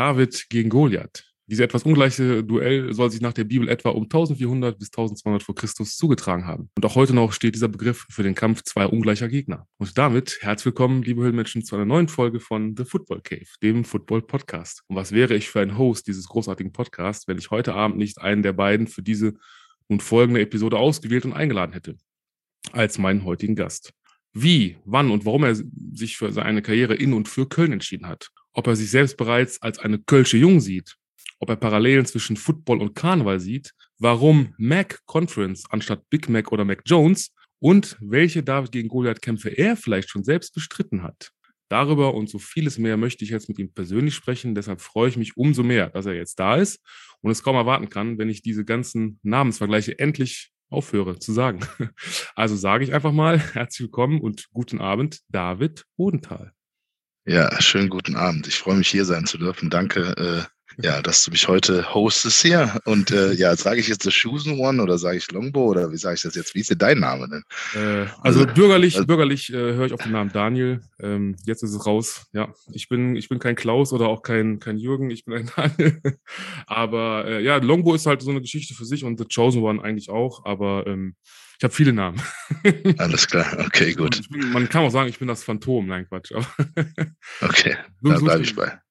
David gegen Goliath. Dieses etwas ungleiche Duell soll sich nach der Bibel etwa um 1400 bis 1200 vor Christus zugetragen haben. Und auch heute noch steht dieser Begriff für den Kampf zweier ungleicher Gegner. Und damit herzlich willkommen, liebe Höhlenmenschen, zu einer neuen Folge von The Football Cave, dem Football-Podcast. Und was wäre ich für ein Host dieses großartigen Podcasts, wenn ich heute Abend nicht einen der beiden für diese nun folgende Episode ausgewählt und eingeladen hätte, als meinen heutigen Gast. Wie, wann und warum er sich für seine Karriere in und für Köln entschieden hat. Ob er sich selbst bereits als eine Kölsche Jung sieht, ob er Parallelen zwischen Football und Karneval sieht, warum Mac Conference anstatt Big Mac oder Mac Jones und welche David gegen Goliath-Kämpfe er vielleicht schon selbst bestritten hat. Darüber und so vieles mehr möchte ich jetzt mit ihm persönlich sprechen. Deshalb freue ich mich umso mehr, dass er jetzt da ist und es kaum erwarten kann, wenn ich diese ganzen Namensvergleiche endlich aufhöre zu sagen. Also sage ich einfach mal, herzlich willkommen und guten Abend, David Odenthal. Ja, schönen guten Abend. Ich freue mich, hier sein zu dürfen. Danke, dass du mich heute hostest hier. Und sage ich jetzt The Chosen One oder sage ich Longbow oder wie sage ich das jetzt? Wie ist denn dein Name denn? Also bürgerlich höre ich auf den Namen Daniel. Jetzt ist es raus. Ja, ich bin kein Klaus oder auch kein Jürgen. Ich bin ein Daniel. Aber Longbow ist halt so eine Geschichte für sich und The Chosen One eigentlich auch. Aber ich habe viele Namen. Alles klar, okay, gut. Man kann auch sagen, ich bin das Phantom. Nein, Quatsch. Okay, da bleibe ich bei.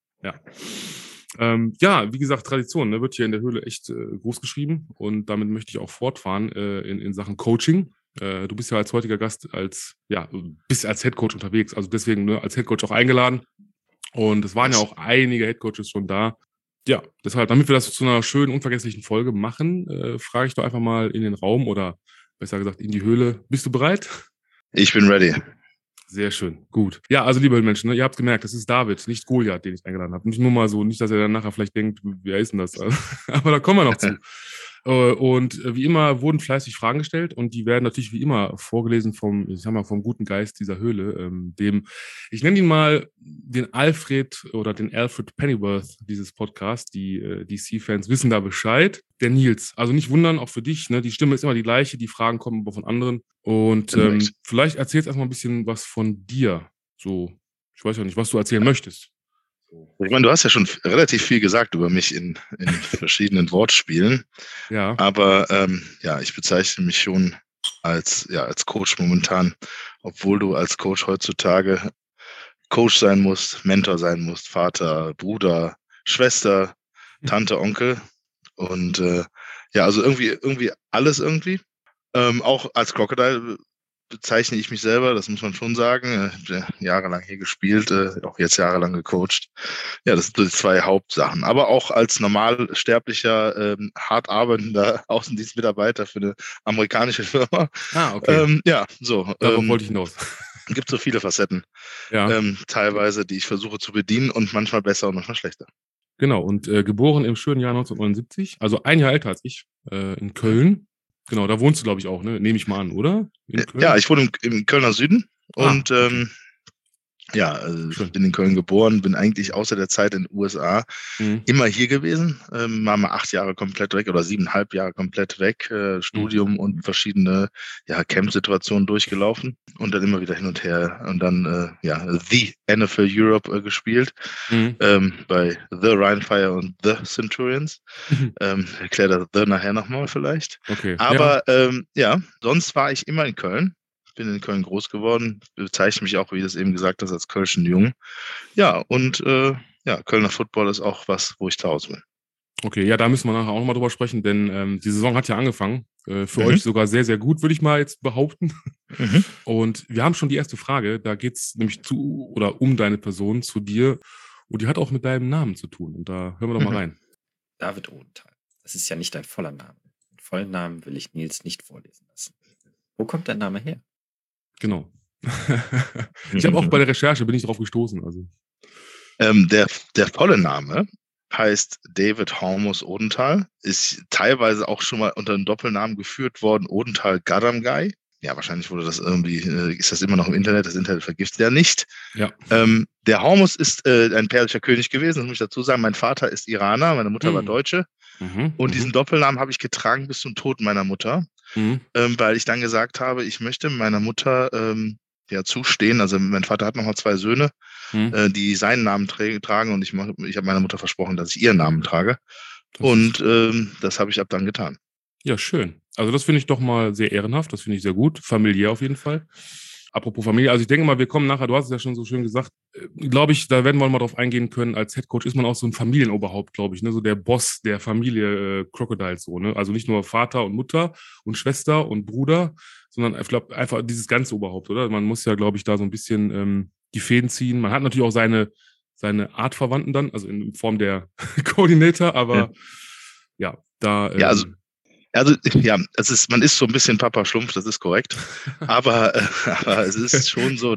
Ja. Wie gesagt, Tradition, ne, wird hier in der Höhle echt groß geschrieben und damit möchte ich auch fortfahren in Sachen Coaching. Du bist ja als heutiger Gast bist als Headcoach unterwegs, also deswegen als Headcoach auch eingeladen und es waren ja auch einige Headcoaches schon da. Ja, deshalb, damit wir das zu einer schönen, unvergesslichen Folge machen, frage ich doch einfach mal in den Raum oder besser gesagt in die Höhle. Bist du bereit? Ich bin ready. Sehr schön, gut. Ja, also liebe Menschen, ne, ihr habt gemerkt, das ist David, nicht Goliath, den ich eingeladen habe. Nicht nur mal so, nicht, dass er dann nachher vielleicht denkt, wer ist denn das? Aber da kommen wir noch zu. Und wie immer wurden fleißig Fragen gestellt und die werden natürlich wie immer vorgelesen vom guten Geist dieser Höhle, ich nenne ihn mal den Alfred Pennyworth dieses Podcasts. Die DC-Fans wissen da Bescheid. Der Nils, also nicht wundern, auch für dich, ne? Die Stimme ist immer die gleiche, die Fragen kommen aber von anderen. Und vielleicht erzählst erstmal ein bisschen was von dir. So, ich weiß ja nicht, was du erzählen möchtest. Ich meine, du hast ja schon relativ viel gesagt über mich in verschiedenen Wortspielen. Ja. Aber ich bezeichne mich schon als Coach momentan, obwohl du als Coach heutzutage Coach sein musst, Mentor sein musst, Vater, Bruder, Schwester, Tante, Onkel und also irgendwie alles irgendwie. Auch als Crocodile bezeichne ich mich selber, das muss man schon sagen. Ich habe jahrelang hier gespielt, auch jetzt jahrelang gecoacht. Ja, das sind so die zwei Hauptsachen. Aber auch als normalsterblicher, hart arbeitender Außendienstmitarbeiter für eine amerikanische Firma. Ah, okay. Darauf wollte ich hinaus. Gibt so viele Facetten, teilweise, die ich versuche zu bedienen und manchmal besser und manchmal schlechter. Genau, und geboren im schönen Jahr 1979, also ein Jahr älter als ich, in Köln. Genau, da wohnst du, glaube ich, auch, ne? Nehme ich mal an, oder? Ja, ich wohne im Kölner Süden und okay. Ich bin in Köln geboren, bin eigentlich außer der Zeit in den USA immer hier gewesen. War mal 8 Jahre komplett weg oder 7,5 Jahre komplett weg. Studium und verschiedene Camp-Situationen durchgelaufen und dann immer wieder hin und her. Und dann The NFL Europe gespielt bei The Rheinfire und The Centurions. Erkläre das The nachher nochmal vielleicht. Okay. Aber sonst war ich immer in Köln. Bin in Köln groß geworden, bezeichne mich auch, wie du es eben gesagt hast, als Kölschen Jung. Ja, und Kölner Football ist auch was, wo ich zu Hause bin. Okay, ja, da müssen wir nachher auch nochmal drüber sprechen, denn die Saison hat ja angefangen. Für euch sogar sehr, sehr gut, würde ich mal jetzt behaupten. Und wir haben schon die erste Frage, da geht es nämlich um deine Person, zu dir. Und die hat auch mit deinem Namen zu tun. Und da hören wir doch mal rein. David Odenthal. Das ist ja nicht dein voller Name. Den vollen Namen will ich Nils nicht vorlesen lassen. Wo kommt dein Name her? Genau. Ich habe auch bei der Recherche bin ich drauf gestoßen. Also. Der volle Name heißt David Hormus Odenthal, ist teilweise auch schon mal unter einem Doppelnamen geführt worden, Odenthal Gadamgai. Ja, wahrscheinlich wurde das irgendwie, ist das immer noch im Internet, das Internet vergisst ja nicht. Ja. Der Hormus ist ein persischer König gewesen, das muss ich dazu sagen. Mein Vater ist Iraner, meine Mutter war Deutsche. Und diesen Doppelnamen habe ich getragen bis zum Tod meiner Mutter, weil ich dann gesagt habe, ich möchte meiner Mutter zustehen. Also mein Vater hat nochmal 2 Söhne, Hm. die seinen Namen tragen und ich habe meiner Mutter versprochen, dass ich ihren Namen trage. Das ist, Und das habe ich ab dann getan. ja, schön. Also das finde ich doch mal sehr ehrenhaft, das finde ich sehr gut. Familiär auf jeden Fall. Apropos Familie, also ich denke mal, wir kommen nachher, du hast es ja schon so schön gesagt, glaube ich, da werden wir mal drauf eingehen können, als Headcoach ist man auch so ein Familienoberhaupt, glaube ich, ne? So der Boss der Familie Crocodiles, so, ne? Also nicht nur Vater und Mutter und Schwester und Bruder, sondern ich glaube einfach dieses ganze Oberhaupt, oder? Man muss ja, glaube ich, da so ein bisschen die Fäden ziehen. Man hat natürlich auch seine Artverwandten dann, also in Form der Coordinator, Ja, aber ja, da ja also ja, man ist so ein bisschen Papa Schlumpf, das ist korrekt. Aber, aber es ist schon so,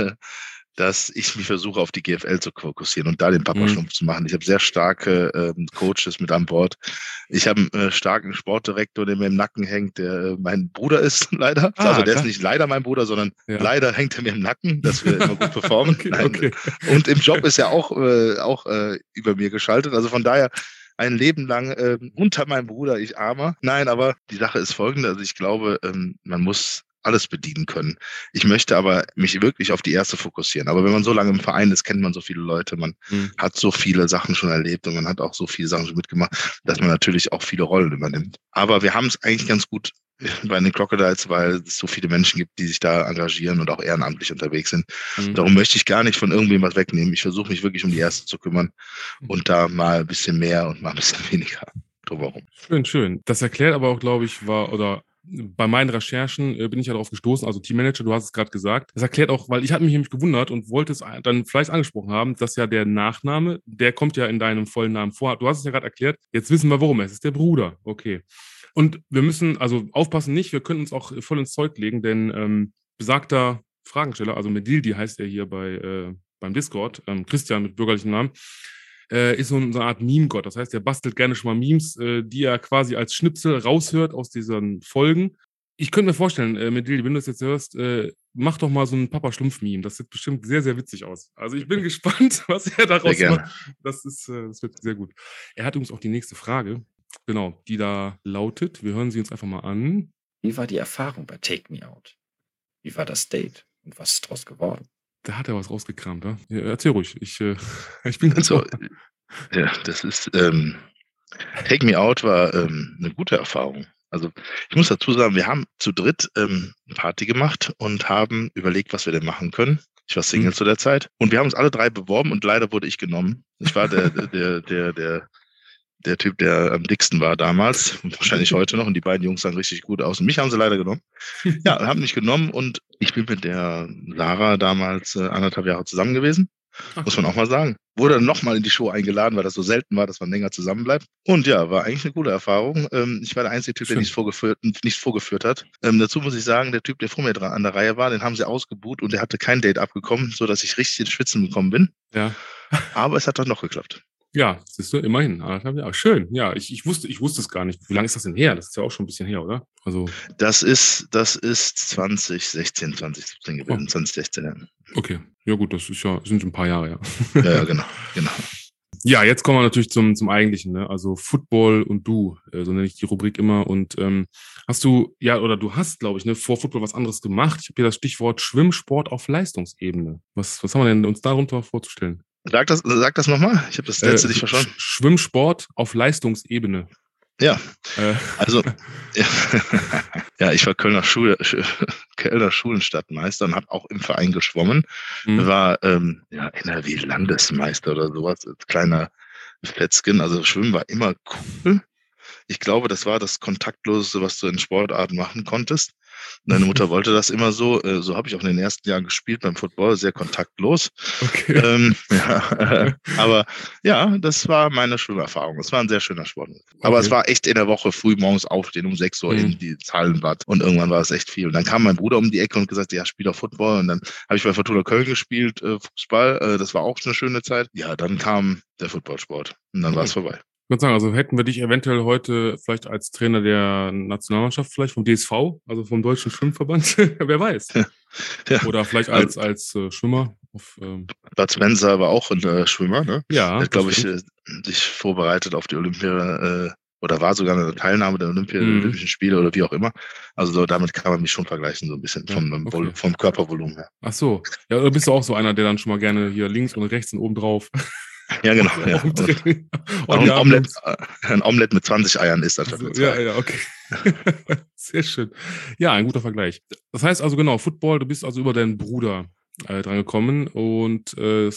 dass ich mich versuche, auf die GFL zu fokussieren und da den Papa Mhm. Schlumpf zu machen. Ich habe sehr starke Coaches mit an Bord. Ich habe einen starken Sportdirektor, der mir im Nacken hängt, der mein Bruder ist, leider. Also der ist Da, nicht leider mein Bruder, sondern ja. leider hängt er mir im Nacken, dass wir immer gut performen. Okay, Nein. okay. Und im Job ist er auch über mir geschaltet. Also von daher ein Leben lang unter meinem Bruder, ich Armer. Nein, aber die Sache ist folgende. Also ich glaube, man muss alles bedienen können. Ich möchte aber mich wirklich auf die erste fokussieren. Aber wenn man so lange im Verein ist, kennt man so viele Leute, man Mhm. hat so viele Sachen schon erlebt und man hat auch so viele Sachen schon mitgemacht, dass man natürlich auch viele Rollen übernimmt. Aber wir haben es eigentlich ganz gut bei den Crocodiles, weil es so viele Menschen gibt, die sich da engagieren und auch ehrenamtlich unterwegs sind. Mhm. Darum möchte ich gar nicht von irgendwem was wegnehmen. Ich versuche mich wirklich um die Erste zu kümmern und da mal ein bisschen mehr und mal ein bisschen weniger drumherum. Schön, schön. Das erklärt aber auch, glaube ich, bei meinen Recherchen bin ich ja darauf gestoßen, also Teammanager, du hast es gerade gesagt. Das erklärt auch, weil ich hatte mich nämlich gewundert und wollte es dann vielleicht angesprochen haben, dass ja der Nachname, der kommt ja in deinem vollen Namen vor. Du hast es ja gerade erklärt. Jetzt wissen wir, warum. Es ist der Bruder. Okay. Und wir müssen also aufpassen nicht, wir können uns auch voll ins Zeug legen, denn besagter Fragensteller, also Medildi heißt er hier beim Discord, Christian mit bürgerlichem Namen, ist so eine Art Meme-Gott. Das heißt, er bastelt gerne schon mal Memes, die er quasi als Schnipsel raushört aus diesen Folgen. Ich könnte mir vorstellen, Medildi, wenn du das jetzt hörst, mach doch mal so ein Papa-Schlumpf-Meme. Das sieht bestimmt sehr, sehr witzig aus. Also ich bin gespannt, was er Sehr daraus macht. gerne. Das wird sehr gut. Er hat übrigens auch die nächste Frage, genau, die da lautet, wir hören sie uns einfach mal an. Wie war die Erfahrung bei Take Me Out? Wie war das Date? Und was ist daraus geworden? Da hat er was rausgekramt, ja? Ja, erzähl ruhig. Ich bin ganz So, ohr. ja, das ist Take Me Out war eine gute Erfahrung. Also ich muss dazu sagen, wir haben zu dritt eine Party gemacht und haben überlegt, was wir denn machen können. Ich war Single zu der Zeit und wir haben uns alle 3 beworben und leider wurde ich genommen. Ich war der Typ, der am dicksten war damals und wahrscheinlich heute noch und die beiden Jungs sahen richtig gut aus und mich haben sie leider genommen. Ja, haben mich genommen und ich bin mit der Lara damals 1,5 Jahre zusammen gewesen. Muss man auch mal sagen. Wurde dann nochmal in die Show eingeladen, weil das so selten war, dass man länger zusammen bleibt. Und ja, war eigentlich eine gute Erfahrung. Ich war der einzige Typ, der Schön. nichts vorgeführt hat. Dazu muss ich sagen, der Typ, der vor mir dran an der Reihe war, den haben sie ausgebuht und der hatte kein Date abgekommen, sodass ich richtig ins Schwitzen gekommen bin. Ja. Aber es hat dann noch geklappt. Ja, siehst du, immerhin. 1,5 Jahre. Schön. Ja, ich wusste es gar nicht. Wie lange ist das denn her? Das ist ja auch schon ein bisschen her, oder? Also, Das ist 2016, 2017 oh, gewesen, 2016. Ja, okay. Ja, gut, sind ein paar Jahre, ja. ja, genau. Ja, jetzt kommen wir natürlich zum Eigentlichen, ne? Also Football und du, so nenne ich die Rubrik immer. Und hast du, ja, oder du hast, glaube ich, ne, vor Football was anderes gemacht. Ich habe hier das Stichwort Schwimmsport auf Leistungsebene. Was haben wir denn uns darunter vorzustellen? Sag das nochmal. Ich habe das letzte nicht verstanden. Schwimmsport auf Leistungsebene. Ja, also ja, ich war Kölner Schulenstadtmeister und habe auch im Verein geschwommen. War NRW-Landesmeister oder sowas, als kleiner Fätzchen. Also Schwimmen war immer cool. Ich glaube, das war das Kontaktloseste, was du in Sportarten machen konntest. Meine Mutter wollte das immer so. So habe ich auch in den ersten Jahren gespielt beim Football, sehr kontaktlos. Okay. Aber ja, das war meine Schwimmerfahrung. Es war ein sehr schöner Sport. Aber es war echt in der Woche früh morgens aufstehen um 6 Uhr in die Hallenbad. Und irgendwann war es echt viel. Und dann kam mein Bruder um die Ecke und gesagt, ja, spiel doch Football. Und dann habe ich bei Fortuna Köln gespielt, Fußball. Das war auch eine schöne Zeit. Ja, dann kam der Footballsport. Und dann war es vorbei. Ich würde sagen, also hätten wir dich eventuell heute vielleicht als Trainer der Nationalmannschaft, vielleicht vom DSV, also vom Deutschen Schwimmverband, wer weiß. Ja. Oder vielleicht als Schwimmer. Bud Spencer war auch ein Schwimmer, ne? Ja, der hat, glaube ich, sich vorbereitet auf die oder war sogar eine Teilnahme der Mhm. Olympischen Spiele oder wie auch immer. Also so, damit kann man mich schon vergleichen, so ein bisschen Ja, okay. vom Körpervolumen her. Ach so. Ja, oder bist du auch so einer, der dann schon mal gerne hier links und rechts und oben drauf Ja, genau, auf ja. dem Und Training auch die Armdrums. Ein Omelett mit 20 Eiern ist anstatt Also, mit ja, 2. ja, okay. Sehr schön. Ja, ein guter Vergleich. Das heißt also genau, Football, du bist also über deinen Bruder dran gekommen und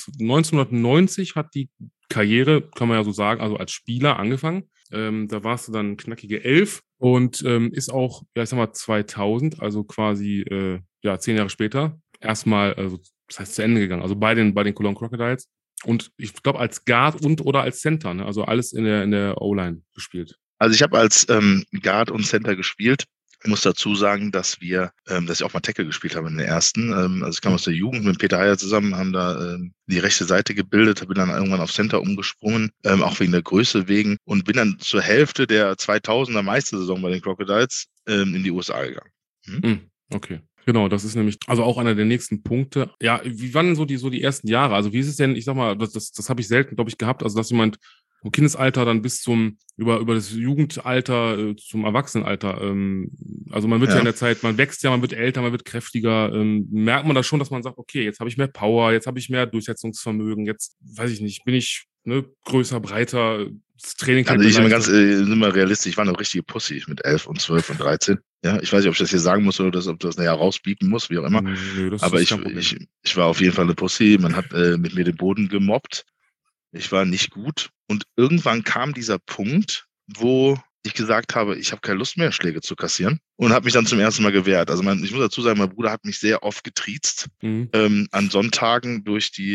1990 hat die Karriere, kann man ja so sagen, also als Spieler angefangen. Da warst du dann knackige 11 und ist auch, ja, ich sag mal 2000, also quasi ja 10 Jahre später, erstmal, also das heißt zu Ende gegangen. Also bei den Cologne Crocodiles. Und ich glaube als Guard und oder als Center, ne? Also alles in der O-Line gespielt. Also ich habe als Guard und Center gespielt. Ich muss dazu sagen, dass ich auch mal Tackle gespielt habe in der ersten. Also ich kam aus der Jugend mit Peter Heyer zusammen, haben da die rechte Seite gebildet, bin dann irgendwann auf Center umgesprungen, auch wegen der Größe wegen und bin dann zur Hälfte der 2000er Meistersaison bei den Crocodiles in die USA gegangen. Okay. Genau, das ist nämlich also auch einer der nächsten Punkte. Ja, wie waren so die ersten Jahre? Also wie ist es denn, ich sag mal, das habe ich selten, glaube ich, gehabt, also dass jemand vom Kindesalter dann bis über das Jugendalter zum Erwachsenenalter, also man wird ja in Ja. der Zeit, man wächst ja, man wird älter, man wird kräftiger, merkt man da schon, dass man sagt, okay, jetzt habe ich mehr Power, jetzt habe ich mehr Durchsetzungsvermögen, jetzt, weiß ich nicht, bin ich größer, breiter, das Training fällt Also mir ich leichter. sind wir realistisch, ich war eine richtige Pussy mit 11 und 12 und 13. Ja, ich weiß nicht, ob ich das hier sagen muss oder ob das näher rausbieten muss, wie auch immer. Nö, das Aber ist kein Problem. ich war auf jeden Fall eine Pussy. Man hat mit mir den Boden gemobbt. Ich war nicht gut. Und irgendwann kam dieser Punkt, wo ich gesagt habe, ich habe keine Lust mehr, Schläge zu kassieren und habe mich dann zum ersten Mal gewehrt. Also ich muss dazu sagen, mein Bruder hat mich sehr oft getriezt. Mhm. An Sonntagen durch die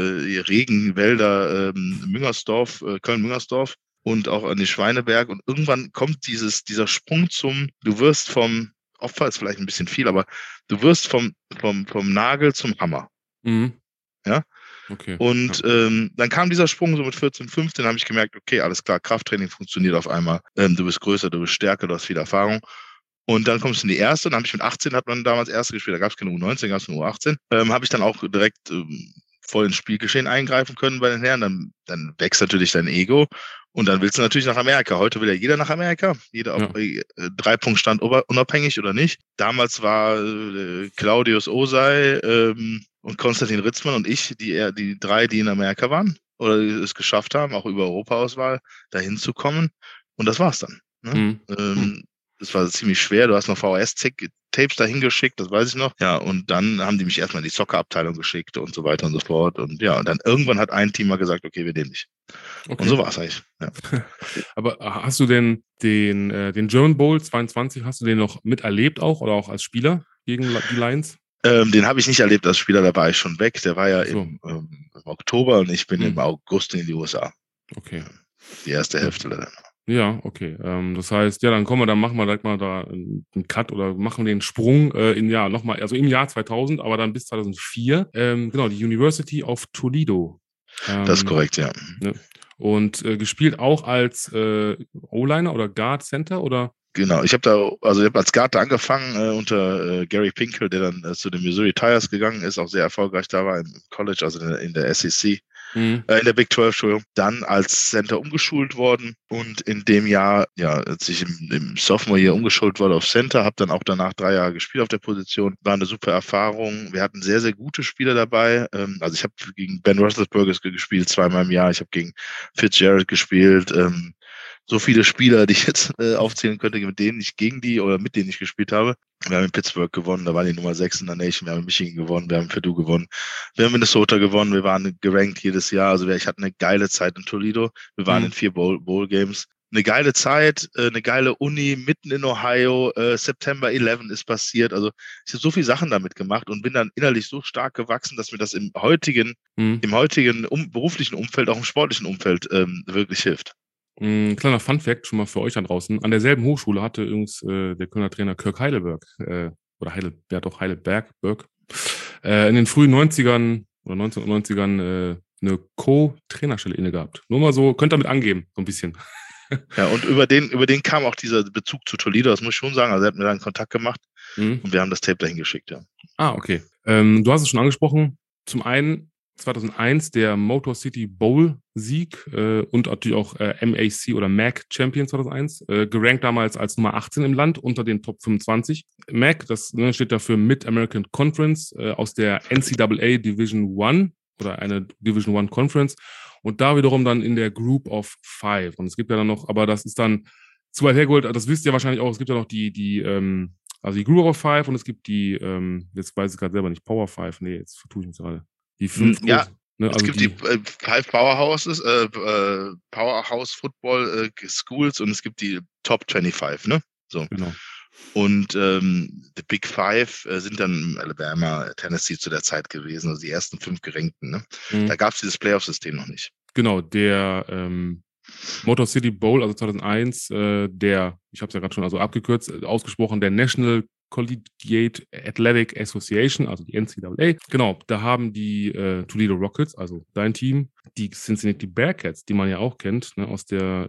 Regenwälder Müngersdorf, Köln-Müngersdorf und auch an den Schweineberg. Und irgendwann kommt dieser Sprung du wirst vom Opfer, ist vielleicht ein bisschen viel, aber du wirst vom Nagel zum Hammer. Mhm. Ja. Okay. Und dann kam dieser Sprung so mit 14, 15, habe ich gemerkt, okay, alles klar, Krafttraining funktioniert auf einmal. Du bist größer, du bist stärker, du hast viel Erfahrung. Und dann kommst du in die erste, und dann habe ich mit 18, hat man damals erste gespielt, da gab es keine U19, gab es nur U18, habe ich dann auch direkt voll ins Spielgeschehen eingreifen können bei den Herren. Dann wächst natürlich dein Ego und dann willst du natürlich nach Amerika. Heute will ja jeder nach Amerika, jeder Ja. ob 3-Punkt-Stand unabhängig oder nicht. Damals war Claudius Osei und Konstantin Ritzmann und ich die drei, die in Amerika waren oder es geschafft haben, auch über Europaauswahl dahin zu kommen. Und das war's dann. Ne? Mhm. Das war ziemlich schwer. Du hast noch VHS-Tapes dahin geschickt, das weiß ich noch. Ja, und dann haben die mich erstmal in die Soccer-Abteilung geschickt und so weiter und so fort. Und ja, und dann irgendwann hat ein Team mal gesagt, okay, wir nehmen dich. Und Okay. so war es eigentlich. Ja. Aber hast du denn den German Bowl 22, hast du den noch miterlebt auch oder auch als Spieler gegen die Lions? Den habe ich nicht erlebt als Spieler, da war ich schon weg. Der war ja So. im Oktober und ich bin im Hm. August in die USA. Okay. Die erste Hälfte leider. Ja, okay. Das heißt, ja, dann machen wir direkt mal da einen Cut oder machen den Sprung nochmal, also im Jahr 2000, aber dann bis 2004. Genau, die University of Toledo. Das ist korrekt, ja. Ne? Und gespielt auch als O-Liner oder Guard Center oder? Genau, ich habe als Guard angefangen unter Gary Pinkel, der dann zu den Missouri Tigers gegangen ist, auch sehr erfolgreich da war im College, also in der SEC, in der Big 12, Entschuldigung, dann als Center umgeschult worden und in dem Jahr, ja, als ich im Sophomore Year umgeschult wurde auf Center, habe dann auch danach 3 Jahre gespielt auf der Position, war eine super Erfahrung. Wir hatten sehr, sehr gute Spieler dabei, also ich habe gegen Ben Roethlisberger gespielt 2-mal im Jahr, ich habe gegen Fitzgerald gespielt, so viele Spieler, die ich jetzt aufzählen könnte, gegen denen ich gespielt habe. Wir haben in Pittsburgh gewonnen, da waren die Nummer 6 in der Nation. Wir haben in Michigan gewonnen, wir haben in Purdue gewonnen, wir haben Minnesota gewonnen, wir waren gerankt jedes Jahr. Also ich hatte eine geile Zeit in Toledo. Wir waren in 4 Bowl-Games. Eine geile Zeit, eine geile Uni mitten in Ohio. September 11 ist passiert. Also ich habe so viele Sachen damit gemacht und bin dann innerlich so stark gewachsen, dass mir das im heutigen beruflichen Umfeld, auch im sportlichen Umfeld wirklich hilft. Ein kleiner Funfact schon mal für euch da draußen. An derselben Hochschule hatte übrigens der Kölner Trainer Kirk Heidelberg, Heidelberg, in den frühen 90ern oder 1990ern eine Co-Trainerstelle inne gehabt. Nur mal so, könnt ihr damit angeben, so ein bisschen. Ja, und über den kam auch dieser Bezug zu Toledo, das muss ich schon sagen. Also er hat mir da einen Kontakt gemacht und wir haben das Tape dahin geschickt, ja. Okay. Du hast es schon angesprochen. Zum einen 2001 der Motor City Bowl Sieg und natürlich auch MAC oder MAC Champion 2001, gerankt damals als Nummer 18 im Land unter den Top 25. MAC, das steht dafür Mid-American Conference aus der NCAA Division I oder eine Division I Conference und da wiederum dann in der Group of Five. Und es gibt ja dann noch, aber das ist dann zu weit hergeholt, das wisst ihr wahrscheinlich auch, es gibt ja noch also die Group of Five und es gibt die, jetzt weiß ich gerade selber nicht, Power Five, nee, jetzt vertue ich mich gerade. Die 5 Ja, ne, es also gibt die Five Powerhouses, Powerhouse Football Schools und es gibt die Top 25, ne? So. Genau. Und die Big Five sind dann Alabama, Tennessee zu der Zeit gewesen, also die ersten 5 Gerankten, ne? Da gab es dieses Playoff-System noch nicht. Genau, der Motor City Bowl, also 2001, ich habe es ja gerade schon also abgekürzt, ausgesprochen, der National Collegiate Athletic Association, also die NCAA. Genau, da haben die Toledo Rockets, also dein Team, die Cincinnati Bearcats, die man ja auch kennt, ne, aus der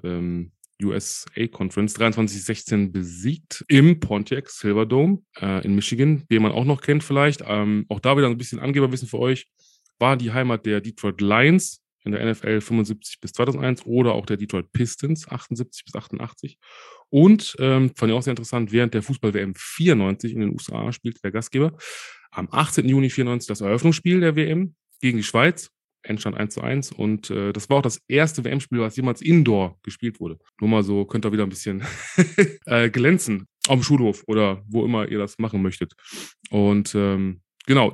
USA Conference, 23-16 besiegt im Pontiac Silverdome in Michigan, den man auch noch kennt vielleicht. Auch da wieder ein bisschen Angeberwissen für euch, war die Heimat der Detroit Lions in der NFL 75 bis 2001 oder auch der Detroit Pistons 78 bis 88. Und fand ich auch sehr interessant, während der Fußball-WM 94 in den USA spielte der Gastgeber am 18. Juni 94 das Eröffnungsspiel der WM gegen die Schweiz. Endstand 1:1 und das war auch das erste WM-Spiel, was jemals Indoor gespielt wurde. Nur mal so, könnt ihr wieder ein bisschen glänzen am Schulhof oder wo immer ihr das machen möchtet. Und genau,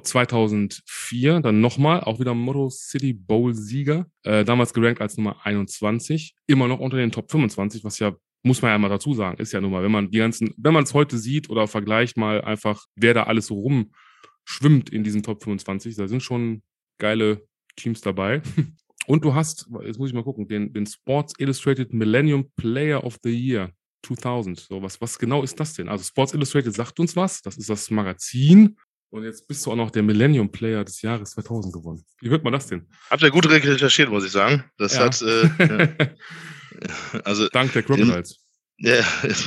2004 dann nochmal, auch wieder Motor City Bowl-Sieger, damals gerankt als Nummer 21, immer noch unter den Top 25, was ja, muss man ja mal dazu sagen, ist ja nun mal, wenn man es heute sieht oder vergleicht mal einfach, wer da alles so rumschwimmt in diesen Top 25, da sind schon geile Teams dabei. Und du hast, jetzt muss ich mal gucken, den Sports Illustrated Millennium Player of the Year 2000. So, was genau ist das denn? Also Sports Illustrated sagt uns was, das ist das Magazin. Und jetzt bist du auch noch der Millennium Player des Jahres 2000 gewonnen. Wie hört man das denn? Habt ihr gut recherchiert, muss ich sagen. Das Ja. hat, also Dank der Crocodiles. Ja,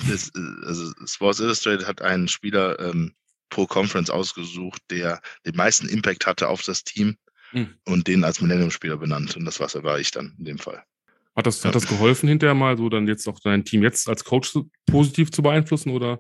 also Sports Illustrated hat einen Spieler pro Conference ausgesucht, der den meisten Impact hatte auf das Team und den als Millennium-Spieler benannt. Und das war ich dann in dem Fall. Hat das geholfen hinterher mal, so dann jetzt auch dein Team jetzt als Coach positiv zu beeinflussen oder?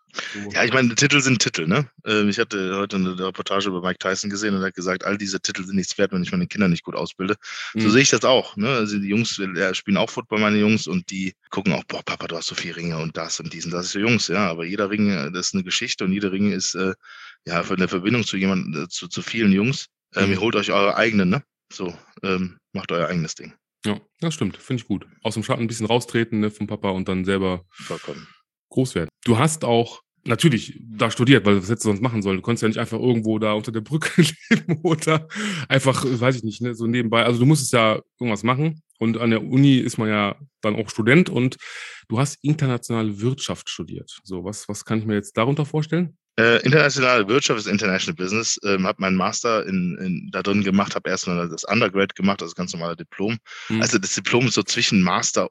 Ja, ich meine, Titel sind Titel, ne? Ich hatte heute eine Reportage über Mike Tyson gesehen und er hat gesagt, all diese Titel sind nichts wert, wenn ich meine Kinder nicht gut ausbilde. So sehe ich das auch, ne? Also die Jungs spielen auch Football, meine Jungs, und die gucken auch, boah, Papa, du hast so viele Ringe und das und dies und das ist für Jungs, ja. Aber jeder Ring, das ist eine Geschichte und jeder Ring ist ja für eine Verbindung zu jemandem, zu vielen Jungs. Ihr holt euch eure eigenen, ne? So, macht euer eigenes Ding. Ja, das stimmt, finde ich gut. Aus dem Schatten ein bisschen raustreten, ne, vom Papa und dann selber groß werden. Du hast auch natürlich da studiert, weil was hättest du sonst machen sollen? Du konntest ja nicht einfach irgendwo da unter der Brücke leben oder einfach, weiß ich nicht, ne, so nebenbei. Also du musstest ja irgendwas machen und an der Uni ist man ja dann auch Student und du hast internationale Wirtschaft studiert. So, was kann ich mir jetzt darunter vorstellen? Internationale Wirtschaft ist International Business. Habe meinen Master da drin gemacht, habe erst mal das Undergrad gemacht, das ganz normale Diplom. Also das Diplom ist so zwischen Master,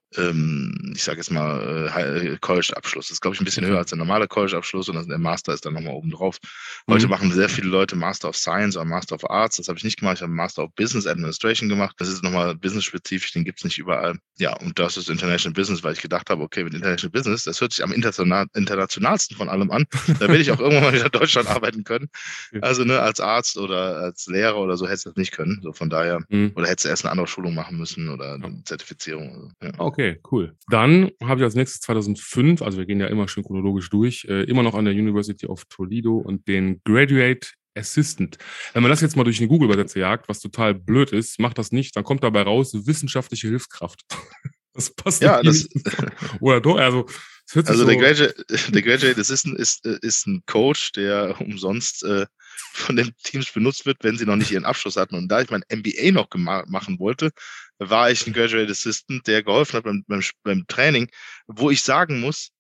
ich sage jetzt mal College-Abschluss. Das ist, glaube ich, ein bisschen höher als der normale College-Abschluss und der Master ist dann nochmal oben drauf. Heute machen sehr viele Leute Master of Science oder Master of Arts. Das habe ich nicht gemacht. Ich habe Master of Business Administration gemacht. Das ist nochmal business-spezifisch, den gibt es nicht überall. Ja, und das ist International Business, weil ich gedacht habe, okay, mit International Business, das hört sich am internationalsten von allem an. Da werde ich auch irgendwann mal wieder in Deutschland arbeiten können. Also ne, als Arzt oder als Lehrer oder so hättest du das nicht können. So von daher, oder hättest du erst eine andere Schulung machen müssen oder eine Zertifizierung. Ja. Okay, cool. Dann habe ich als nächstes 2005, also wir gehen ja immer schön chronologisch durch, immer noch an der University of Toledo und den Graduate Assistant. Wenn man das jetzt mal durch eine Google-Übersetzer jagt, was total blöd ist, macht das nicht, dann kommt dabei raus wissenschaftliche Hilfskraft. Das passt ja, nicht. Oder doch, also der Graduate Assistant ist ein Coach, der umsonst von den Teams benutzt wird, wenn sie noch nicht ihren Abschluss hatten. Und da ich mein MBA noch machen wollte, war ich ein Graduate Assistant, der geholfen hat beim Training, wo ich sagen muss,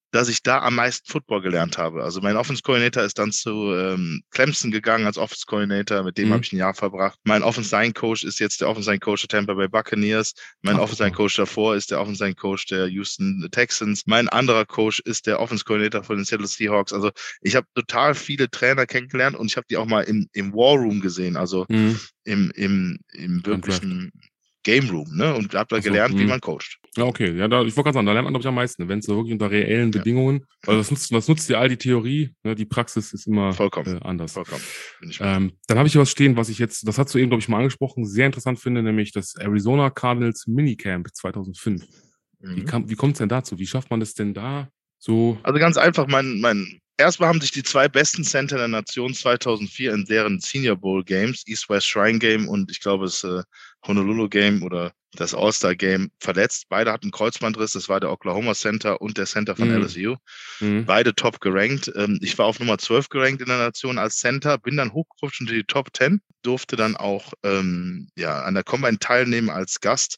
dass ich da am meisten Football gelernt habe. Also mein Offense Coordinator ist dann zu Clemson gegangen als Offense Coordinator, mit dem habe ich ein Jahr verbracht. Mein Offense Line Coach ist jetzt der Offense Line Coach der Tampa Bay Buccaneers. Mein Offense Line Coach davor ist der Offense Line Coach der Houston Texans. Mein anderer Coach ist der Offense Coordinator von den Seattle Seahawks. Also ich habe total viele Trainer kennengelernt und ich habe die auch mal im War Room gesehen, also im wirklichen Game Room, ne? Und habe da gelernt, wie man coacht. Ja, okay. Ja, ich wollte gerade sagen, da lernt man, glaube ich, am meisten, wenn es so wirklich unter reellen Bedingungen, weil das nutzt dir all die Theorie, ne? Die Praxis ist immer anders. Vollkommen. Dann habe ich hier was stehen, was ich jetzt, das hast du eben, glaube ich, mal angesprochen, sehr interessant finde, nämlich das Arizona Cardinals Minicamp 2005. Wie kommt es denn dazu? Wie schafft man das denn da so? Also ganz einfach, erstmal haben sich die 2 besten Center der Nation 2004 in deren Senior Bowl Games, East-West Shrine Game und ich glaube es Honolulu Game oder das All-Star Game verletzt. Beide hatten Kreuzbandriss, das war der Oklahoma Center und der Center von LSU. Beide top gerankt. Ich war auf Nummer 12 gerankt in der Nation als Center, bin dann hochgerutscht unter die Top 10, durfte dann auch an der Combine teilnehmen als Gast.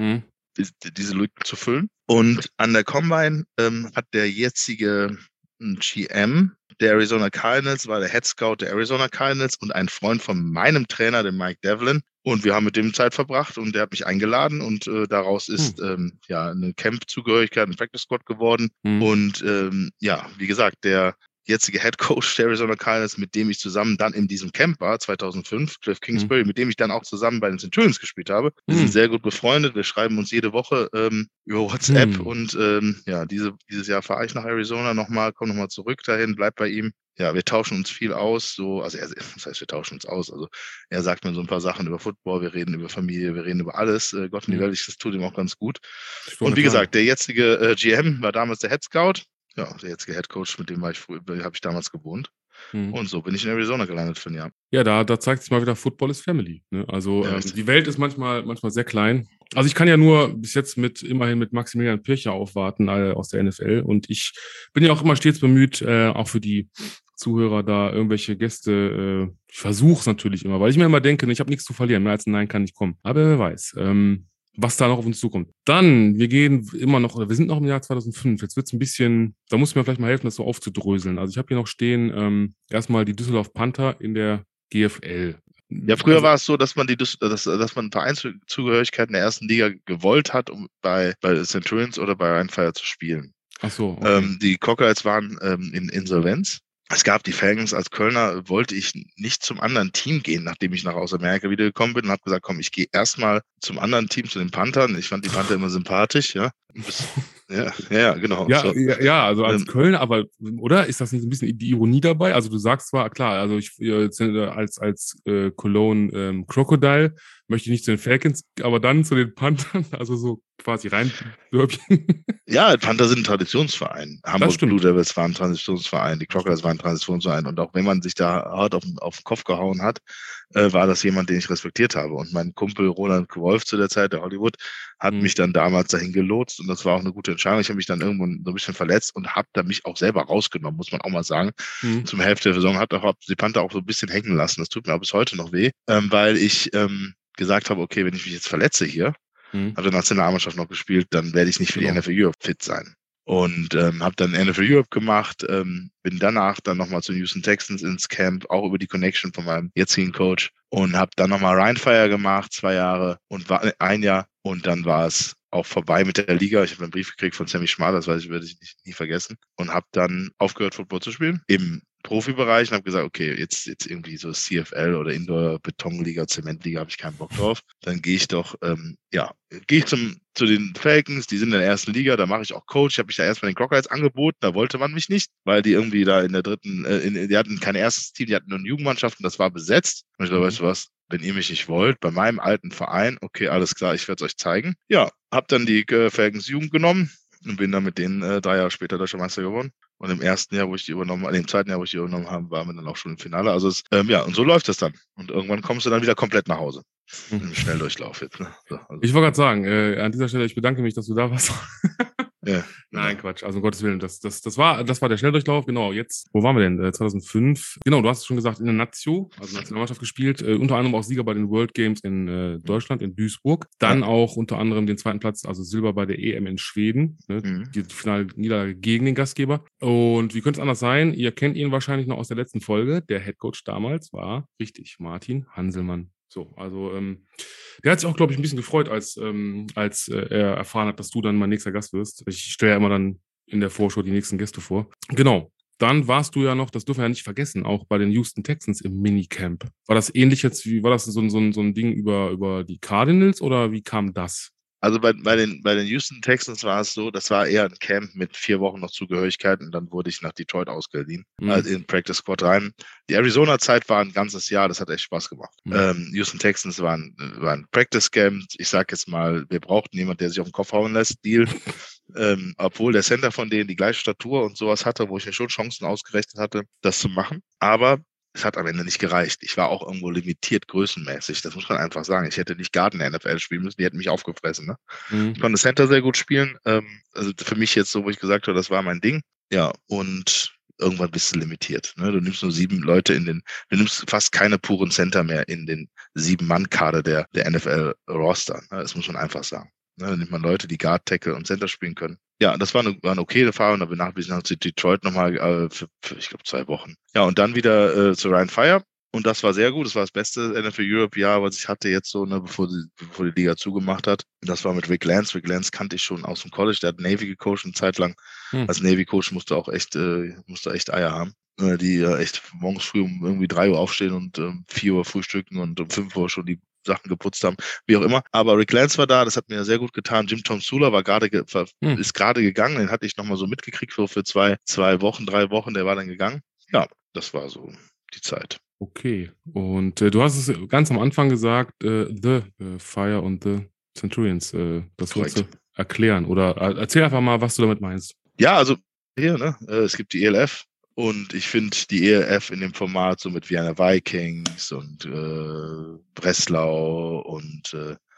Diese Lücken zu füllen. Und an der Combine hat der jetzige GM der Arizona Cardinals, war der Head Scout der Arizona Cardinals und ein Freund von meinem Trainer, dem Mike Devlin. Und wir haben mit dem Zeit verbracht und der hat mich eingeladen und daraus ist eine Camp-Zugehörigkeit, ein Practice Squad geworden. Und wie gesagt, der jetzige Head Coach der Arizona Cardinals, mit dem ich zusammen dann in diesem Camp war, 2005, Cliff Kingsbury, mit dem ich dann auch zusammen bei den Centurions gespielt habe. Wir sind sehr gut befreundet, wir schreiben uns jede Woche über WhatsApp und dieses Jahr fahre ich nach Arizona nochmal, komme nochmal zurück dahin, bleib bei ihm. Ja, wir tauschen uns viel aus, das heißt, wir tauschen uns aus, also er sagt mir so ein paar Sachen über Football, wir reden über Familie, wir reden über alles, Gott in die Welt, das tut ihm auch ganz gut. Und wie gesagt, der jetzige GM war damals der Head Scout. Ja, der jetzige Head Coach, mit dem habe ich damals gewohnt. Und so bin ich in Arizona gelandet für ein Jahr. Ja, da zeigt sich mal wieder, Football ist Family. Ne? Also die Welt ist manchmal sehr klein. Also ich kann ja nur bis jetzt immerhin mit Maximilian Pircher aufwarten aus der NFL. Und ich bin ja auch immer stets bemüht, auch für die Zuhörer da irgendwelche Gäste, ich versuche es natürlich immer, weil ich mir immer denke, ich habe nichts zu verlieren, mehr als ein Nein kann nicht kommen. Aber wer weiß. Was da noch auf uns zukommt. Dann, wir sind noch im Jahr 2005. Jetzt wird es ein bisschen, da muss mir vielleicht mal helfen, das so aufzudröseln. Also ich habe hier noch stehen, erstmal die Düsseldorf Panther in der GFL. Ja, früher war es so, dass man dass man Vereinszugehörigkeit in der ersten Liga gewollt hat, um bei Centurions oder bei Rheinfire zu spielen. Ach so. Okay. Die Cockeyes waren in Insolvenz. Es gab die Falcons. Als Kölner wollte ich nicht zum anderen Team gehen, nachdem ich nach Amerika wiedergekommen bin und habe gesagt, komm, ich gehe erstmal zum anderen Team, zu den Panthern. Ich fand die Panther immer sympathisch, ja. Ja, genau. Ja, so. Ja, also als Kölner, aber, oder? Ist das nicht ein bisschen die Ironie dabei? Also du sagst zwar, klar, also ich als Cologne Crocodile möchte ich nicht zu den Falcons, aber dann zu den Panthern, also so quasi rein Dörbchen. Ja, Panther sind ein Traditionsverein. Hamburg Blue Devils waren ein Traditionsverein, die Crocodiles waren ein Traditionsverein. Und auch wenn man sich da hart auf den Kopf gehauen hat, war das jemand, den ich respektiert habe. Und mein Kumpel Roland Wolf zu der Zeit, der Hollywood, hat mich dann damals dahin gelotst. Und das war auch eine gute Entscheidung. Ich habe mich dann irgendwann so ein bisschen verletzt und habe da mich auch selber rausgenommen, muss man auch mal sagen. Zum Hälfte der Saison hat die Panther auch so ein bisschen hängen lassen. Das tut mir auch bis heute noch weh, weil ich gesagt habe, okay, wenn ich mich jetzt verletze hier, habe in der Nationalmannschaft noch gespielt, dann werde ich nicht für die NFL Europe fit sein. Und habe dann NFL Europe gemacht, bin danach dann nochmal zu Houston Texans ins Camp, auch über die Connection von meinem jetzigen Coach und habe dann nochmal Rheinfire gemacht, 2 Jahre und war 1 Jahr und dann war es auch vorbei mit der Liga. Ich habe einen Brief gekriegt von Sammy Schmal, das werde ich nie vergessen und habe dann aufgehört, Football zu spielen im Profibereich und habe gesagt, okay, jetzt irgendwie so CFL oder Indoor-Betonliga, Zementliga habe ich keinen Bock drauf. Dann gehe ich doch, gehe ich zu den Falcons, die sind in der ersten Liga, da mache ich auch Coach. Ich habe mich da erstmal den Crocodiles angeboten, da wollte man mich nicht, weil die irgendwie da in der dritten, die hatten kein erstes Team, die hatten nur eine Jugendmannschaft und das war besetzt. Und ich dachte, weißt du was, wenn ihr mich nicht wollt, bei meinem alten Verein, okay, alles klar, ich werde es euch zeigen. Ja, habe dann die Falcons Jugend genommen und bin dann mit denen 3 Jahre später Deutscher Meister geworden. Und im zweiten Jahr, wo ich die übernommen habe, waren wir dann auch schon im Finale. Also und so läuft das dann. Und irgendwann kommst du dann wieder komplett nach Hause. Im Schnelldurchlauf jetzt. Ne? So, also. Ich wollte gerade sagen, an dieser Stelle, ich bedanke mich, dass du da warst. Ja, Nein, Quatsch. Also um Gottes Willen, das war der Schnelldurchlauf. Genau, jetzt, wo waren wir denn? 2005. Genau, du hast es schon gesagt, in der Nazio, also Nationalmannschaft gespielt. Unter anderem auch Sieger bei den World Games in Deutschland, in Duisburg. Dann auch unter anderem den zweiten Platz, also Silber bei der EM in Schweden. Ne? Die finale Niederlage gegen den Gastgeber. Und wie könnte es anders sein? Ihr kennt ihn wahrscheinlich noch aus der letzten Folge. Der Headcoach damals war, richtig, Martin Hanselmann. So, also der hat sich auch, glaube ich, ein bisschen gefreut, als er erfahren hat, dass du dann mein nächster Gast wirst. Ich stelle ja immer dann in der Vorschau die nächsten Gäste vor. Genau. Dann warst du ja noch, das dürfen wir ja nicht vergessen, auch bei den Houston Texans im Minicamp. War das ähnlich jetzt war das so ein Ding über die Cardinals oder wie kam das? Also bei den Houston Texans war es so, das war eher ein Camp mit 4 Wochen noch Zugehörigkeit und dann wurde ich nach Detroit ausgeliehen, also in Practice Squad rein. Die Arizona-Zeit war ein ganzes Jahr, das hat echt Spaß gemacht. Houston Texans war ein Practice Camp. Ich sag jetzt mal, wir brauchten jemanden, der sich auf den Kopf hauen lässt, Deal. Obwohl der Center von denen die gleiche Statur und sowas hatte, wo ich mir schon Chancen ausgerechnet hatte, das zu machen. Aber es hat am Ende nicht gereicht. Ich war auch irgendwo limitiert größenmäßig. Das muss man einfach sagen. Ich hätte nicht Guard in der NFL spielen müssen. Die hätten mich aufgefressen. Ne? Ich konnte Center sehr gut spielen. Also für mich jetzt so, wo ich gesagt habe, das war mein Ding. Ja, und irgendwann bist du limitiert. Ne? Du nimmst nur 7 Leute du nimmst fast keine puren Center mehr in den 7-Mann-Kader der NFL-Roster. Ne? Das muss man einfach sagen. Ne? Dann nimmt man Leute, die Guard, Tackle und Center spielen können. Ja, das war eine okay Erfahrung. Danach bin ich nach Detroit nochmal für ich glaube, 2 Wochen. Ja, und dann wieder zu Ryan Fire. Und das war sehr gut. Das war das beste NFL Europe-Jahr, was ich hatte jetzt so, ne, bevor die Liga zugemacht hat. Und das war mit Rick Lance. Rick Lance kannte ich schon aus dem College. Der hat Navy gecoacht eine Zeit lang. Als Navy-Coach musste echt Eier haben. Die echt morgens früh um irgendwie 3 Uhr aufstehen und 4 Uhr frühstücken und um 5 Uhr schon die Sachen geputzt haben, wie auch immer. Aber Rick Lance war da, das hat mir sehr gut getan. Jim Tom Sula ist gerade gegangen, den hatte ich nochmal so mitgekriegt für 2 Wochen, 3 Wochen, der war dann gegangen. Ja, das war so die Zeit. Okay, und du hast es ganz am Anfang gesagt, The Fire und The Centurions. Das wolltest du erklären oder erzähl einfach mal, was du damit meinst. Ja, also hier, ne, es gibt die ELF. Und ich finde die ELF in dem Format so mit Vienna Vikings und Breslau und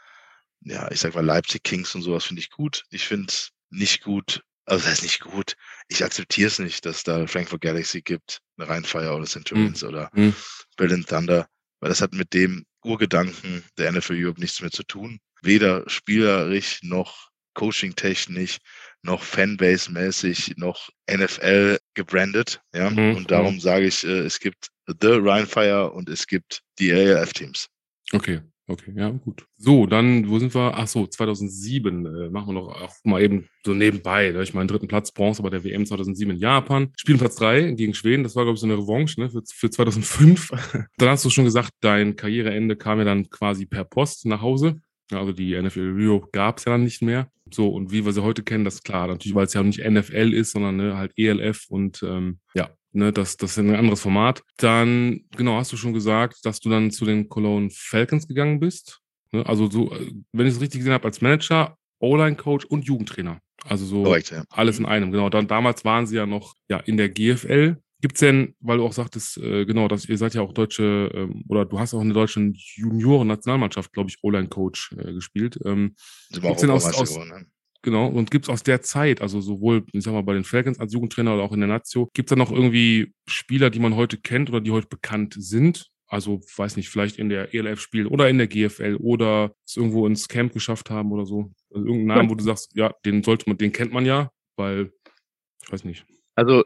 ich sag mal Leipzig Kings und sowas finde ich gut. Ich finde es nicht gut, also das heißt nicht gut, ich akzeptiere es nicht, dass da Frankfurt Galaxy gibt, eine Rheinfire oder Centurions oder Berlin Thunder, weil das hat mit dem Urgedanken der NFL Europe nichts mehr zu tun. Weder spielerisch noch coaching-technisch noch Fanbase-mäßig, noch NFL gebrandet. Ja? Und darum sage ich, es gibt The Rheinfire und es gibt die ELF-Teams. Okay, ja, gut. So, dann, wo sind wir? Ach so, 2007 machen wir noch auch mal eben so nebenbei. Ne? Ich meine, 3. Platz Bronze bei der WM 2007 in Japan. Spielen Platz 3 gegen Schweden. Das war, glaube ich, so eine Revanche, ne, für 2005. Dann hast du schon gesagt, dein Karriereende kam ja dann quasi per Post nach Hause. Also die NFL Europe gab es ja dann nicht mehr. So, und wie wir sie heute kennen, das ist klar. Natürlich, weil es ja nicht NFL ist, sondern ne, halt ELF und ne, das ist ein anderes Format. Dann, genau, hast du schon gesagt, dass du dann zu den Cologne Falcons gegangen bist. Ne? Also so, wenn ich es richtig gesehen habe, als Manager, O-Line-Coach und Jugendtrainer. Also so Korrekt, ja. alles in einem. Genau, dann damals waren sie ja noch in der GFL. Gibt es denn, weil du auch sagtest, genau, dass ihr seid ja auch deutsche, oder du hast auch in der deutschen Junioren-Nationalmannschaft, glaube ich, O-Line-Coach gespielt. Sind wir auch Gibt's denn Europameister geworden, ne? Genau, und gibt es aus der Zeit, also sowohl, ich sag mal, bei den Falcons als Jugendtrainer oder auch in der Nazio, gibt es da noch irgendwie Spieler, die man heute kennt oder die heute bekannt sind? Also, weiß nicht, vielleicht in der ELF spielen oder in der GFL oder es irgendwo ins Camp geschafft haben oder so. Also irgendeinen Namen, wo du sagst, ja, den kennt man ja, weil, ich weiß nicht. Also,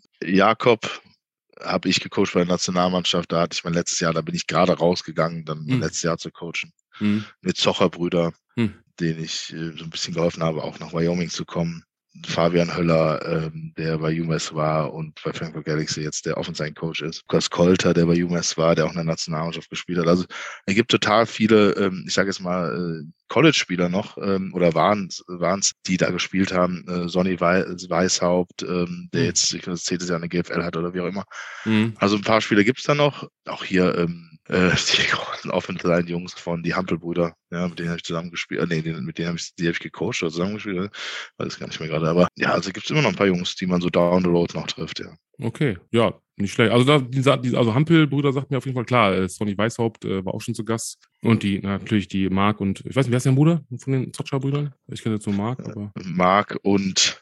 Jakob habe ich gecoacht bei der Nationalmannschaft, da hatte ich mein letztes Jahr, da bin ich gerade rausgegangen, dann mein letztes Jahr zu coachen. Mit Zocher-Brüder, denen ich so ein bisschen geholfen habe, auch nach Wyoming zu kommen. Fabian Höller, der bei UMass war und bei Frankfurt Galaxy jetzt der Offensive-Coach ist. Lukas Kolter, der bei UMass war, der auch in der Nationalmannschaft gespielt hat. Also es gibt total viele, ich sage jetzt mal, College-Spieler noch oder waren's, die da gespielt haben. Sonny Weishaupt, der jetzt, ich glaube, das 10. Jahr eine GFL hat oder wie auch immer. Also ein paar Spieler gibt es da noch. Auch hier Die großen Offensive-Jungs von die Hampel-Brüder, ja, mit denen habe ich zusammen gespielt. Mit denen die habe ich gecoacht oder zusammengespielt, ne? Weiß gar nicht mehr gerade. Aber ja, also gibt es immer noch ein paar Jungs, die man so down the road noch trifft, ja. Okay, ja, nicht schlecht. Also also Hampel-Brüder sagt mir auf jeden Fall klar, Sonny Weishaupt war auch schon zu Gast. Und natürlich die Marc und, ich weiß nicht, wer ist dein Bruder von den Zotscher-Brüdern? Ich kenne jetzt nur Marc, aber. Marc und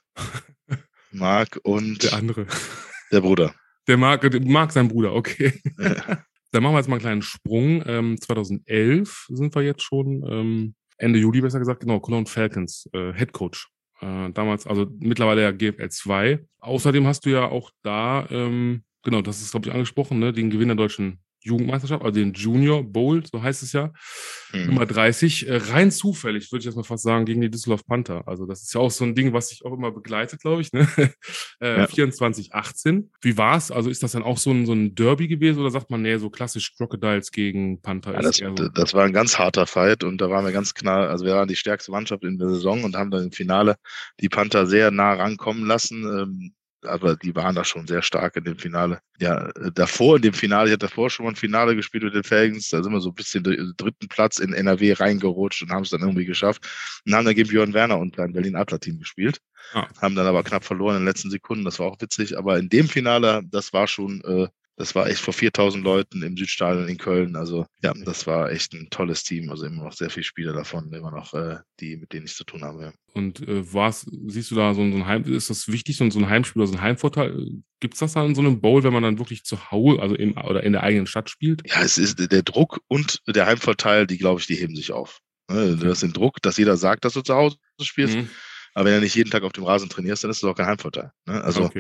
der andere. Der Bruder. Der Marc sein Bruder, okay. Ja. Dann machen wir jetzt mal einen kleinen Sprung. 2011 sind wir jetzt schon, Ende Juli besser gesagt, genau, Cologne Falcons, Head Coach. Damals, also mittlerweile ja GFL 2. Außerdem hast du ja auch da, genau, das ist, glaube ich, angesprochen, ne, den Gewinn der deutschen Jugendmeisterschaft, also den Junior Bowl, so heißt es ja, Nummer 30, rein zufällig, würde ich jetzt mal fast sagen, gegen die Düsseldorf Panther. Also das ist ja auch so ein Ding, was sich auch immer begleitet, glaube ich, ne? 24-18. Wie war's? Also ist das dann auch so ein Derby gewesen oder sagt man, nee, so klassisch Crocodiles gegen Panther? Ja, das war ein ganz harter Fight und da waren wir ganz klar, also wir waren die stärkste Mannschaft in der Saison und haben dann im Finale die Panther sehr nah rankommen lassen. Aber die waren da schon sehr stark in dem Finale. Ja, davor in dem Finale, ich hatte davor schon mal ein Finale gespielt mit den Falcons, da sind wir so ein bisschen den dritten Platz in NRW reingerutscht und haben es dann irgendwie geschafft und haben dann gegen Björn Werner und ein Berlin-Adler-Team gespielt. Haben dann aber knapp verloren in den letzten Sekunden, das war auch witzig, aber in dem Finale, das war schon, das war echt vor 4.000 Leuten im Südstadion in Köln. Also ja, das war echt ein tolles Team. Also immer noch sehr viele Spieler davon, immer noch die, mit denen ich zu tun habe. Ja. Und siehst du da so ein Heim, ist das wichtig, so ein Heimspiel oder so ein Heimvorteil? Gibt es das dann in so einem Bowl, wenn man dann wirklich zu Hause, also oder in der eigenen Stadt spielt? Ja, es ist der Druck und der Heimvorteil, die, glaube ich, die heben sich auf. Du hast den Druck, dass jeder sagt, dass du zu Hause spielst. Aber wenn du nicht jeden Tag auf dem Rasen trainierst, dann ist das auch kein Heimvorteil. Also, okay.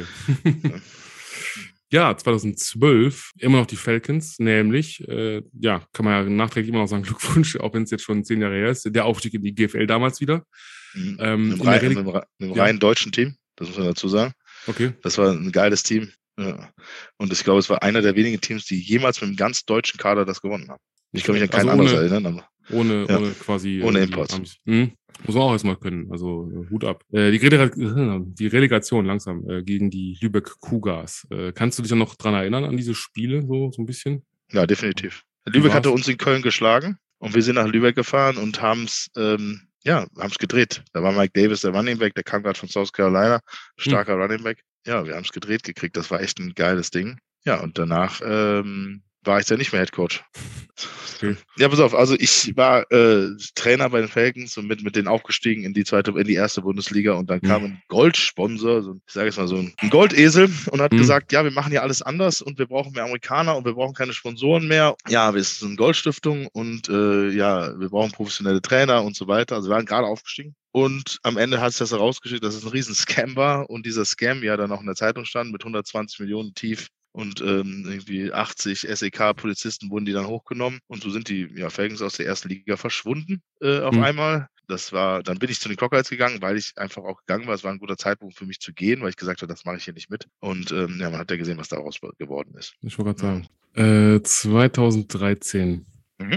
Ja, 2012 immer noch die Falcons, nämlich, kann man ja nachträglich immer noch sagen, Glückwunsch, auch wenn es jetzt schon 10 Jahre her ist, der Aufstieg in die GFL damals wieder. Mit einem rein deutschen Team, das muss man dazu sagen. Okay. Das war ein geiles Team. Ja. Und ich glaube, es war einer der wenigen Teams, die jemals mit einem ganz deutschen Kader das gewonnen haben. Ich kann mich an kein anderes erinnern. Ohne quasi. Ohne Imports. Muss man auch erstmal können. Also Hut ab. Die Relegation langsam gegen die Lübeck Cougars. Kannst du dich ja noch dran erinnern an diese Spiele, so ein bisschen? Ja, definitiv. Lübeck hatte uns in Köln geschlagen und wir sind nach Lübeck gefahren und haben es gedreht. Da war Mike Davis, der Running Back, der kam gerade von South Carolina, starker Running Back. Ja, wir haben es gedreht gekriegt. Das war echt ein geiles Ding. Ja, und danach war ich dann nicht mehr Head Coach. Okay. Ja, pass auf, also ich war Trainer bei den Falcons und mit denen aufgestiegen in die erste Bundesliga und dann kam ein Goldsponsor, ich sage jetzt mal so ein Goldesel und hat gesagt, ja, wir machen ja alles anders und wir brauchen mehr Amerikaner und wir brauchen keine Sponsoren mehr. Ja, wir sind eine Goldstiftung und wir brauchen professionelle Trainer und so weiter. Also wir waren gerade aufgestiegen. Und am Ende hat sich das herausgestellt, dass es ein riesen Scam war und dieser Scam ja dann auch in der Zeitung stand mit 120 Millionen tief. Und irgendwie 80 SEK-Polizisten wurden die dann hochgenommen. Und so sind die Falcons aus der ersten Liga verschwunden auf einmal. Dann bin ich zu den Crocodiles gegangen, weil ich einfach auch gegangen war. Es war ein guter Zeitpunkt für mich zu gehen, weil ich gesagt habe, das mache ich hier nicht mit. Und man hat ja gesehen, was daraus geworden ist. Ich wollte gerade sagen. 2013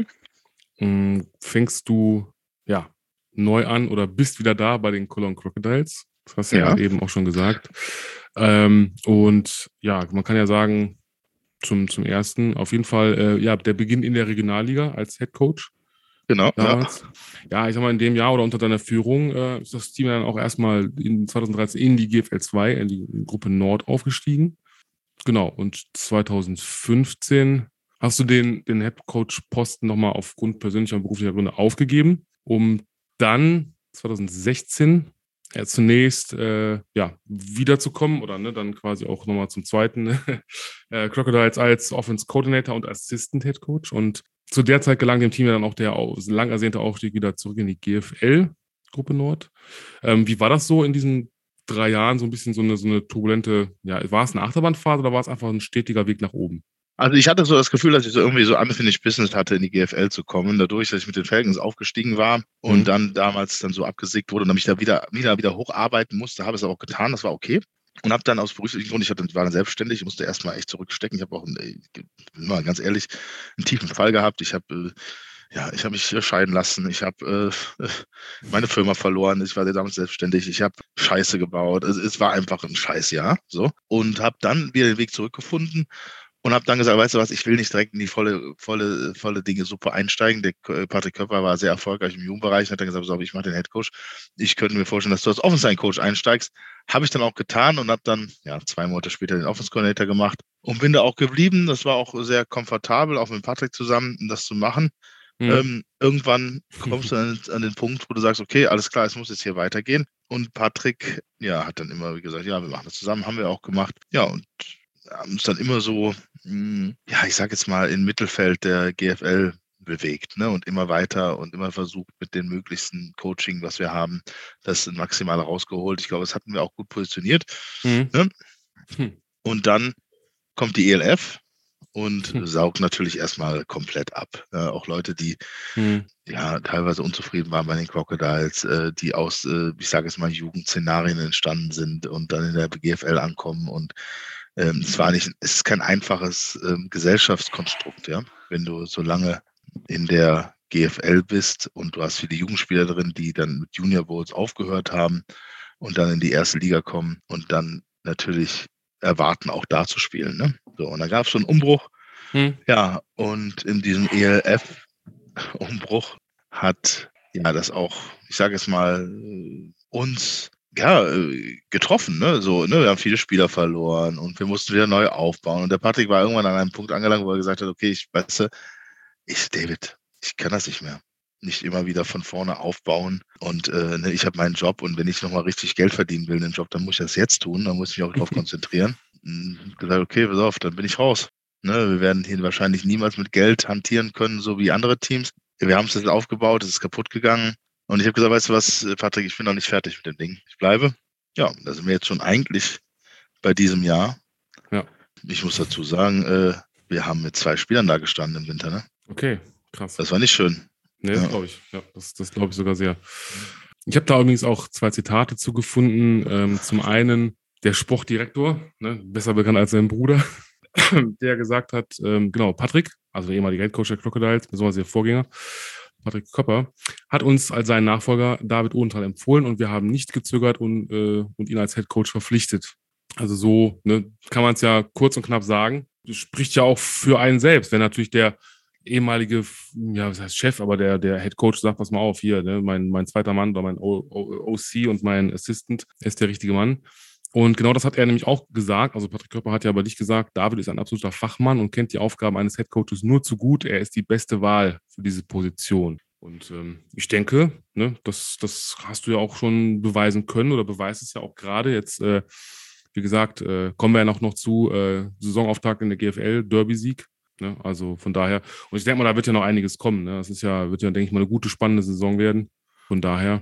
fängst du neu an oder bist wieder da bei den Cologne Crocodiles. Das hast du ja eben auch schon gesagt. Und ja, man kann ja sagen, zum ersten, auf jeden Fall, der Beginn in der Regionalliga als Head Coach. Genau. Damals. Ja, ich sag mal, in dem Jahr oder unter deiner Führung ist das Team dann auch erstmal in 2013 in die GFL 2, in die Gruppe Nord aufgestiegen. Genau, und 2015 hast du den Head Coach-Posten nochmal aufgrund persönlicher und beruflicher Gründe aufgegeben, um dann 2016 zunächst wiederzukommen oder dann quasi auch nochmal zum zweiten Crocodiles als Offense Coordinator und Assistant Head Coach. Und zu der Zeit gelang dem Team ja dann auch der lang ersehnte Aufstieg wieder zurück in die GFL, Gruppe Nord. Wie war das so in diesen 3 Jahren, so ein bisschen so eine turbulente, war es eine Achterbahnfahrt oder war es einfach ein stetiger Weg nach oben? Also ich hatte so das Gefühl, dass ich so irgendwie so unfinished Business hatte, in die GFL zu kommen, dadurch, dass ich mit den Falcons aufgestiegen war und dann damals dann so abgesickt wurde und dann mich da wieder hocharbeiten musste, habe es aber auch getan, das war okay. Und habe dann aus beruflichen Gründen, war dann selbstständig, ich musste erstmal echt zurückstecken. Ich habe auch, mal ganz ehrlich, einen tiefen Fall gehabt. Ich habe mich scheiden lassen. Ich habe meine Firma verloren. Ich war damals selbstständig. Ich habe Scheiße gebaut. Es war einfach ein Scheißjahr. So. Und habe dann wieder den Weg zurückgefunden Und habe dann gesagt, weißt du was, ich will nicht direkt in die volle Dinge super einsteigen. Der Patrick Köpper war sehr erfolgreich im Jugendbereich und hat dann gesagt, so, ich mache den Headcoach. Ich könnte mir vorstellen, dass du als Offense-Coach einsteigst. Habe ich dann auch getan und habe dann 2 Monate später den Offense-Coordinator gemacht und bin da auch geblieben. Das war auch sehr komfortabel, auch mit Patrick zusammen, das zu machen. Irgendwann kommst du an den Punkt, wo du sagst, okay, alles klar, es muss jetzt hier weitergehen. Und Patrick, hat dann immer gesagt, wir machen das zusammen, haben wir auch gemacht. Ja, und haben es dann immer so, ich sage jetzt mal, im Mittelfeld der GFL bewegt, ne? Und immer weiter und immer versucht, mit dem möglichsten Coaching, was wir haben, das maximal rausgeholt. Ich glaube, das hatten wir auch gut positioniert. Ne? Und dann kommt die ELF und saugt natürlich erstmal komplett ab. Auch Leute, die teilweise unzufrieden waren bei den Crocodiles, die aus, ich sage jetzt mal, Jugendszenarien entstanden sind und dann in der GFL ankommen. Und es ist kein einfaches Gesellschaftskonstrukt, ja. Wenn du so lange in der GFL bist und du hast viele Jugendspieler drin, die dann mit Junior Bowls aufgehört haben und dann in die erste Liga kommen und dann natürlich erwarten, auch da zu spielen. Ne? So, und da gab es so einen Umbruch. Ja, und in diesem ELF-Umbruch hat das auch, ich sage jetzt mal, uns getroffen. Ne? So, ne? Wir haben viele Spieler verloren und wir mussten wieder neu aufbauen. Und der Patrick war irgendwann an einem Punkt angelangt, wo er gesagt hat, okay, David, ich kann das nicht mehr. Nicht immer wieder von vorne aufbauen. Und ich habe meinen Job und wenn ich nochmal richtig Geld verdienen will in den Job, dann muss ich das jetzt tun. Dann muss ich mich auch darauf konzentrieren. Und gesagt, okay, pass auf, dann bin ich raus. Ne, wir werden hier wahrscheinlich niemals mit Geld hantieren können, so wie andere Teams. Wir haben es jetzt aufgebaut, es ist kaputt gegangen. Und ich habe gesagt, weißt du was, Patrick, ich bin noch nicht fertig mit dem Ding. Ich bleibe. Ja, da sind wir jetzt schon eigentlich bei diesem Jahr. Ja. Ich muss dazu sagen, wir haben mit 2 Spielern da gestanden im Winter. Ne? Okay, krass. Das war nicht schön. Nee, das glaube ich. Ja, das glaube ich sogar sehr. Ich habe da übrigens auch 2 Zitate zu gefunden. Zum einen der Sportdirektor, ne, besser bekannt als sein Bruder, der gesagt hat, Patrick, also der ehemalige Headcoach der Crocodiles, besonders der Vorgänger, Patrick Köpper, hat uns als seinen Nachfolger David Odenthal empfohlen und wir haben nicht gezögert und ihn als Headcoach verpflichtet. Also so kann man es ja kurz und knapp sagen. Das spricht ja auch für einen selbst, wenn natürlich der ehemalige, was heißt Chef, aber der Head Coach sagt, pass mal auf, hier, ne, mein zweiter Mann oder mein OC und mein Assistant ist der richtige Mann. Und genau das hat er nämlich auch gesagt. Also Patrick Köpper hat ja bei dich gesagt, David ist ein absoluter Fachmann und kennt die Aufgaben eines Head Coaches nur zu gut. Er ist die beste Wahl für diese Position. Und ich denke, ne, das hast du ja auch schon beweisen können oder beweist es ja auch gerade jetzt. Wie gesagt, kommen wir ja noch zu Saisonauftakt in der GFL, Derby-Sieg. Ne? Also von daher, und ich denke mal, da wird ja noch einiges kommen. Ne? Das wird ja, denke ich mal, eine gute, spannende Saison werden. Von daher.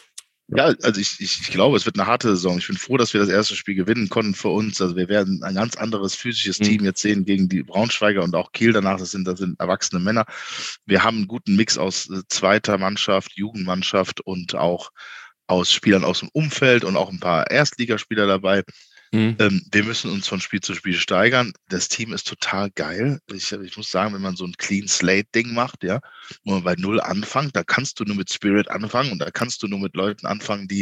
Ja, also ich glaube, es wird eine harte Saison. Ich bin froh, dass wir das erste Spiel gewinnen konnten für uns. Also wir werden ein ganz anderes physisches Team jetzt sehen gegen die Braunschweiger und auch Kiel danach. Das sind erwachsene Männer. Wir haben einen guten Mix aus zweiter Mannschaft, Jugendmannschaft und auch aus Spielern aus dem Umfeld und auch ein paar Erstligaspieler dabei. Wir müssen uns von Spiel zu Spiel steigern. Das Team ist total geil. Ich muss sagen, wenn man so ein Clean-Slate-Ding macht, ja, wo man bei Null anfängt, da kannst du nur mit Spirit anfangen und da kannst du nur mit Leuten anfangen, die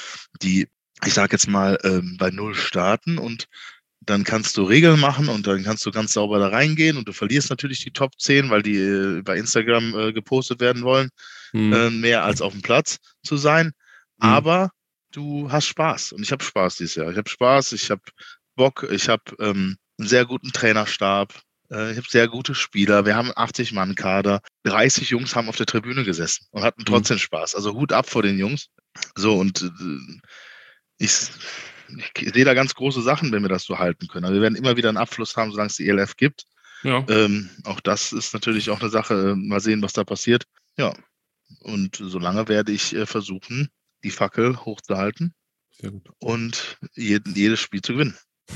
ich sage jetzt mal, bei Null starten und dann kannst du Regeln machen und dann kannst du ganz sauber da reingehen und du verlierst natürlich die Top 10, weil die bei Instagram gepostet werden wollen, mehr als auf dem Platz zu sein. Aber du hast Spaß und ich habe Spaß dieses Jahr. Ich habe Spaß, ich habe Bock, ich habe einen sehr guten Trainerstab, ich habe sehr gute Spieler. Wir haben 80-Mann-Kader. 30 Jungs haben auf der Tribüne gesessen und hatten trotzdem Spaß. Also Hut ab vor den Jungs. So, und ich sehe da ganz große Sachen, wenn wir das so halten können. Also wir werden immer wieder einen Abfluss haben, solange es die ELF gibt. Ja. Auch das ist natürlich auch eine Sache. Mal sehen, was da passiert. Ja, und solange werde ich versuchen, die Fackel hochzuhalten und jedes Spiel zu gewinnen.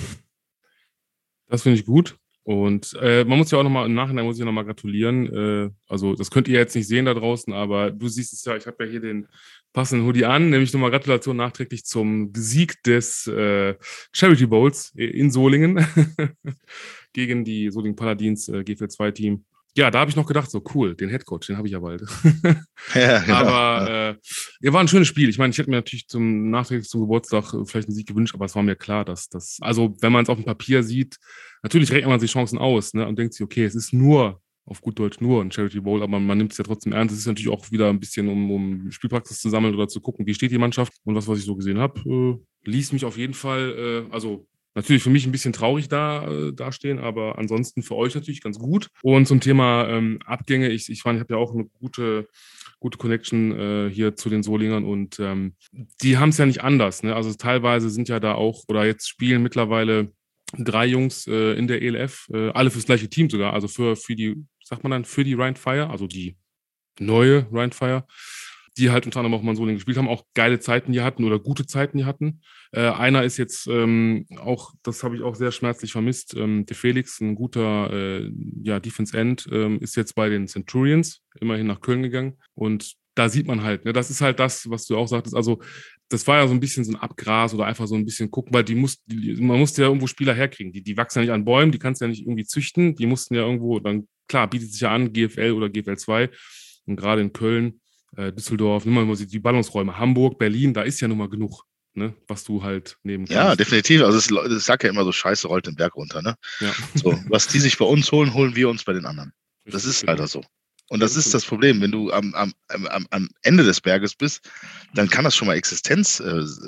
Das finde ich gut. Und man muss ja auch nochmal, im Nachhinein muss ich nochmal gratulieren. Also das könnt ihr jetzt nicht sehen da draußen, aber du siehst es ja, ich habe ja hier den passenden Hoodie an, nämlich nochmal Gratulation nachträglich zum Sieg des Charity Bowls in Solingen gegen die Solingen Paladins GFL 2 Team. Ja, da habe ich noch gedacht, so cool, den Headcoach, den habe ich ja bald. Ja, genau. Aber war ein schönes Spiel. Ich meine, ich hätte mir natürlich nachträglich zum Geburtstag vielleicht einen Sieg gewünscht, aber es war mir klar, dass das, also wenn man es auf dem Papier sieht, natürlich rechnet man sich Chancen aus, ne, und denkt sich, okay, es ist nur, auf gut Deutsch nur ein Charity Bowl, aber man nimmt es ja trotzdem ernst. Es ist natürlich auch wieder ein bisschen, um Spielpraxis zu sammeln oder zu gucken, wie steht die Mannschaft. Und was ich so gesehen habe, ließ mich auf jeden Fall, also natürlich für mich ein bisschen traurig dastehen, aber ansonsten für euch natürlich ganz gut. Und zum Thema Abgänge, ich habe ja auch eine gute Connection hier zu den Solingern und die haben es ja nicht anders. Ne? Also teilweise sind ja da auch, oder jetzt spielen mittlerweile 3 Jungs in der ELF, alle fürs gleiche Team sogar, also für die, sagt man dann, für die Rhein Fire, also die neue Rhein Fire, die halt unter anderem auch mal in Solingen gespielt haben, auch geile Zeiten die hatten oder gute Zeiten die hatten. Einer ist jetzt auch, das habe ich auch sehr schmerzlich vermisst, der Felix, ein guter Defense End, ist jetzt bei den Centurions immerhin nach Köln gegangen und da sieht man halt, ne, das ist halt das, was du auch sagtest, also das war ja so ein bisschen so ein Abgras oder einfach so ein bisschen gucken, weil man musste ja irgendwo Spieler herkriegen, die wachsen ja nicht an Bäumen, die kannst du ja nicht irgendwie züchten, die mussten ja irgendwo, dann klar, bietet sich ja an, GFL oder GFL 2 und gerade in Köln, Düsseldorf, nimm mal die Ballungsräume, Hamburg, Berlin, da ist ja nun mal genug, ne, was du halt nehmen kannst. Ja, definitiv. Also es sagt ja immer so, Scheiße rollt den Berg runter, ne? Ja. So, was die sich bei uns holen, holen wir uns bei den anderen. Richtig, Das ist genau. leider so. Und das ist das Problem. Wenn du am Ende des Berges bist, dann kann das schon mal Existenz,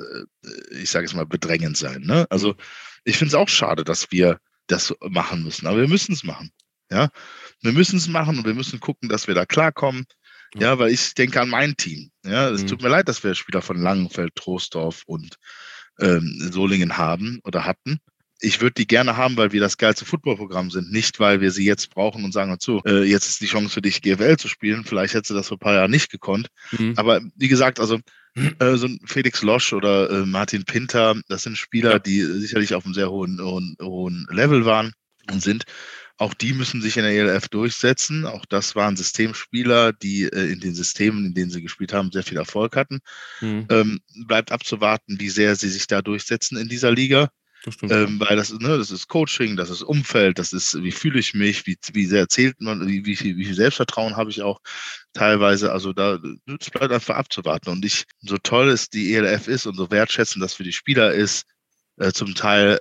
ich sage es mal, bedrängend sein. Ne? Also ich finde es auch schade, dass wir das machen müssen. Aber wir müssen es machen. Ja? Wir müssen es machen und wir müssen gucken, dass wir da klarkommen. Ja, weil ich denke an mein Team. Ja, es tut mir leid, dass wir Spieler von Langenfeld, Troisdorf und Solingen haben oder hatten. Ich würde die gerne haben, weil wir das geilste Footballprogramm sind, nicht weil wir sie jetzt brauchen und sagen dazu, jetzt ist die Chance für dich, GFL zu spielen. Vielleicht hättest du das vor ein paar Jahren nicht gekonnt. Aber wie gesagt, also so ein Felix Losch oder Martin Pinter, das sind Spieler, die sicherlich auf einem sehr hohen Level waren und sind. Auch die müssen sich in der ELF durchsetzen. Auch das waren Systemspieler, die in den Systemen, in denen sie gespielt haben, sehr viel Erfolg hatten. Bleibt abzuwarten, wie sehr sie sich da durchsetzen in dieser Liga. Das stimmt, weil das ist Coaching, das ist Umfeld, das ist, wie fühle ich mich, wie sehr erzählt man, wie viel Selbstvertrauen habe ich auch teilweise. Also das bleibt einfach abzuwarten. Und so toll es die ELF ist und so wertschätzend das für die Spieler ist, zum Teil,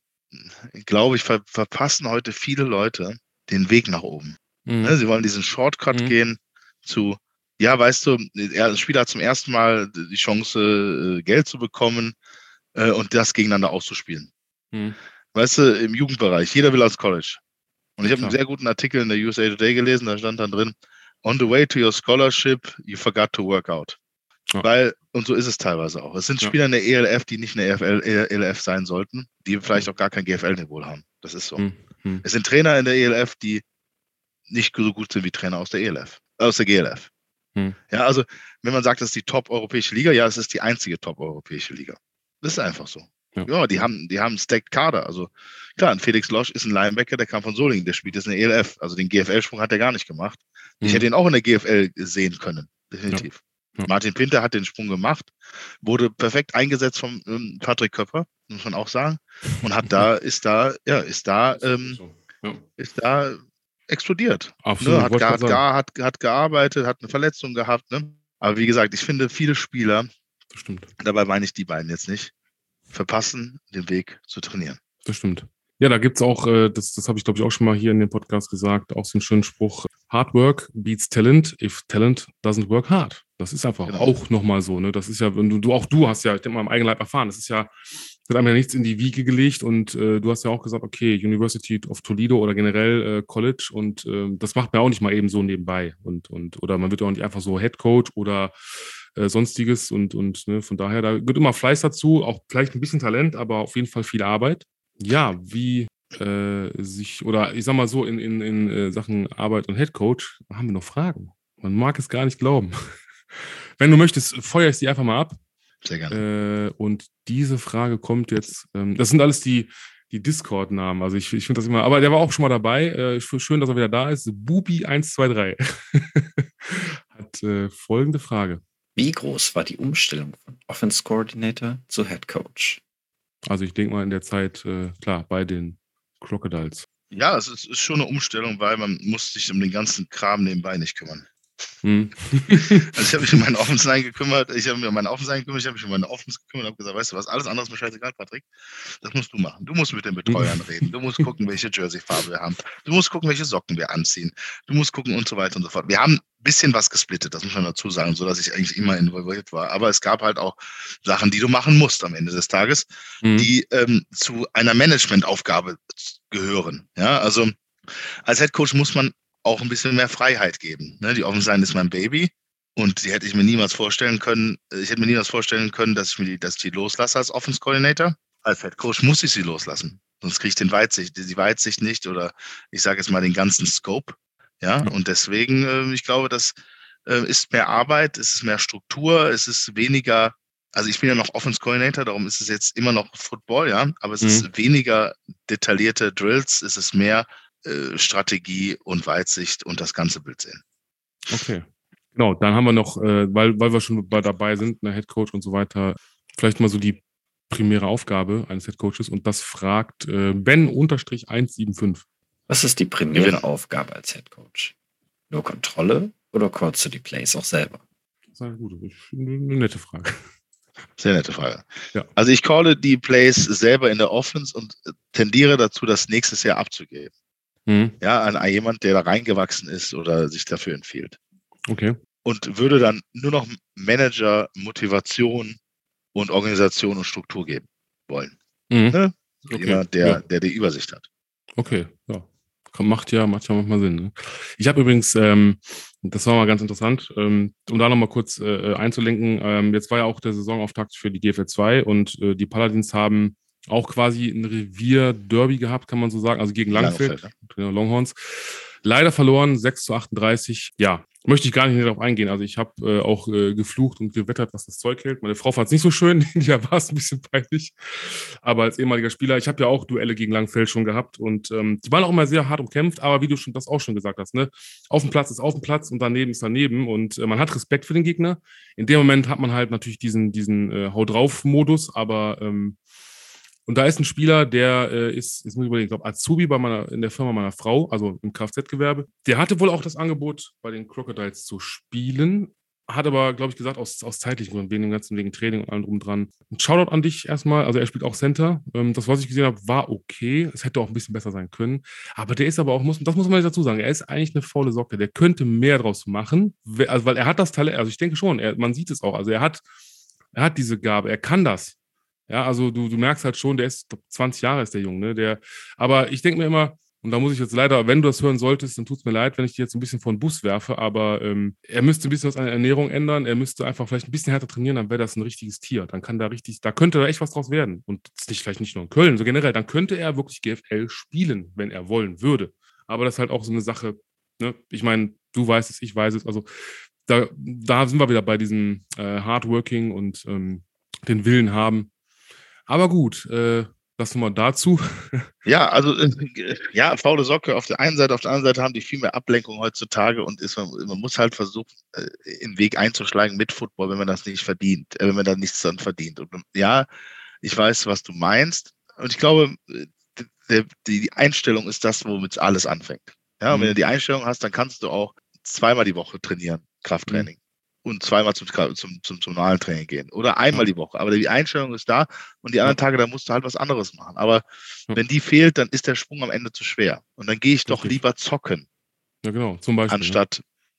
glaube ich, verpassen heute viele Leute den Weg nach oben. Ne, sie wollen diesen Shortcut gehen zu, ja, weißt du, ein Spieler hat zum ersten Mal die Chance, Geld zu bekommen und das gegeneinander auszuspielen. Weißt du, im Jugendbereich, jeder will ans College. Und ich habe einen sehr guten Artikel in der USA Today gelesen, da stand dann drin, on the way to your scholarship, you forgot to work out. Weil, und so ist es teilweise auch. Es sind Spieler in der ELF, die nicht in der ELF sein sollten, die vielleicht auch gar kein GFL-Niveau haben. Das ist so. Es sind Trainer in der ELF, die nicht so gut sind wie Trainer aus der GLF. Ja, also, wenn man sagt, das ist die top-europäische Liga, ja, es ist die einzige top-europäische Liga. Das ist einfach so. Ja, die haben einen stacked Kader. Also, klar, ein Felix Losch ist ein Linebacker, der kam von Solingen, der spielt jetzt in der ELF. Also, den GFL-Sprung hat er gar nicht gemacht. Ich hätte ihn auch in der GFL sehen können. Definitiv. Ja. Martin Pinter hat den Sprung gemacht, wurde perfekt eingesetzt von Patrick Köpper, muss man auch sagen, und ist da explodiert. Absolut. Ne? Hat gearbeitet, hat eine Verletzung gehabt. Ne? Aber wie gesagt, ich finde, viele Spieler, das stimmt. Dabei meine ich die beiden jetzt nicht, verpassen den Weg zu trainieren. Das stimmt. Ja, da gibt es auch, das habe ich glaube ich auch schon mal hier in dem Podcast gesagt, auch so einen schönen Spruch, Hard work beats talent if talent doesn't work hard. Das ist einfach auch nochmal so, ne? Das ist ja, wenn du hast ja, ich denke mal, im eigenen Leib erfahren, das ist ja, wird einem ja nichts in die Wiege gelegt und du hast ja auch gesagt, okay, University of Toledo oder generell College und das macht man auch nicht mal eben so nebenbei oder man wird auch nicht einfach so Head Coach oder sonstiges und ne, von daher, da gehört immer Fleiß dazu, auch vielleicht ein bisschen Talent, aber auf jeden Fall viel Arbeit. Ja, wie oder ich sag mal so, in Sachen Arbeit und Head Coach haben wir noch Fragen. Man mag es gar nicht glauben. Wenn du möchtest, feuer ich sie einfach mal ab. Sehr gerne. Und diese Frage kommt jetzt, das sind alles die Discord-Namen. Also ich finde das immer, aber der war auch schon mal dabei. Schön, dass er wieder da ist. Bubi123 hat folgende Frage. Wie groß war die Umstellung von Offense Coordinator zu Head Coach? Also ich denke mal in der Zeit, klar, bei den Crocodiles. Ja, ist schon eine Umstellung, weil man muss sich um den ganzen Kram nebenbei nicht kümmern. Hm. Also ich habe mich um meine Offense gekümmert, ich habe mich um meine Offense gekümmert und habe gesagt, weißt du was, alles andere ist mir scheißegal, Patrick. Das musst du machen. Du musst mit den Betreuern reden. Du musst gucken, welche Jersey-Farbe wir haben. Du musst gucken, welche Socken wir anziehen. Du musst gucken und so weiter und so fort. Wir haben ein bisschen was gesplittet, das muss man dazu sagen, sodass ich eigentlich immer involviert war. Aber es gab halt auch Sachen, die du machen musst am Ende des Tages, die zu einer Managementaufgabe gehören. Ja, also als Headcoach muss man auch ein bisschen mehr Freiheit geben. Ne? Die Offense-Line ist mein Baby und die hätte ich mir niemals vorstellen können. Ich hätte mir niemals vorstellen können, dass ich die loslasse als Offense-Coordinator. Als Headcoach muss ich sie loslassen. Sonst kriege ich die Weitsicht nicht oder ich sage jetzt mal den ganzen Scope. Ja, und deswegen, ich glaube, das ist mehr Arbeit, es ist mehr Struktur, es ist weniger, also ich bin ja noch Offense Coordinator, darum ist es jetzt immer noch Football, ja, aber es ist weniger detaillierte Drills, es ist mehr Strategie und Weitsicht und das ganze Bild sehen. Okay. Genau, dann haben wir noch, weil wir schon dabei sind, Headcoach und so weiter, vielleicht mal so die primäre Aufgabe eines Headcoaches und das fragt Ben-175. Was ist die primäre Aufgabe als Headcoach? Nur Kontrolle oder callst du die Plays auch selber? Das ist eine nette Frage. Sehr nette Frage. Ja. Also ich calle die Plays selber in der Offense und tendiere dazu, das nächstes Jahr abzugeben. Ja, an jemand, der da reingewachsen ist oder sich dafür empfiehlt. Okay. Und würde dann nur noch Manager, Motivation und Organisation und Struktur geben wollen. Ne? Okay. Jemand, der die Übersicht hat. Okay, ja. Macht ja manchmal Sinn. Ne? Ich habe übrigens, das war mal ganz interessant, um da nochmal kurz einzulenken, jetzt war ja auch der Saisonauftakt für die GFL 2 und die Paladins haben auch quasi ein Revier-Derby gehabt, kann man so sagen, also gegen Langfeld, Longhorns. Leider verloren, 6-38. Ja, möchte ich gar nicht mehr darauf eingehen. Also ich habe auch geflucht und gewettert, was das Zeug hält. Meine Frau fand es nicht so schön, ja, war es ein bisschen peinlich. Aber als ehemaliger Spieler, ich habe ja auch Duelle gegen Langfeld schon gehabt und die waren auch immer sehr hart umkämpft, aber wie du schon das auch schon gesagt hast, ne, auf dem Platz ist auf dem Platz und daneben ist daneben und man hat Respekt für den Gegner. In dem Moment hat man halt natürlich diesen Hau drauf-Modus, aber und da ist ein Spieler, der ist, jetzt muss ich überlegen, ich glaube, Azubi in der Firma meiner Frau, also im Kfz-Gewerbe. Der hatte wohl auch das Angebot, bei den Crocodiles zu spielen. Hat aber, glaube ich, gesagt, aus zeitlichen Gründen, wegen Training und allem drum dran. Ein Shoutout an dich erstmal. Also er spielt auch Center. Das, was ich gesehen habe, war okay. Es hätte auch ein bisschen besser sein können. Aber der ist aber auch, das muss man nicht dazu sagen, er ist eigentlich eine faule Socke. Der könnte mehr draus machen. Also, weil er hat das Talent, also ich denke schon, man sieht es auch. Also er hat diese Gabe, er kann das. Ja, also du merkst halt schon, der ist 20 Jahre ist der Junge, ne? Aber ich denke mir immer, und da muss ich jetzt leider, wenn du das hören solltest, dann tut es mir leid, wenn ich dir jetzt ein bisschen vor den Bus werfe, aber er müsste ein bisschen was an der Ernährung ändern, er müsste einfach vielleicht ein bisschen härter trainieren, dann wäre das ein richtiges Tier. Dann könnte da echt was draus werden. Und vielleicht nicht nur in Köln, so generell, dann könnte er wirklich GFL spielen, wenn er wollen würde. Aber das ist halt auch so eine Sache, ne? Ich meine, du weißt es, ich weiß es, also da sind wir wieder bei diesem Hardworking und den Willen haben. Aber gut, das nochmal dazu. Ja, also ja, faule Socke auf der einen Seite, auf der anderen Seite haben die viel mehr Ablenkung heutzutage und man muss halt versuchen, einen Weg einzuschlagen mit Football, wenn man das nicht verdient, wenn man da nichts dann verdient. Und ja, ich weiß, was du meinst. Und ich glaube, die Einstellung ist das, womit alles anfängt. Ja, und wenn du die Einstellung hast, dann kannst du auch zweimal die Woche trainieren, Krafttraining. Und zweimal zum normalen Training gehen. Oder einmal die Woche. Aber die Einstellung ist da und die anderen Tage, da musst du halt was anderes machen. Aber wenn die fehlt, dann ist der Sprung am Ende zu schwer. Und dann gehe ich doch lieber zocken. Ja, genau, zum Beispiel. Anstatt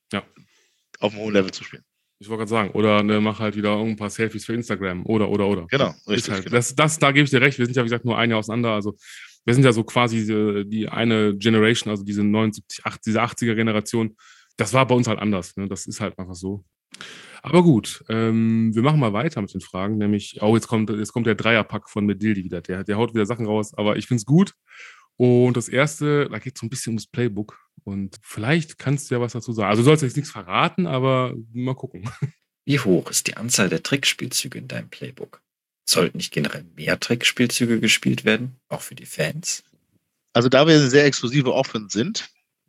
auf einem hohen Level zu spielen. Ich wollte gerade sagen, oder mach halt wieder ein paar Selfies für Instagram. Oder. Genau, richtig. Halt, genau. Da gebe ich dir recht. Wir sind ja, wie gesagt, nur ein Jahr auseinander. Also wir sind ja so quasi die eine Generation, also diese 80er-Generation. Das war bei uns halt anders. Ne? Das ist halt einfach so. Aber gut, wir machen mal weiter mit den Fragen, nämlich, jetzt kommt der Dreierpack von Medildi wieder, der haut wieder Sachen raus, aber ich finde es gut. Und das erste, da geht es so ein bisschen ums Playbook und vielleicht kannst du ja was dazu sagen. Also du sollst jetzt nichts verraten, aber mal gucken. Wie hoch ist die Anzahl der Trickspielzüge in deinem Playbook? Sollten nicht generell mehr Trickspielzüge gespielt werden, auch für die Fans? Also da wir eine sehr exklusive Offense sind,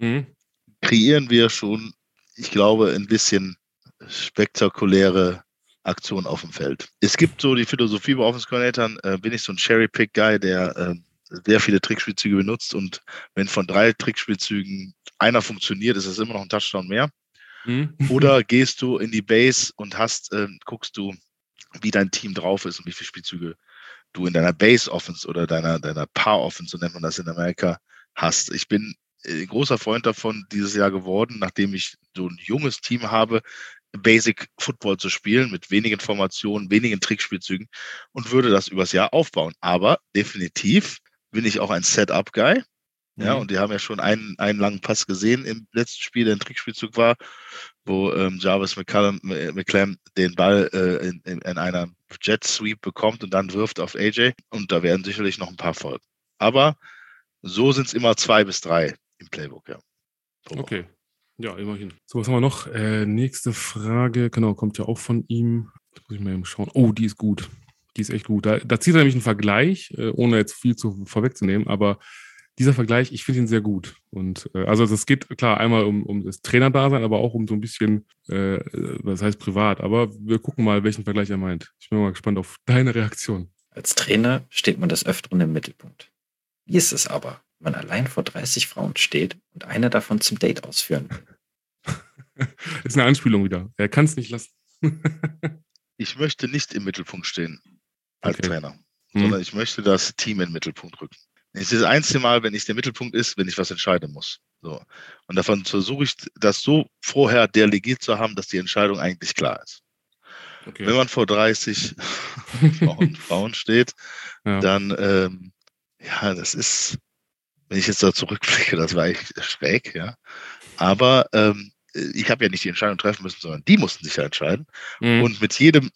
kreieren wir schon, ich glaube, ein bisschen spektakuläre Aktion auf dem Feld. Es gibt so die Philosophie bei Offense Coordinatoren, bin ich so ein Cherry-Pick-Guy, der sehr viele Trickspielzüge benutzt und wenn von 3 Trickspielzügen einer funktioniert, ist es immer noch ein Touchdown mehr. Oder gehst du in die Base und guckst du, wie dein Team drauf ist und wie viele Spielzüge du in deiner Base-Offense oder deiner Par-Offense, so nennt man das in Amerika, hast. Ich bin ein großer Freund davon dieses Jahr geworden, nachdem ich so ein junges Team habe, Basic Football zu spielen mit wenigen Formationen, wenigen Trickspielzügen und würde das übers Jahr aufbauen. Aber definitiv bin ich auch ein Setup-Guy. Ja, und die haben ja schon einen langen Pass gesehen im letzten Spiel, der ein Trickspielzug war, wo Jarvis McClam den Ball in einer Jet Sweep bekommt und dann wirft auf AJ. Und da werden sicherlich noch ein paar folgen. Aber so sind es immer 2 bis 3 im Playbook, ja. Okay. Ja, immerhin. So, was haben wir noch? Nächste Frage, genau, kommt ja auch von ihm. Das muss ich mal eben schauen. Oh, die ist gut. Die ist echt gut. Da zieht er nämlich einen Vergleich, ohne jetzt viel vorwegzunehmen, aber dieser Vergleich, ich finde ihn sehr gut. Und also es geht klar einmal um das Trainerdasein, aber auch um so ein bisschen, das heißt privat. Aber wir gucken mal, welchen Vergleich er meint. Ich bin mal gespannt auf deine Reaktion. Als Trainer steht man des Öfteren im Mittelpunkt. Wie ist es aber, wenn man allein vor 30 Frauen steht und eine davon zum Date ausführen will? Ist eine Anspielung wieder. Er kann es nicht lassen. Ich möchte nicht im Mittelpunkt stehen als Trainer, sondern ich möchte das Team in den Mittelpunkt rücken. Es ist das einzige Mal, wenn ich der Mittelpunkt ist, wenn ich was entscheiden muss. So. Und davon versuche ich, das so vorher delegiert zu haben, dass die Entscheidung eigentlich klar ist. Okay. Wenn man vor 30 Frauen steht, dann, das ist, wenn ich jetzt da zurückblicke, das war echt schräg, ja. Aber ich habe ja nicht die Entscheidung treffen müssen, sondern die mussten sich ja entscheiden. Und mit jedem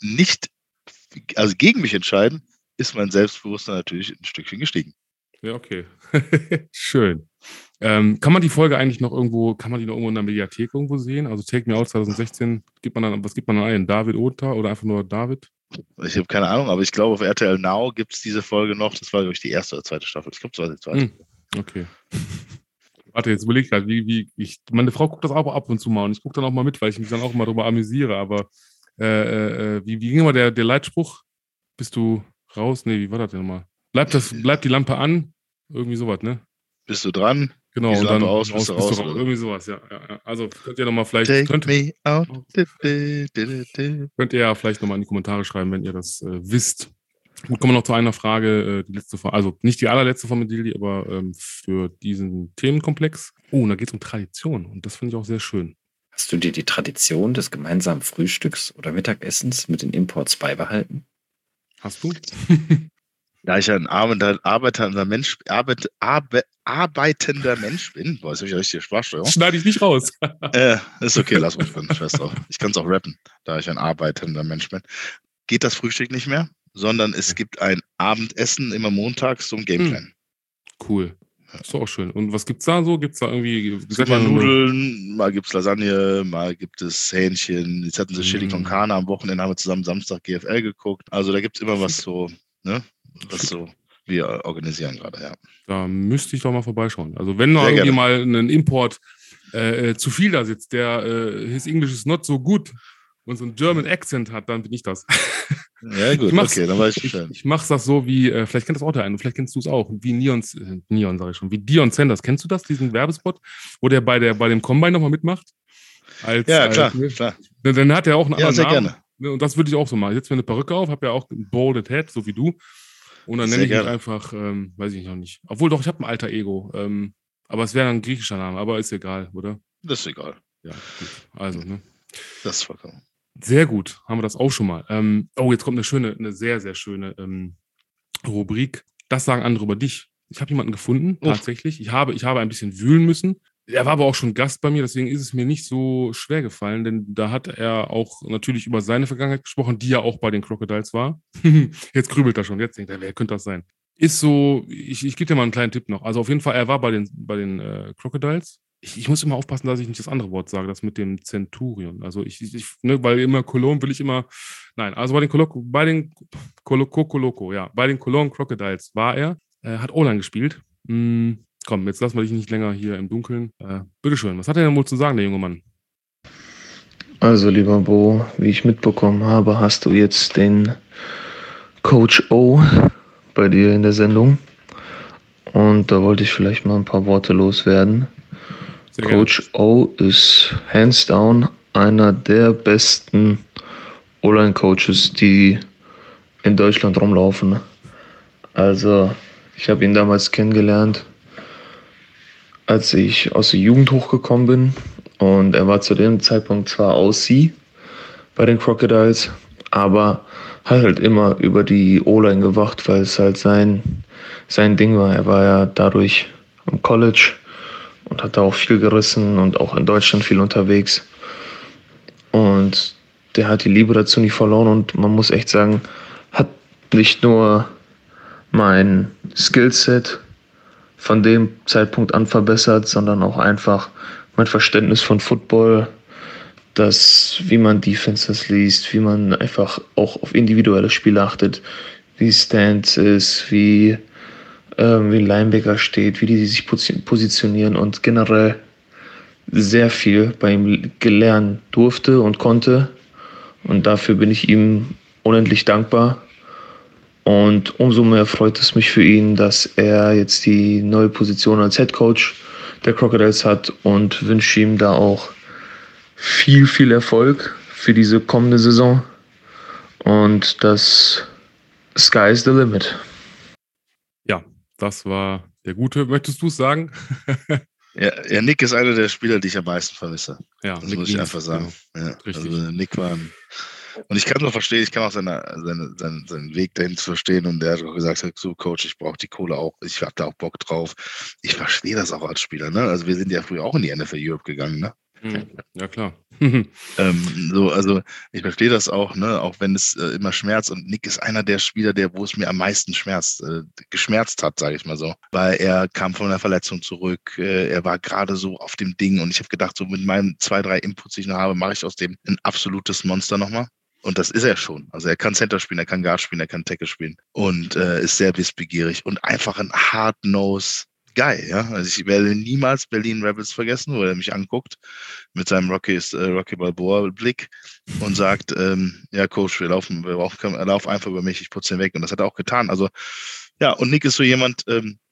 gegen mich entscheiden, ist mein Selbstbewusstsein natürlich ein Stückchen gestiegen. Ja, okay. Schön. Kann man die Folge eigentlich noch irgendwo, in der Mediathek irgendwo sehen? Also Take Me Out 2016, was gibt man dann ein? David Ota oder einfach nur David? Ich habe keine Ahnung, aber ich glaube, auf RTL Now gibt es diese Folge noch. Das war, glaube ich, die erste oder zweite Staffel. Ich glaube, das war die zweite. Okay. Warte, jetzt überlege ich gerade, meine Frau guckt das auch ab und zu mal und ich gucke dann auch mal mit, weil ich mich dann auch immer darüber amüsiere, aber wie ging immer der Leitspruch? Bist du raus? Nee, wie war das denn nochmal? Bleibt die Lampe an? Irgendwie sowas, ne? Bist du dran? Genau, und Lampe dann aus, bist du raus. Irgendwie sowas, ja. Also könnt ihr nochmal vielleicht... Könnt ihr ja vielleicht nochmal in die Kommentare schreiben, wenn ihr das wisst. Gut, kommen wir noch zu einer Frage, die letzte Frage, also nicht die allerletzte von Medilli, aber für diesen Themenkomplex. Oh, und da geht es um Tradition und das finde ich auch sehr schön. Hast du dir die Tradition des gemeinsamen Frühstücks oder Mittagessens mit den Imports beibehalten? Hast du? Da ich ein arbeitender Mensch bin, boah, jetzt habe ich ja richtig Sprachsteuerung. Schneide ich nicht raus. Ist okay, lass mich drin, Schwester. Ich kann es auch rappen, da ich ein arbeitender Mensch bin. Geht das Frühstück nicht mehr, sondern es gibt ein Abendessen immer montags zum Gameplan. Cool. Das ist auch schön. Und was gibt's da so? Gibt's da irgendwie... Mal Nudeln, mal gibt's Lasagne, mal gibt es Hähnchen. Jetzt hatten sie Chili con Carne am Wochenende, haben wir zusammen Samstag GFL geguckt. Also da gibt's immer was so, ne? Was so wir organisieren gerade, ja. Da müsste ich doch mal vorbeischauen. Also wenn noch irgendwie mal ein Import zu viel da sitzt, der his English is not so good und so einen German Accent hat, dann bin ich das. Ja gut, okay, dann weiß ich Bescheid. Ich mach's das so wie, vielleicht kennt das auch der eine, vielleicht kennst du es auch, wie Neon sage ich schon, wie Deion Sanders. Kennst du das, diesen Werbespot, wo der bei dem Combine nochmal mitmacht? Klar. Dann hat er auch einen anderen sehr Namen. Gerne. Und das würde ich auch so machen. Ich setze mir eine Perücke auf, habe ja auch ein balded head, so wie du. Und dann nenne ich mich einfach, weiß ich noch nicht. Obwohl doch, ich habe ein alter Ego. Aber es wäre ein griechischer Name, aber ist egal, oder? Das ist egal. Ja, gut. Also, ne? Das ist vollkommen. Sehr gut, haben wir das auch schon mal. Jetzt kommt eine sehr, sehr schöne Rubrik. Das sagen andere über dich. Ich habe jemanden gefunden, tatsächlich. Ich habe ein bisschen wühlen müssen. Er war aber auch schon Gast bei mir, deswegen ist es mir nicht so schwer gefallen, denn da hat er auch natürlich über seine Vergangenheit gesprochen, die ja auch bei den Crocodiles war. Jetzt grübelt er schon, jetzt denkt er, wer könnte das sein? Ist so, ich gebe dir mal einen kleinen Tipp noch. Also auf jeden Fall, er war bei den Crocodiles. Ich muss immer aufpassen, dass ich nicht das andere Wort sage, das mit dem Centurion. Also weil immer Cologne will ich immer, nein, also bei den Cologne Crocodiles war er, hat O-Line gespielt. Komm, jetzt lassen wir dich nicht länger hier im Dunkeln. Bitteschön, was hat er denn wohl zu sagen, der junge Mann? Also, lieber Bo, wie ich mitbekommen habe, hast du jetzt den Coach O bei dir in der Sendung. und da wollte ich vielleicht mal ein paar Worte loswerden. Sehr gerne. Coach O ist hands down einer der besten O-Line-Coaches, die in Deutschland rumlaufen. Also, ich habe ihn damals kennengelernt, als ich aus der Jugend hochgekommen bin. Und er war zu dem Zeitpunkt zwar OC bei den Crocodiles, aber hat halt immer über die O-Line gewacht, weil es halt sein Ding war. Er war ja dadurch am College und hat da auch viel gerissen und auch in Deutschland viel unterwegs. Und der hat die Liebe dazu nicht verloren und man muss echt sagen, hat nicht nur mein Skillset von dem Zeitpunkt an verbessert, sondern auch einfach mein Verständnis von Football, wie man Defenses liest, wie man einfach auch auf individuelle Spiele achtet, wie Stance ist, wie ein Linebacker steht, wie die sich positionieren und generell sehr viel bei ihm gelernt durfte und konnte. Und dafür bin ich ihm unendlich dankbar. Und umso mehr freut es mich für ihn, dass er jetzt die neue Position als Head Coach der Crocodiles hat und wünsche ihm da auch viel Erfolg für diese kommende Saison. Und das Sky is the limit. Ja, das war der Gute. Möchtest du es sagen? Ja, Nick ist einer der Spieler, die ich am meisten vermisse. Ja, Das Nick muss ich Means, einfach sagen. genau. Ja, Richtig. also Nick war und ich kann es auch verstehen, ich kann auch seinen Weg dahin zu verstehen. Und der hat auch gesagt, so Coach, ich brauche die Kohle auch, ich habe da auch Bock drauf. Ich verstehe das auch als Spieler, ne? Also wir sind ja früher auch in die NFL Europe gegangen, ne? Ja, klar. Also ich verstehe das auch, ne? Auch wenn es immer schmerzt. Und Nick ist einer der Spieler, wo es mir am meisten geschmerzt hat, sage ich mal so. Weil er kam von einer Verletzung zurück, er war gerade so auf dem Ding und ich habe gedacht, so mit meinen 2, 3 Inputs, die ich noch habe, mache ich aus dem ein absolutes Monster nochmal. Und das ist er schon. Also er kann Center spielen, er kann Guard spielen, er kann Tackle spielen und ist sehr wissbegierig und einfach ein Hard-Nose Guy, ja. Also ich werde niemals Berlin Rebels vergessen, wo er mich anguckt mit seinem Rocky Balboa-Blick und sagt, ja, Coach, lauf einfach über mich, ich putze ihn weg. Und das hat er auch getan. Also, ja, und Nick ist so jemand,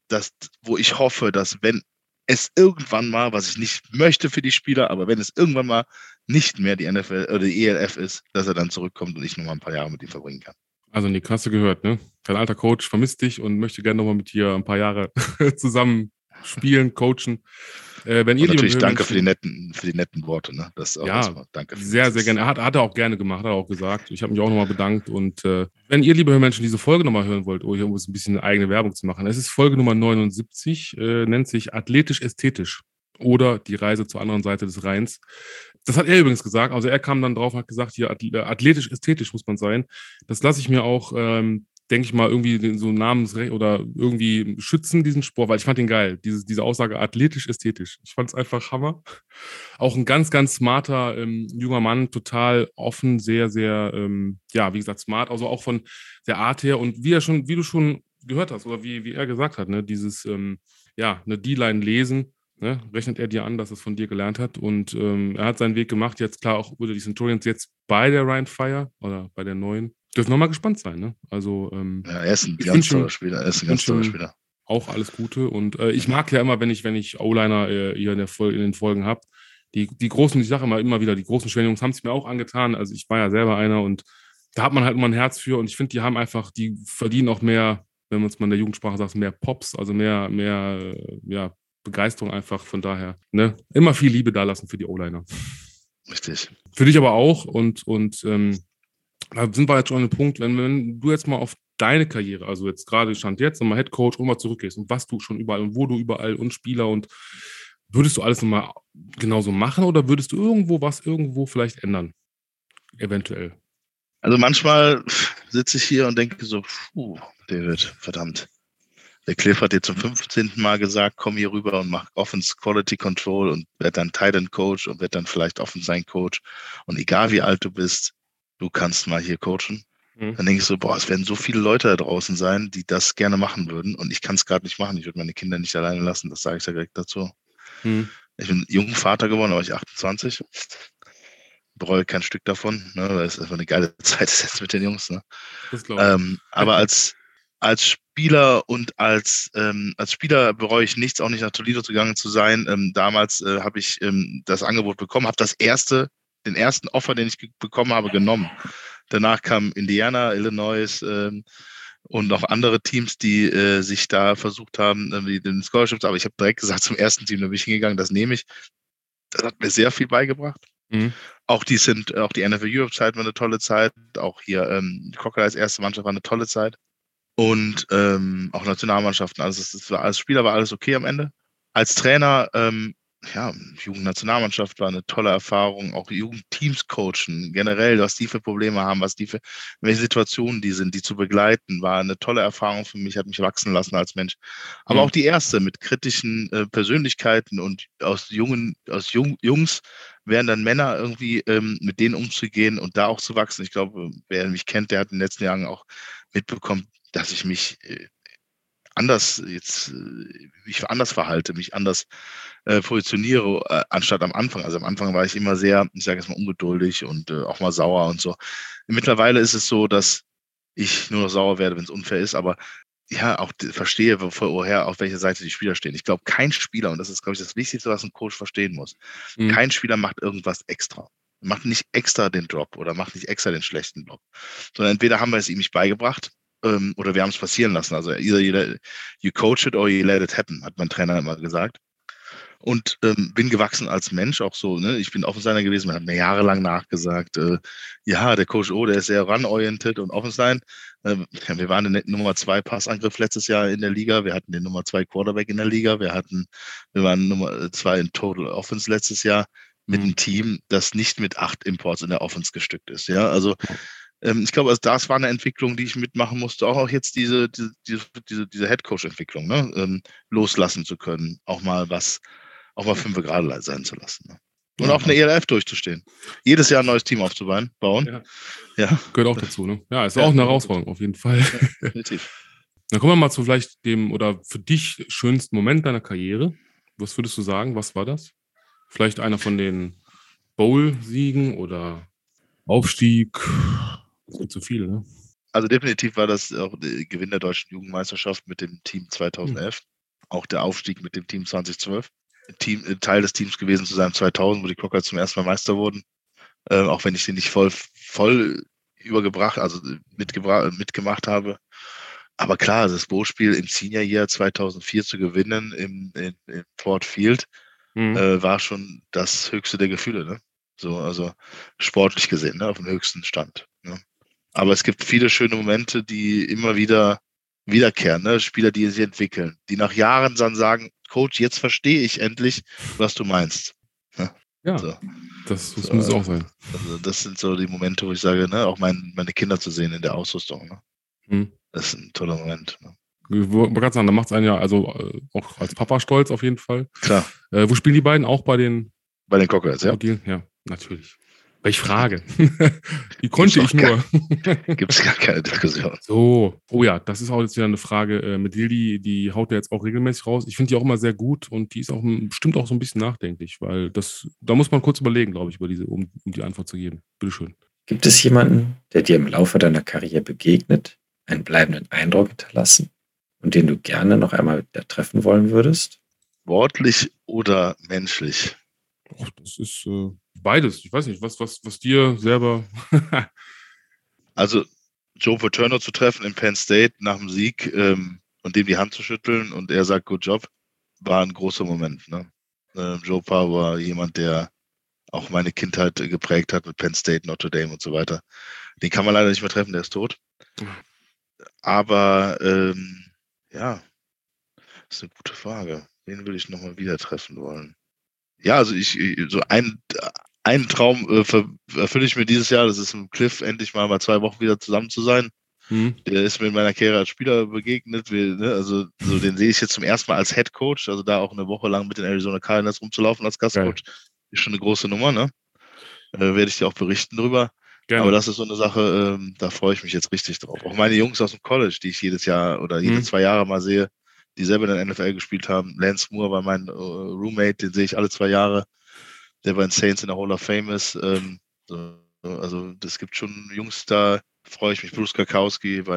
wo ich hoffe, dass wenn es irgendwann mal, was ich nicht möchte für die Spieler, aber wenn es irgendwann mal nicht mehr die NFL oder die ELF ist, dass er dann zurückkommt und ich noch mal ein paar Jahre mit ihm verbringen kann. Also Nick, hast du gehört, ne? Dein alter Coach vermisst dich und möchte gerne nochmal mit dir ein paar Jahre zusammen spielen, coachen. Wenn ihr, Und liebe natürlich danke für Höhenmenschen, die netten Worte, ne? Das ist auch ja, erstmal danke für sehr, sehr gerne. Hat er auch gerne gemacht, hat er auch gesagt. Ich habe mich auch nochmal bedankt. Und wenn ihr, liebe Hörmenschen, diese Folge nochmal hören wollt, um ein bisschen eigene Werbung zu machen, es ist Folge Nummer 79, nennt sich Athletisch-Ästhetisch oder die Reise zur anderen Seite des Rheins. Das hat er übrigens gesagt. Also er kam dann drauf und hat gesagt, hier athletisch-ästhetisch muss man sein. Das lasse ich mir auch, denke ich mal, irgendwie so Namensrecht oder irgendwie schützen, diesen Sport, weil ich fand den geil. Diese Aussage athletisch-ästhetisch. Ich fand es einfach Hammer. Auch ein ganz, ganz smarter junger Mann, total offen, sehr, sehr, ja, wie gesagt, smart, also auch von der Art her und wie du schon gehört hast oder wie er gesagt hat, ne, dieses, ja, eine D-Line lesen, ne, rechnet er dir an, dass er es von dir gelernt hat und er hat seinen Weg gemacht, jetzt klar auch über die Centurions, jetzt bei der Ryan Fire oder bei der neuen. Dürfen wir mal gespannt sein, ne? Also, Ja, er ist ein ich ganz toller Spieler. Er ist ein ganz wünsche toller ihm Spieler. auch alles Gute und ich mag ja immer, wenn ich O-Liner hier in den Folgen habe, die großen, ich sage immer wieder, die großen Schwellen haben es mir auch angetan. Also ich war ja selber einer und da hat man halt immer ein Herz für und ich finde, die verdienen auch mehr, wenn man es mal in der Jugendsprache sagt, mehr Pops, also mehr, ja, Begeisterung einfach. Von daher, ne, immer viel Liebe da lassen für die O-Liner. Richtig. Für dich aber auch und da sind wir jetzt schon an dem Punkt, wenn du jetzt mal auf deine Karriere, also jetzt gerade Stand jetzt, nochmal Head Coach und mal zurückgehst und was du schon überall und wo du überall und Spieler und würdest du alles nochmal genauso machen oder würdest du irgendwo vielleicht ändern? Eventuell. Also manchmal sitze ich hier und denke so, David, verdammt. Der Cliff hat dir zum 15. Mal gesagt, komm hier rüber und mach Offense Quality Control und werd dann Tight End Coach und werd dann vielleicht Offense Line Coach. Und egal wie alt du bist, du kannst mal hier coachen. Dann denke ich so, es werden so viele Leute da draußen sein, die das gerne machen würden. Und ich kann es gerade nicht machen. Ich würde meine Kinder nicht alleine lassen. Das sage ich da direkt dazu. Ich bin jung Vater geworden, da war ich 28. Bereue kein Stück davon. Ne? Das ist einfach eine geile Zeit jetzt mit den Jungs. Ne? Das glaube ich. Aber als Spieler und als Spieler bereue ich nichts, auch nicht nach Toledo gegangen zu sein. Damals habe ich das Angebot bekommen, habe den ersten Offer, den ich bekommen habe, genommen. Danach kam Indiana, Illinois und noch andere Teams, die sich da versucht haben, den Scholarships, aber ich habe direkt gesagt, zum ersten Team, da bin ich hingegangen, das nehme ich. Das hat mir sehr viel beigebracht. Mhm. Auch die NFL Europe-Zeit war eine tolle Zeit. Auch hier die Crocodiles erste Mannschaft war eine tolle Zeit. Und auch Nationalmannschaften. Also als Spieler war alles okay am Ende. Als Trainer, Jugendnationalmannschaft war eine tolle Erfahrung. Auch Jugendteams coachen, generell, was die für Probleme haben, welche Situationen die sind, die zu begleiten, war eine tolle Erfahrung für mich, hat mich wachsen lassen als Mensch. Aber auch die erste mit kritischen Persönlichkeiten und aus Jungs werden dann Männer irgendwie mit denen umzugehen und da auch zu wachsen. Ich glaube, wer mich kennt, der hat in den letzten Jahren auch mitbekommen, dass ich mich anders verhalte, mich anders positioniere, anstatt am Anfang. Also am Anfang war ich immer sehr, ich sage jetzt mal, ungeduldig und auch mal sauer und so. Mittlerweile ist es so, dass ich nur noch sauer werde, wenn es unfair ist, aber ja, auch verstehe, woher, auf welcher Seite die Spieler stehen. Ich glaube, kein Spieler, und das ist, glaube ich, das Wichtigste, was ein Coach verstehen muss, kein Spieler macht irgendwas extra. Macht nicht extra den Drop oder macht nicht extra den schlechten Drop. Sondern entweder haben wir es ihm nicht beigebracht oder wir haben es passieren lassen. Also you coach it or you let it happen, hat mein Trainer immer gesagt. Und bin gewachsen als Mensch auch so. Ne? Ich bin Offensider gewesen, man hat mir jahrelang nachgesagt, der Coach O, der ist sehr run-oriented und Offensider. Wir waren der Nummer 2 Passangriff letztes Jahr in der Liga, wir hatten den Nummer 2 Quarterback in der Liga, wir waren Nummer 2 in Total Offense letztes Jahr mit einem Team, das nicht mit 8 Imports in der Offense bestückt ist. Ja, also ich glaube, also das war eine Entwicklung, die ich mitmachen musste, auch jetzt diese Headcoach-Entwicklung, ne? Loslassen zu können, auch mal 5 gerade sein zu lassen. Ne? Und auch eine ELF durchzustehen. Jedes Jahr ein neues Team aufzubauen. Ja. Gehört auch dazu, ne? Ja, ist auch eine Herausforderung, auf jeden Fall. Ja, definitiv. Dann kommen wir mal zu vielleicht dem oder für dich schönsten Moment deiner Karriere. Was würdest du sagen? Was war das? Vielleicht einer von den Bowl-Siegen oder Aufstieg? Das wird zu viel, ne? Also definitiv war das auch der Gewinn der deutschen Jugendmeisterschaft mit dem Team 2011. Auch der Aufstieg mit dem Team 2012. Teil des Teams gewesen zu sein 2000, wo die Crocodiles zum ersten Mal Meister wurden. Auch wenn ich den nicht voll mitgemacht habe. Aber klar, das Bowl-Spiel im Senior Year 2004 zu gewinnen in Ford Field war schon das höchste der Gefühle, ne? So, also sportlich gesehen, ne? Auf dem höchsten Stand. Ne? Aber es gibt viele schöne Momente, die immer wieder wiederkehren, ne? Spieler, die sich entwickeln, die nach Jahren dann sagen, Coach, jetzt verstehe ich endlich, was du meinst. Ne? Ja, so. Das muss es auch sein. Also das sind so die Momente, wo ich sage, ne, auch meine Kinder zu sehen in der Ausrüstung. Ne? Das ist ein toller Moment. Ne? Ich wollte gerade sagen, da macht es einen ja also auch als Papa stolz auf jeden Fall. Klar. Wo spielen die beiden? Auch bei den Crocodiles, ja. Ja, natürlich. Welche Frage? Die konnte ich nur. Gibt es gar keine Diskussion. So, oh ja, das ist auch jetzt wieder eine Frage mit Lilly, die haut ja jetzt auch regelmäßig raus. Ich finde die auch immer sehr gut und die ist auch bestimmt auch so ein bisschen nachdenklich, weil da muss man kurz überlegen, glaube ich, um die Antwort zu geben. Bitteschön. Gibt es jemanden, der dir im Laufe deiner Karriere begegnet, einen bleibenden Eindruck hinterlassen und den du gerne noch einmal wieder treffen wollen würdest? Wortlich oder menschlich? Och, das ist beides. Ich weiß nicht, was dir selber. Also Joe Paterno zu treffen in Penn State nach dem Sieg und dem die Hand zu schütteln und er sagt, good job, war ein großer Moment. Ne? Joe Pa war jemand, der auch meine Kindheit geprägt hat mit Penn State, Notre Dame und so weiter. Den kann man leider nicht mehr treffen, der ist tot. Aber das ist eine gute Frage. Wen würde ich nochmal wieder treffen wollen? Ja, also so einen Traum erfülle ich mir dieses Jahr, das ist mit Cliff endlich mal 2 Wochen wieder zusammen zu sein. Der ist mir in meiner Karriere als Spieler begegnet. Also den sehe ich jetzt zum ersten Mal als Head Coach, also da auch eine Woche lang mit den Arizona Cardinals rumzulaufen als Gastcoach. Ist schon eine große Nummer, ne? Werde ich dir auch berichten drüber. Gerne. Aber das ist so eine Sache, da freue ich mich jetzt richtig drauf. Auch meine Jungs aus dem College, die ich jedes Jahr oder jede 2 Jahre mal sehe, die selber in der NFL gespielt haben. Lance Moore war mein Roommate, den sehe ich alle 2 Jahre. Der bei den Saints in der Hall of Fame ist. Also es gibt schon Jungs, da freue ich mich. Bruce Kakowski war in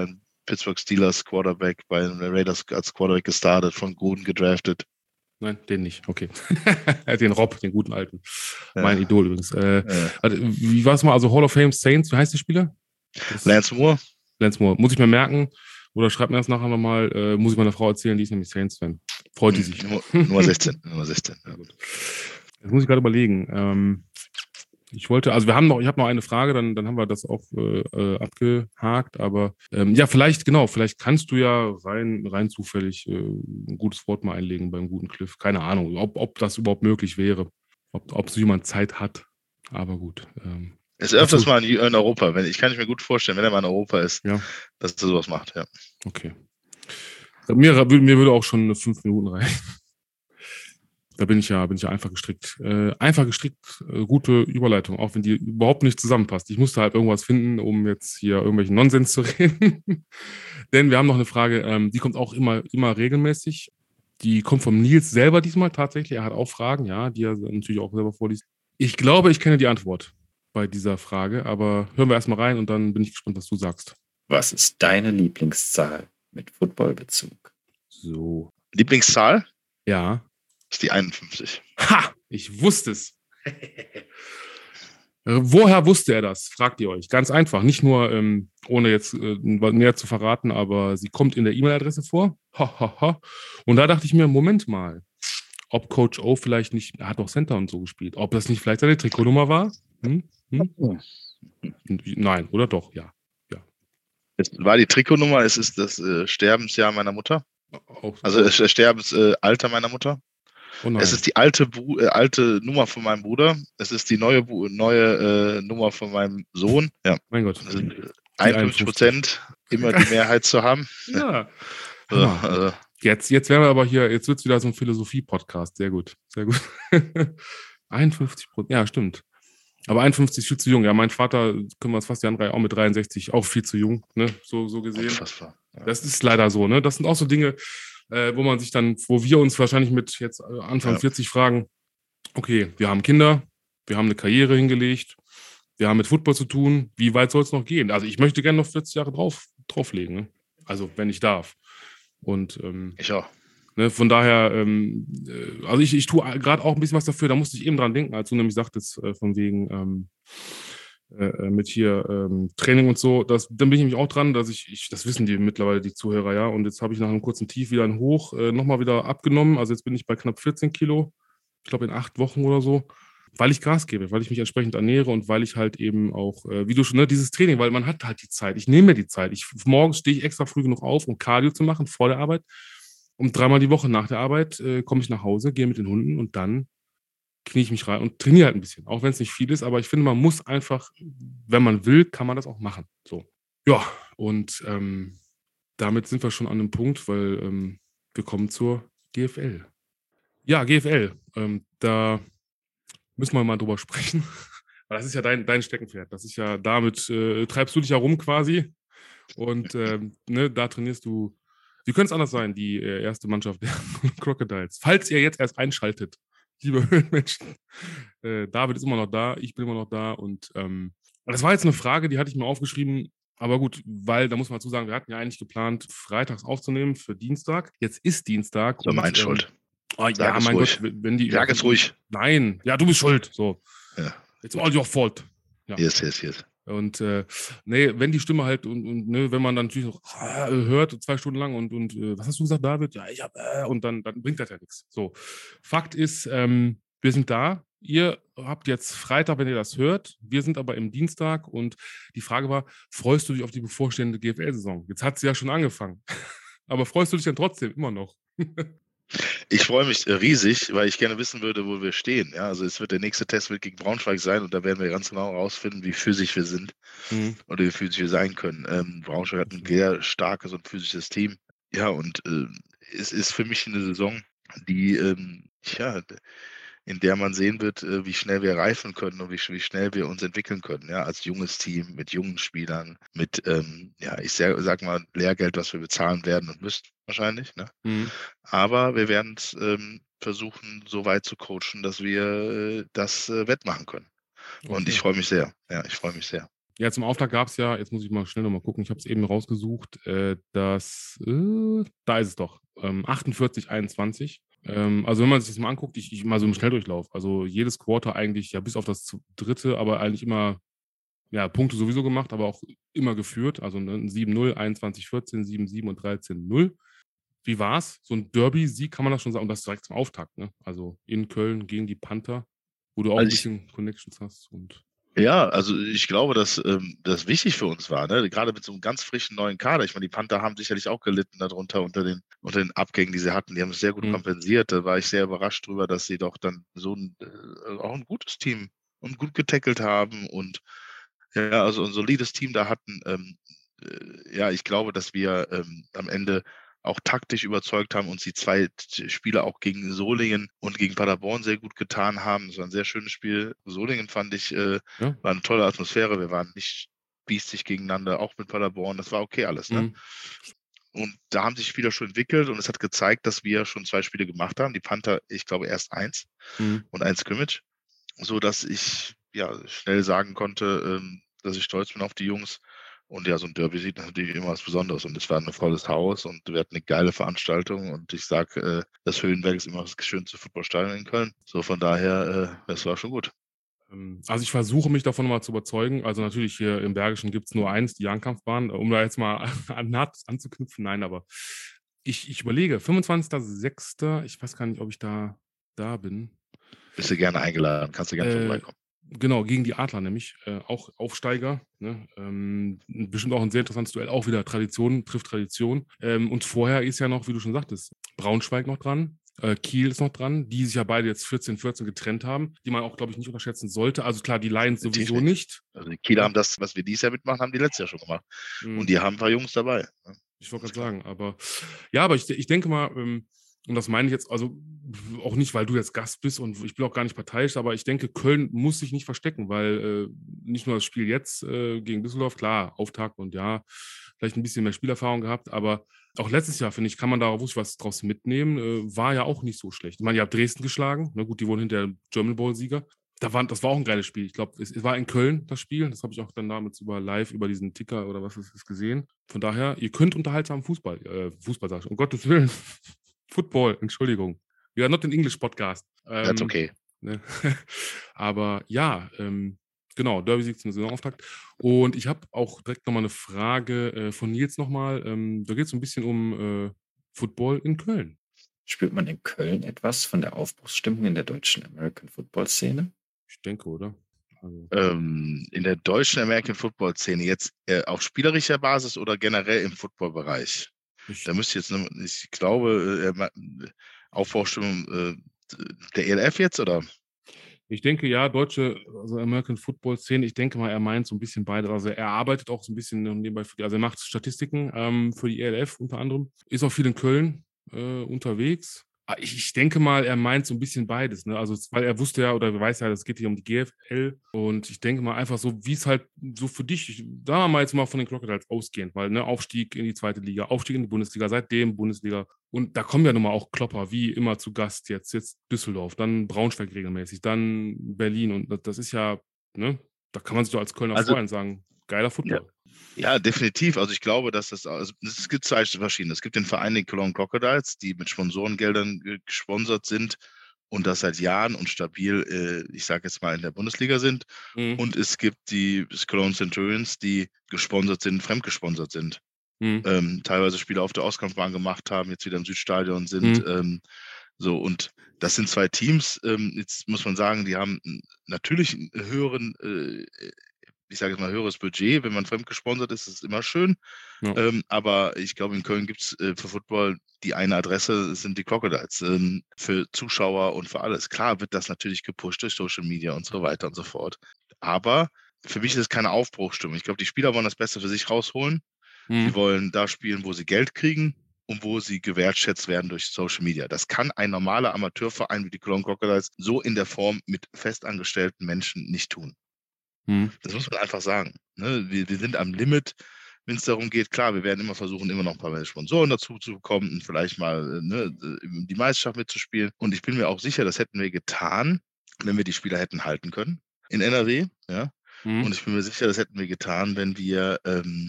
Pittsburgh Steelers Quarterback, bei den Raiders als Quarterback gestartet, von Gruden gedraftet. Nein, den nicht. Okay. Den Rob, den guten alten. Ja. Mein Idol übrigens. Wie war es mal? Also Hall of Fame Saints, wie heißt der Spieler? Lance Moore. Lance Moore. Muss ich mir merken? Oder schreibt mir das nachher nochmal. Muss ich meiner Frau erzählen, die ist nämlich Saints-Fan. Freut die sich. Nummer 16. Nummer 16. Ja. Jetzt muss ich gerade überlegen. Ich habe noch eine Frage, dann haben wir das auch abgehakt, aber vielleicht kannst du ja rein zufällig ein gutes Wort mal einlegen beim guten Cliff. Keine Ahnung, ob das überhaupt möglich wäre, ob so jemand Zeit hat, aber gut. Ist öfters mal in Europa, ich kann mir gut vorstellen, wenn er mal in Europa ist, dass er sowas macht, ja. Okay. Mir würde auch schon 5 Minuten reichen. Da bin ich ja einfach gestrickt. Gute Überleitung, auch wenn die überhaupt nicht zusammenpasst. Ich musste halt irgendwas finden, um jetzt hier irgendwelchen Nonsens zu reden. Denn wir haben noch eine Frage, die kommt auch immer regelmäßig. Die kommt vom Nils selber diesmal tatsächlich. Er hat auch Fragen, ja, die er natürlich auch selber vorliest. Ich glaube, ich kenne die Antwort bei dieser Frage, aber hören wir erstmal rein und dann bin ich gespannt, was du sagst. Was ist deine Lieblingszahl mit Footballbezug? So. Lieblingszahl? Ja. Das ist die 51. Ha! Ich wusste es. Woher wusste er das? Fragt ihr euch. Ganz einfach. Nicht nur, ohne jetzt näher zu verraten, aber sie kommt in der E-Mail-Adresse vor. Und da dachte ich mir, Moment mal, ob Coach O vielleicht nicht, er hat doch Center und so gespielt, ob das nicht vielleicht seine Trikotnummer war? Nein, oder doch? Ja. Es war die Trikotnummer, es ist das Sterbensjahr meiner Mutter. Also das Sterbensalter meiner Mutter. Oh es ist die alte Nummer von meinem Bruder. Es ist die neue Nummer von meinem Sohn. Ja. Mein Gott. Also 51%, immer die Mehrheit zu haben. Ja. Jetzt wären wir aber hier, jetzt wird es wieder so ein Philosophie-Podcast. Sehr gut. 51%, ja, stimmt. Aber 51 ist viel zu jung. Ja, mein Vater, können wir uns fast die andere auch mit 63, auch viel zu jung, ne? So gesehen. Unfassbar. Ja. Das ist leider so, ne? Das sind auch so Dinge, wo wir uns wahrscheinlich mit jetzt Anfang 40 fragen, okay, wir haben Kinder, wir haben eine Karriere hingelegt, wir haben mit Football zu tun, wie weit soll es noch gehen? Also ich möchte gerne noch 40 Jahre drauflegen, ne? Also wenn ich darf. Und ich auch. Ne, von daher, also ich tue gerade auch ein bisschen was dafür, da musste ich eben dran denken, als du nämlich sagtest, von wegen mit hier Training und so, dann bin ich nämlich auch dran, dass das wissen die mittlerweile, die Zuhörer, ja, und jetzt habe ich nach einem kurzen Tief wieder ein Hoch nochmal wieder abgenommen, also jetzt bin ich bei knapp 14 Kilo, ich glaube in 8 Wochen oder so, weil ich Gas gebe, weil ich mich entsprechend ernähre und weil ich halt eben auch, wie du schon, ne, dieses Training, weil man hat halt die Zeit, ich nehme mir die Zeit, morgens stehe ich extra früh genug auf, um Cardio zu machen vor der Arbeit, und 3-mal die Woche nach der Arbeit komme ich nach Hause, gehe mit den Hunden und dann knie ich mich rein und trainiere halt ein bisschen. Auch wenn es nicht viel ist, aber ich finde, man muss einfach, wenn man will, kann man das auch machen. So. Ja, und damit sind wir schon an einem Punkt, weil wir kommen zur GFL. Ja, GFL. Da müssen wir mal drüber sprechen. Das ist ja dein Steckenpferd. Das ist ja, damit treibst du dich herum quasi. Und ne, da trainierst du. Wie könnte es anders sein, die erste Mannschaft der Crocodiles? Falls ihr jetzt erst einschaltet, liebe Höhlenmenschen, David ist immer noch da, ich bin immer noch da und das war jetzt eine Frage, die hatte ich mir aufgeschrieben, aber gut, weil, da muss man dazu sagen, wir hatten ja eigentlich geplant, freitags aufzunehmen für Dienstag. Jetzt ist Dienstag. Das war meine Schuld. Ja, mein Gott, wenn die... Sag es ruhig. Nein, ja, du bist schuld. So. Ja. It's all your fault. Ja. Yes. Und nee, wenn die Stimme halt und ne, wenn man dann natürlich noch hört, 2 Stunden lang und was hast du gesagt, David? Ja, ich hab und dann bringt das ja nichts. So, Fakt ist, wir sind da. Ihr habt jetzt Freitag, wenn ihr das hört. Wir sind aber im Dienstag und die Frage war, freust du dich auf die bevorstehende GFL-Saison? Jetzt hat sie ja schon angefangen. Aber freust du dich dann trotzdem immer noch? Ich freue mich riesig, weil ich gerne wissen würde, wo wir stehen. Ja, also der nächste Test wird gegen Braunschweig sein und da werden wir ganz genau herausfinden, wie physisch wir sind oder wie physisch wir sein können. Braunschweig hat ein sehr starkes und physisches Team. Ja, und es ist für mich eine Saison, die in der man sehen wird, wie schnell wir reifen können und wie schnell wir uns entwickeln können, ja, als junges Team, mit jungen Spielern, mit, ich sag mal, Lehrgeld, was wir bezahlen werden und müssen wahrscheinlich, ne? Aber wir werden es versuchen, so weit zu coachen, dass wir das wettmachen können. Okay. Und ich freue mich sehr. Ja, ich freue mich sehr. Ja, zum Auftakt gab es ja, jetzt muss ich mal schnell nochmal gucken, ich habe es eben rausgesucht, da ist es doch, 48-21. Also wenn man sich das mal anguckt, ich mal so im Schnelldurchlauf, also jedes Quarter eigentlich, ja bis auf das dritte, aber eigentlich immer, ja, Punkte sowieso gemacht, aber auch immer geführt, also ein 7-0, 21-14, 7-7 und 13-0. Wie war's? So ein Derby-Sieg kann man das schon sagen, und das direkt zum Auftakt, ne? Also in Köln gegen die Panther, wo du auch ein Also bisschen Connections hast und ja, also ich glaube, dass das wichtig für uns war, ne? Gerade mit so einem ganz frischen neuen Kader. Ich meine, die Panther haben sicherlich auch gelitten darunter unter den Abgängen, die sie hatten. Die haben es sehr gut Mhm. kompensiert. Da war ich sehr überrascht drüber, dass sie doch dann so auch ein gutes Team und gut getackelt haben und ja, also ein solides Team da hatten. Ja, ich glaube, dass wir am Ende auch taktisch überzeugt haben, uns die 2 Spiele auch gegen Solingen und gegen Paderborn sehr gut getan haben. Es war ein sehr schönes Spiel. Solingen fand ich, ja. war eine tolle Atmosphäre. Wir waren nicht biestig gegeneinander, auch mit Paderborn. Das war okay alles, ne? Mhm. Und da haben sich Spieler schon entwickelt und es hat gezeigt, dass wir schon 2 Spiele gemacht haben. Die Panther, ich glaube, erst 1 Mhm. und 1 Scrimmage, so dass ich ja schnell sagen konnte, dass ich stolz bin auf die Jungs. Und ja, so ein Derby sieht natürlich immer was Besonderes. Und es war ein volles Haus und wir hatten eine geile Veranstaltung. Und ich sage, das Höhenberg ist immer das schönste Footballstadion in Köln. So von daher, das war schon gut. Also ich versuche mich davon mal zu überzeugen. Also natürlich hier im Bergischen gibt es nur eins, die Jahnkampfbahn, um da jetzt mal anzuknüpfen. Nein, aber ich überlege, 25.06., ich weiß gar nicht, ob ich da bin. Bist du gerne eingeladen, kannst du gerne vorbeikommen. Genau, gegen die Adler nämlich, auch Aufsteiger. Ne? Bestimmt auch ein sehr interessantes Duell, auch wieder Tradition trifft Tradition. Und vorher ist ja noch, wie du schon sagtest, Braunschweig noch dran. Kiel ist noch dran, die sich ja beide jetzt 14-14 getrennt haben, die man auch, glaube ich, nicht unterschätzen sollte. Also klar, die Lions sowieso nicht. Also die Kieler haben das, was wir dieses Jahr mitmachen, haben die letztes Jahr schon gemacht. Und die haben ein paar Jungs dabei. Ne? Ich wollte gerade sagen, aber ja, aber ich denke mal, und das meine ich jetzt, also auch nicht, weil du jetzt Gast bist und ich bin auch gar nicht parteiisch, aber ich denke, Köln muss sich nicht verstecken, weil nicht nur das Spiel jetzt gegen Düsseldorf, klar, Auftakt und ja, vielleicht ein bisschen mehr Spielerfahrung gehabt, aber auch letztes Jahr, finde ich, kann man da wirklich was draus mitnehmen. War ja auch nicht so schlecht. Ich meine, ihr habt Dresden geschlagen, ne, gut, die wurden hinterher German Bowl-Sieger. Das war auch ein geiles Spiel. Ich glaube, es war in Köln, das Spiel. Das habe ich auch dann damals live über diesen Ticker oder was es ist gesehen. Von daher, ihr könnt unterhaltsam Fußball sag ich, um Gottes Willen. Football, Entschuldigung. We are not an English Podcast. That's okay. Ne? Aber ja, genau, Derby-Sieg zum Saisonauftakt. Und ich habe auch direkt nochmal eine Frage von Nils nochmal. Da geht es so ein bisschen um Football in Köln. Spürt man in Köln etwas von der Aufbruchsstimmung in der deutschen American Football Szene? Ich denke, oder? Also. In der deutschen American Football Szene jetzt auf spielerischer Basis oder generell im Football-Bereich? Da müsste jetzt, ich glaube, Aufbaustimmung der ELF jetzt, oder? Ich denke, ja, also American Football Szene, ich denke mal, er meint so ein bisschen beide. Also er arbeitet auch so ein bisschen nebenbei also er macht Statistiken für die ELF unter anderem. Ist auch viel in Köln unterwegs. Ich denke mal, er meint so ein bisschen beides, ne? Also, weil er wusste ja oder weiß ja, es geht hier um die GFL. Und ich denke mal einfach so, wie es halt so für dich, sagen wir mal jetzt mal von den Crocodiles ausgehend, weil, ne, Aufstieg in die zweite Liga, Aufstieg in die Bundesliga, seitdem Bundesliga. Und da kommen ja nun mal auch Klopper, wie immer zu Gast jetzt Düsseldorf, dann Braunschweig regelmäßig, dann Berlin. Und das ist ja, ne, da kann man sich doch als Kölner freuen und sagen, geiler Football. Ja, definitiv. Also ich glaube, dass es gibt 2 verschiedene. Es gibt den Verein, den Cologne Crocodiles, die mit Sponsorengeldern gesponsert sind und das seit Jahren und stabil, ich sage jetzt mal, in der Bundesliga sind. Mhm. Und es gibt die Cologne Centurions, die gesponsert sind, fremdgesponsert sind. Teilweise Spiele auf der Auskampfbahn gemacht haben, jetzt wieder im Südstadion sind. So, und das sind 2 Teams. Jetzt muss man sagen, die haben natürlich einen höheren ich sage jetzt mal, höheres Budget. Wenn man fremdgesponsert ist, ist es immer schön. Ja. Aber ich glaube, in Köln gibt es für Football die eine Adresse, sind die Crocodiles. Für Zuschauer und für alles. Klar wird das natürlich gepusht durch Social Media und so weiter und so fort. Aber für mich ist es keine Aufbruchstimmung. Ich glaube, die Spieler wollen das Beste für sich rausholen. Sie wollen da spielen, wo sie Geld kriegen und wo sie gewertschätzt werden durch Social Media. Das kann ein normaler Amateurverein wie die Cologne Crocodiles so in der Form mit festangestellten Menschen nicht tun. Das muss man einfach sagen. Ne? Wir sind am Limit, wenn es darum geht. Klar, wir werden immer versuchen, immer noch ein paar mehr Sponsoren dazu zu bekommen und vielleicht mal die Meisterschaft mitzuspielen. Und ich bin mir auch sicher, das hätten wir getan, wenn wir die Spieler hätten halten können in NRW. Ja? Und ich bin mir sicher, das hätten wir getan, wenn wir,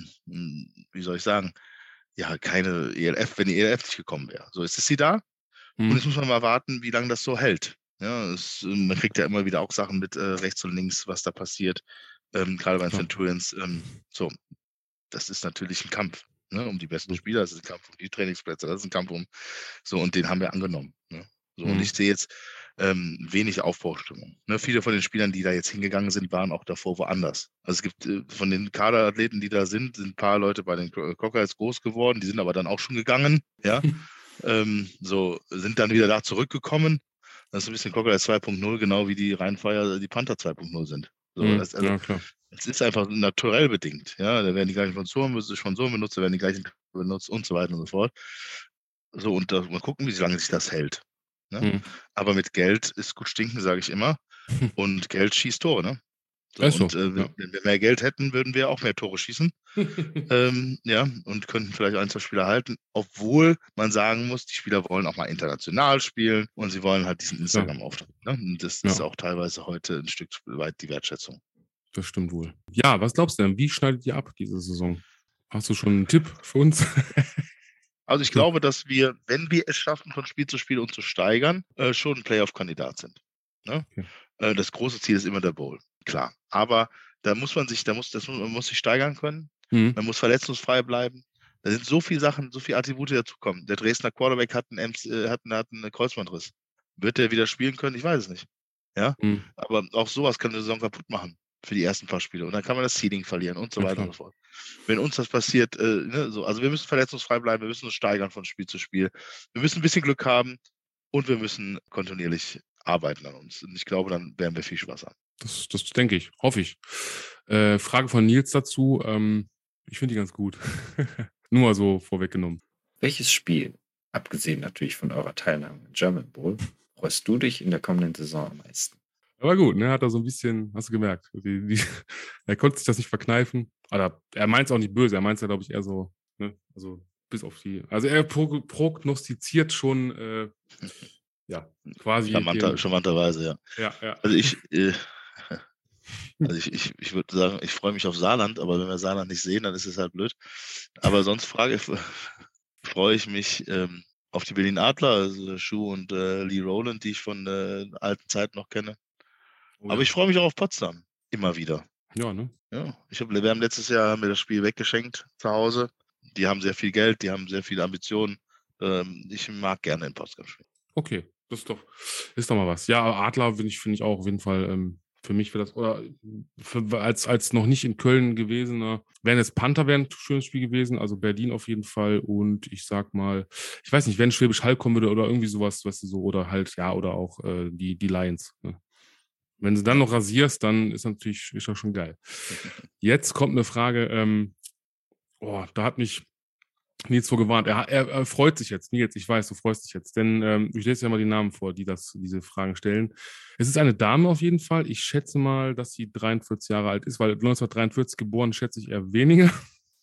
wie soll ich sagen, ja, keine ELF, wenn die ELF nicht gekommen wäre. So, jetzt ist sie da. Und jetzt muss man mal warten, wie lange das so hält. Ja, man kriegt ja immer wieder auch Sachen mit rechts und links, was da passiert. Gerade bei den Centurions. So, das ist natürlich ein Kampf, ne, um die besten Spieler. Das ist ein Kampf um die Trainingsplätze. Das ist ein Kampf um. So, und den haben wir angenommen. Ne? So, und ich sehe jetzt wenig Aufbruchstimmung. Ne, viele von den Spielern, die da jetzt hingegangen sind, waren auch davor woanders. Also es gibt von den Kaderathleten, die da sind ein paar Leute bei den Cockeyes groß geworden, die sind aber dann auch schon gegangen. Ja. So, sind dann wieder da zurückgekommen. Das ist ein bisschen Cockeyes 2.0, genau wie die Rheinfire, die Panther 2.0 sind. So, es ist einfach naturell bedingt. Ja, da werden die gleichen Sponsoren benutzt, da werden die gleichen benutzt und so weiter und so fort. So, und mal gucken, wie lange sich das hält. Ne? Aber mit Geld ist gut stinken, sage ich immer. Und Geld schießt Tore, ne? So, und wenn wir mehr Geld hätten, würden wir auch mehr Tore schießen. Ja, und könnten vielleicht 1, 2 Spieler halten, obwohl man sagen muss, die Spieler wollen auch mal international spielen und sie wollen halt diesen Instagram-Auftritt. Ne? Und das ist auch teilweise heute ein Stück weit die Wertschätzung. Das stimmt wohl. Ja, was glaubst du denn? Wie schneidet ihr ab diese Saison? Hast du schon einen Tipp für uns? Also ich glaube, dass wir, wenn wir es schaffen, von Spiel zu Spiel uns zu steigern, schon ein Playoff-Kandidat sind. Ne? Okay. Das große Ziel ist immer der Bowl, klar. Aber da muss man sich, man muss sich steigern können. Man muss verletzungsfrei bleiben. Da sind so viele Sachen, so viele Attribute, die dazukommen. Der Dresdner Quarterback hat einen Kreuzbandriss. Wird der wieder spielen können? Ich weiß es nicht. Ja, aber auch sowas kann eine Saison kaputt machen für die ersten paar Spiele. Und dann kann man das Seeding verlieren und so weiter und so fort. Wenn uns das passiert, also wir müssen verletzungsfrei bleiben, wir müssen uns steigern von Spiel zu Spiel. Wir müssen ein bisschen Glück haben und wir müssen kontinuierlich arbeiten an uns. Und ich glaube, dann werden wir viel Spaß haben. Das denke ich, hoffe ich. Frage von Nils dazu. Ich finde die ganz gut. Nur mal so vorweggenommen. Welches Spiel, abgesehen natürlich von eurer Teilnahme im German Bowl, freust du dich in der kommenden Saison am meisten? Aber gut, ne, hat er so ein bisschen, hast du gemerkt, er konnte sich das nicht verkneifen. Aber er meint es auch nicht böse, er meint es ja, glaube ich, eher so, ne, also bis auf die, also er prognostiziert schon, ja, quasi. Charmanterweise, ja. Ja. Also ich würde sagen, ich freue mich auf Saarland, aber wenn wir Saarland nicht sehen, dann ist es halt blöd. Aber sonst freue ich mich auf die Berlin Adler, also Schuh und Lee Rowland, die ich von alten Zeiten noch kenne. Aber ich freue mich auch auf Potsdam. Immer wieder. Ja, ne? Ja, wir haben letztes Jahr das Spiel weggeschenkt zu Hause. Die haben sehr viel Geld, die haben sehr viele Ambitionen. Ich mag gerne in Potsdam spielen. Okay, das ist doch mal was. Ja, Adler finde ich auch auf jeden Fall, für mich wäre das, oder als noch nicht in Köln gewesener, wären jetzt Panther wäre ein schönes Spiel gewesen, also Berlin auf jeden Fall und ich sag mal, ich weiß nicht, wenn Schwäbisch Hall kommen würde oder irgendwie sowas, weißt du, so, oder halt, ja, oder auch die Lions, ne? Wenn du dann noch rasierst, dann ist das schon geil. Jetzt kommt eine Frage, da hat mich Nils so gewarnt. Er freut sich jetzt. Nils, ich weiß, du freust dich jetzt. Denn ich lese ja mal die Namen vor, die diese Fragen stellen. Es ist eine Dame auf jeden Fall. Ich schätze mal, dass sie 43 Jahre alt ist, weil 1943 geboren schätze ich eher weniger.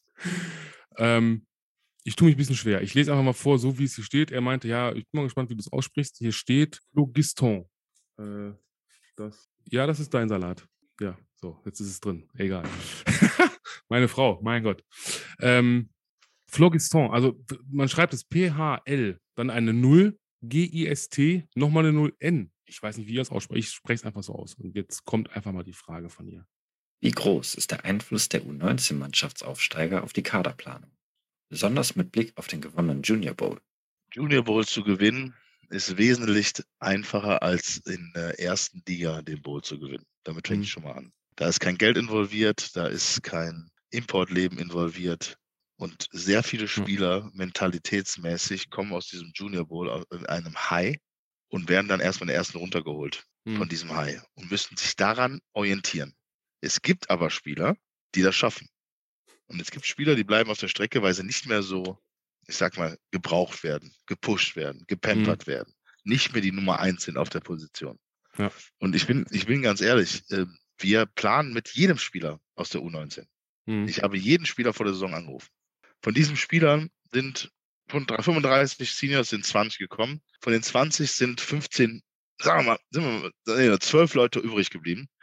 Ich tue mich ein bisschen schwer. Ich lese einfach mal vor, so wie es hier steht. Er meinte, ja, ich bin mal gespannt, wie du es aussprichst. Hier steht Phlogiston. Das ist dein Salat. Ja, so, jetzt ist es drin. Egal. Meine Frau, mein Gott. Phlogiston, also man schreibt es P-H-L, dann eine 0, G-I-S-T, nochmal eine 0, N. Ich weiß nicht, wie ihr das ausspricht. Ich spreche es einfach so aus. Und jetzt kommt einfach mal die Frage von ihr. Wie groß ist der Einfluss der U19-Mannschaftsaufsteiger auf die Kaderplanung? Besonders mit Blick auf den gewonnenen Junior Bowl. Junior Bowl zu gewinnen ist wesentlich einfacher als in der ersten Liga den Bowl zu gewinnen. Damit fängt es schon mal an. Da ist kein Geld involviert, da ist kein Importleben involviert. Und sehr viele Spieler mentalitätsmäßig kommen aus diesem Junior Bowl in einem High und werden dann erstmal in der ersten runtergeholt von diesem High und müssen sich daran orientieren. Es gibt aber Spieler, die das schaffen. Und es gibt Spieler, die bleiben auf der Strecke, weil sie nicht mehr so, ich sag mal, gebraucht werden, gepusht werden, gepampert werden. Nicht mehr die Nummer 1 sind auf der Position. Ja. Und ich bin ganz ehrlich, wir planen mit jedem Spieler aus der U19. Ich habe jeden Spieler vor der Saison angerufen. Von diesen Spielern sind von 35 Seniors sind 20 gekommen. Von den 20 sind 15, sagen wir mal, 12 Leute übrig geblieben.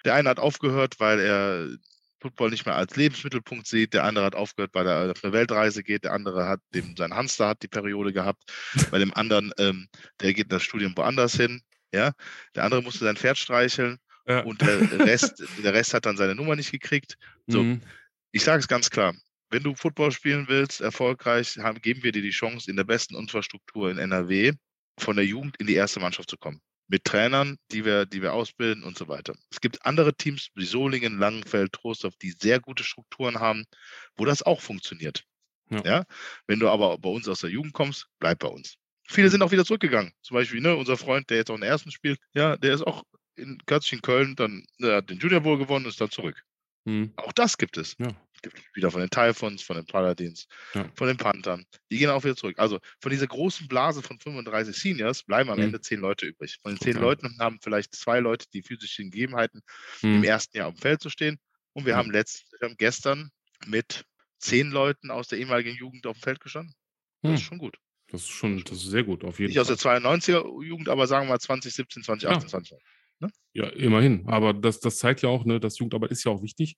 Der eine hat aufgehört, weil er Football nicht mehr als Lebensmittelpunkt sieht. Der andere hat aufgehört, weil er auf eine Weltreise geht. Der andere hat sein Hamster hat die Periode gehabt. Bei dem anderen, der geht das Studium woanders hin. Ja, der andere musste sein Pferd streicheln Ja. und der Rest hat dann seine Nummer nicht gekriegt. So, Mhm. ich sage es ganz klar. Wenn du Football spielen willst, erfolgreich, geben wir dir die Chance, in der besten Infrastruktur in NRW von der Jugend in die erste Mannschaft zu kommen. Mit Trainern, die wir ausbilden und so weiter. Es gibt andere Teams wie Solingen, Langenfeld, Trostorf, die sehr gute Strukturen haben, wo das auch funktioniert. Ja. Ja? Wenn du aber bei uns aus der Jugend kommst, bleib bei uns. Viele sind auch wieder zurückgegangen. Zum Beispiel unser Freund, der jetzt auch in der ersten spielt, ja, der ist auch kürzlich in Köln, dann hat den Junior Bowl gewonnen und ist dann zurück. Mhm. Auch das gibt es. Ja. Es gibt Spieler von den Typhons, von den Paladins, Ja. von den Panthern. Die gehen auch wieder zurück. Also von dieser großen Blase von 35 Seniors bleiben am Ende 10 Leute übrig. Von den 10 Leuten haben vielleicht 2 Leute die physischen Gegebenheiten, im ersten Jahr auf dem Feld zu stehen. Und wir haben gestern mit 10 Leuten aus der ehemaligen Jugend auf dem Feld gestanden. Das ist schon gut. Das ist sehr gut, auf jeden Nicht Fall. aus der 92er Jugend, aber sagen wir mal 2017, 2018, 20. Ja, immerhin. Aber das zeigt ja auch, ne, dass Jugendarbeit ist ja auch wichtig.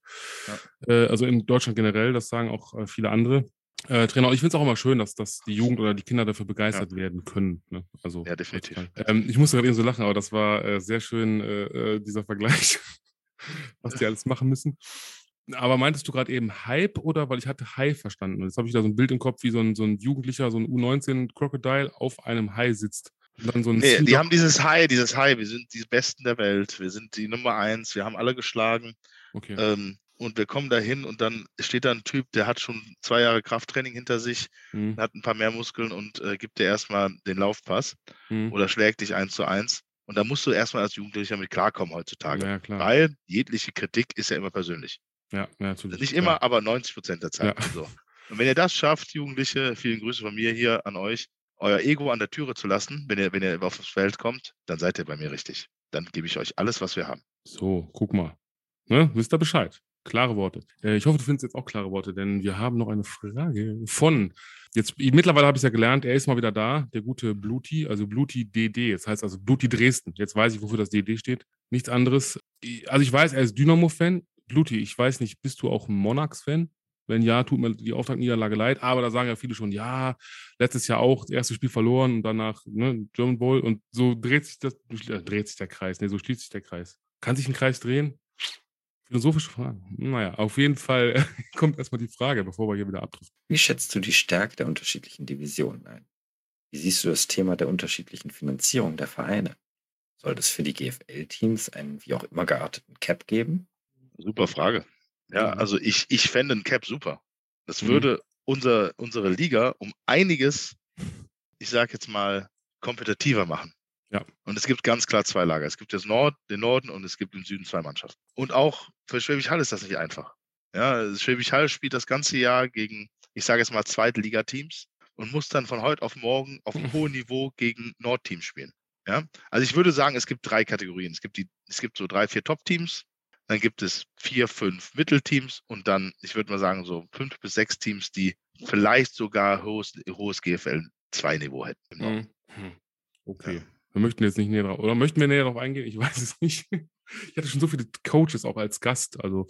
Ja. Also in Deutschland generell, das sagen auch viele andere Trainer. Und ich finde es auch immer schön, dass die Jugend oder die Kinder dafür begeistert werden können. Ne? Also, ja, definitiv. Ich musste gerade eben so lachen, aber das war sehr schön, dieser Vergleich, was die alles machen müssen. Aber meintest du gerade eben Hype oder, weil ich hatte Hai verstanden? Jetzt habe ich da so ein Bild im Kopf, wie so ein Jugendlicher, so ein U19-Crocodile auf einem Hai sitzt. Und dann so ein Nee, die haben dieses High. Wir sind die Besten der Welt. Wir sind die Nummer 1. Wir haben alle geschlagen. Okay. Und wir kommen da hin und dann steht da ein Typ, der hat schon 2 Jahre Krafttraining hinter sich, hat ein paar mehr Muskeln und gibt dir erstmal den Laufpass oder schlägt dich 1:1. Und da musst du erstmal als Jugendlicher mit klarkommen heutzutage. Ja, klar. Weil jegliche Kritik ist ja immer persönlich. Ja, natürlich. Nicht immer, aber 90% der Zeit. Ja. So. Und wenn ihr das schafft, Jugendliche, vielen Grüße von mir hier an euch, euer Ego an der Türe zu lassen, wenn ihr auf das Feld kommt, dann seid ihr bei mir richtig. Dann gebe ich euch alles, was wir haben. So, guck mal. Ne? Wisst ihr Bescheid? Klare Worte. Ich hoffe, du findest jetzt auch klare Worte, denn wir haben noch eine Frage von. Mittlerweile habe ich es ja gelernt, er ist mal wieder da, der gute Bluti, also Bluti DD. Das heißt also Bluti Dresden. Jetzt weiß ich, wofür das DD steht. Nichts anderes. Also ich weiß, er ist Dynamo-Fan. Bluti, ich weiß nicht, bist du auch ein Monarchs-Fan? Wenn ja, tut mir die Auftaktniederlage leid, aber da sagen ja viele schon, ja, letztes Jahr auch das erste Spiel verloren und danach German Bowl und so dreht sich der Kreis. Ne, so schließt sich der Kreis. Kann sich ein Kreis drehen? Philosophische Fragen. Naja, auf jeden Fall kommt erstmal die Frage, bevor wir hier wieder abdriften. Wie schätzt du die Stärke der unterschiedlichen Divisionen ein? Wie siehst du das Thema der unterschiedlichen Finanzierung der Vereine? Soll es für die GFL-Teams einen wie auch immer gearteten Cap geben? Super Frage. Ja, also ich fände ein Cap super. Das würde unsere Liga um einiges, ich sage jetzt mal, kompetitiver machen. Ja. Und es gibt ganz klar 2 Lager. Es gibt den Norden und es gibt im Süden 2 Mannschaften. Und auch für Schwäbisch Hall ist das nicht einfach. Ja, Schwäbisch Hall spielt das ganze Jahr gegen, ich sage jetzt mal, Zweitligateams und muss dann von heute auf morgen auf einem hohen Niveau gegen Nordteams spielen. Ja, also ich würde sagen, es gibt 3 Kategorien. Es gibt so 3, 4 Top-Teams, dann gibt es 4, 5 Mittelteams und dann, ich würde mal sagen, so 5 bis 6 Teams, die vielleicht sogar hohes GFL-2-Niveau hätten im Norden. Okay. Ja. Wir möchten jetzt nicht näher drauf, oder möchten wir näher drauf eingehen? Ich weiß es nicht. Ich hatte schon so viele Coaches auch als Gast, also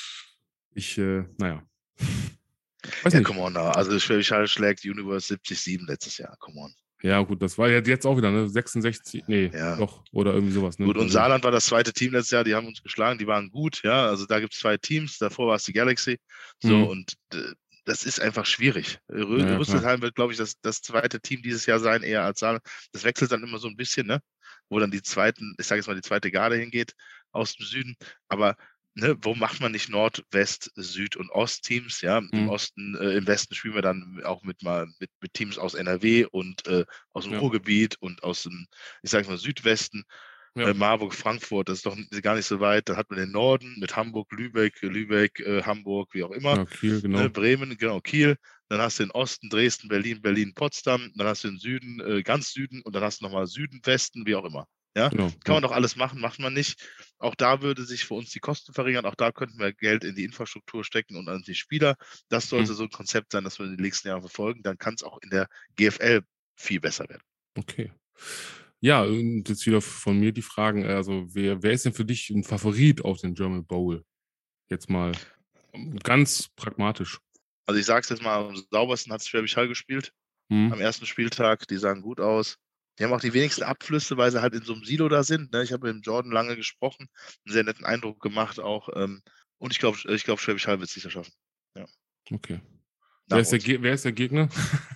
naja. Weiß Ja, nicht. come on, also Schwäbisch Hall schlägt Universe 70-7 letztes Jahr, come on. Ja, gut, das war ja jetzt auch wieder, ne? 66, nee, Ja. Doch, oder irgendwie sowas. Ne? Gut, und Saarland war das zweite Team letztes Jahr, die haben uns geschlagen, die waren gut, ja, also da gibt es 2 Teams, davor war es die Galaxy, so, und das ist einfach schwierig. Rüsselsheim wird, glaube ich, das zweite Team dieses Jahr sein, eher als Saarland. Das wechselt dann immer so ein bisschen, ne? Wo dann die zweite Garde hingeht aus dem Süden, aber ne, wo macht man nicht Nord-, West-, Süd- und Ost-Teams? Ja, im Westen spielen wir dann auch mit Teams aus NRW und aus dem Ruhrgebiet und aus dem, ich sage mal, Südwesten. Marburg, Frankfurt, das ist doch gar nicht so weit. Dann hat man den Norden mit Hamburg, Lübeck, Hamburg, wie auch immer. Ja, Kiel, genau. Bremen, genau, Kiel. Dann hast du den Osten, Dresden, Berlin, Potsdam. Dann hast du den Süden, ganz Süden. Und dann hast du nochmal Süden, Westen, wie auch immer. Ja, Genau, kann man doch alles machen, macht man nicht. Auch da würde sich für uns die Kosten verringern. Auch da könnten wir Geld in die Infrastruktur stecken und an die Spieler. Das sollte so ein Konzept sein, das wir in den nächsten Jahren verfolgen. Dann kann es auch in der GFL viel besser werden. Okay. Ja, und jetzt wieder von mir die Fragen. Also, wer ist denn für dich ein Favorit auf den German Bowl? Jetzt mal ganz pragmatisch. Also ich sage es jetzt mal, am saubersten hat Schwäbisch Hall gespielt am Hm? ersten Spieltag. Die sahen gut aus. Die haben auch die wenigsten Abflüsse, weil sie halt in so einem Silo da sind. Ne? Ich habe mit dem Jordan lange gesprochen, einen sehr netten Eindruck gemacht auch. Und ich glaube, Schwäbisch Hall wird es sicher schaffen. Ja, Okay. nach Wer uns. ist der Gegner?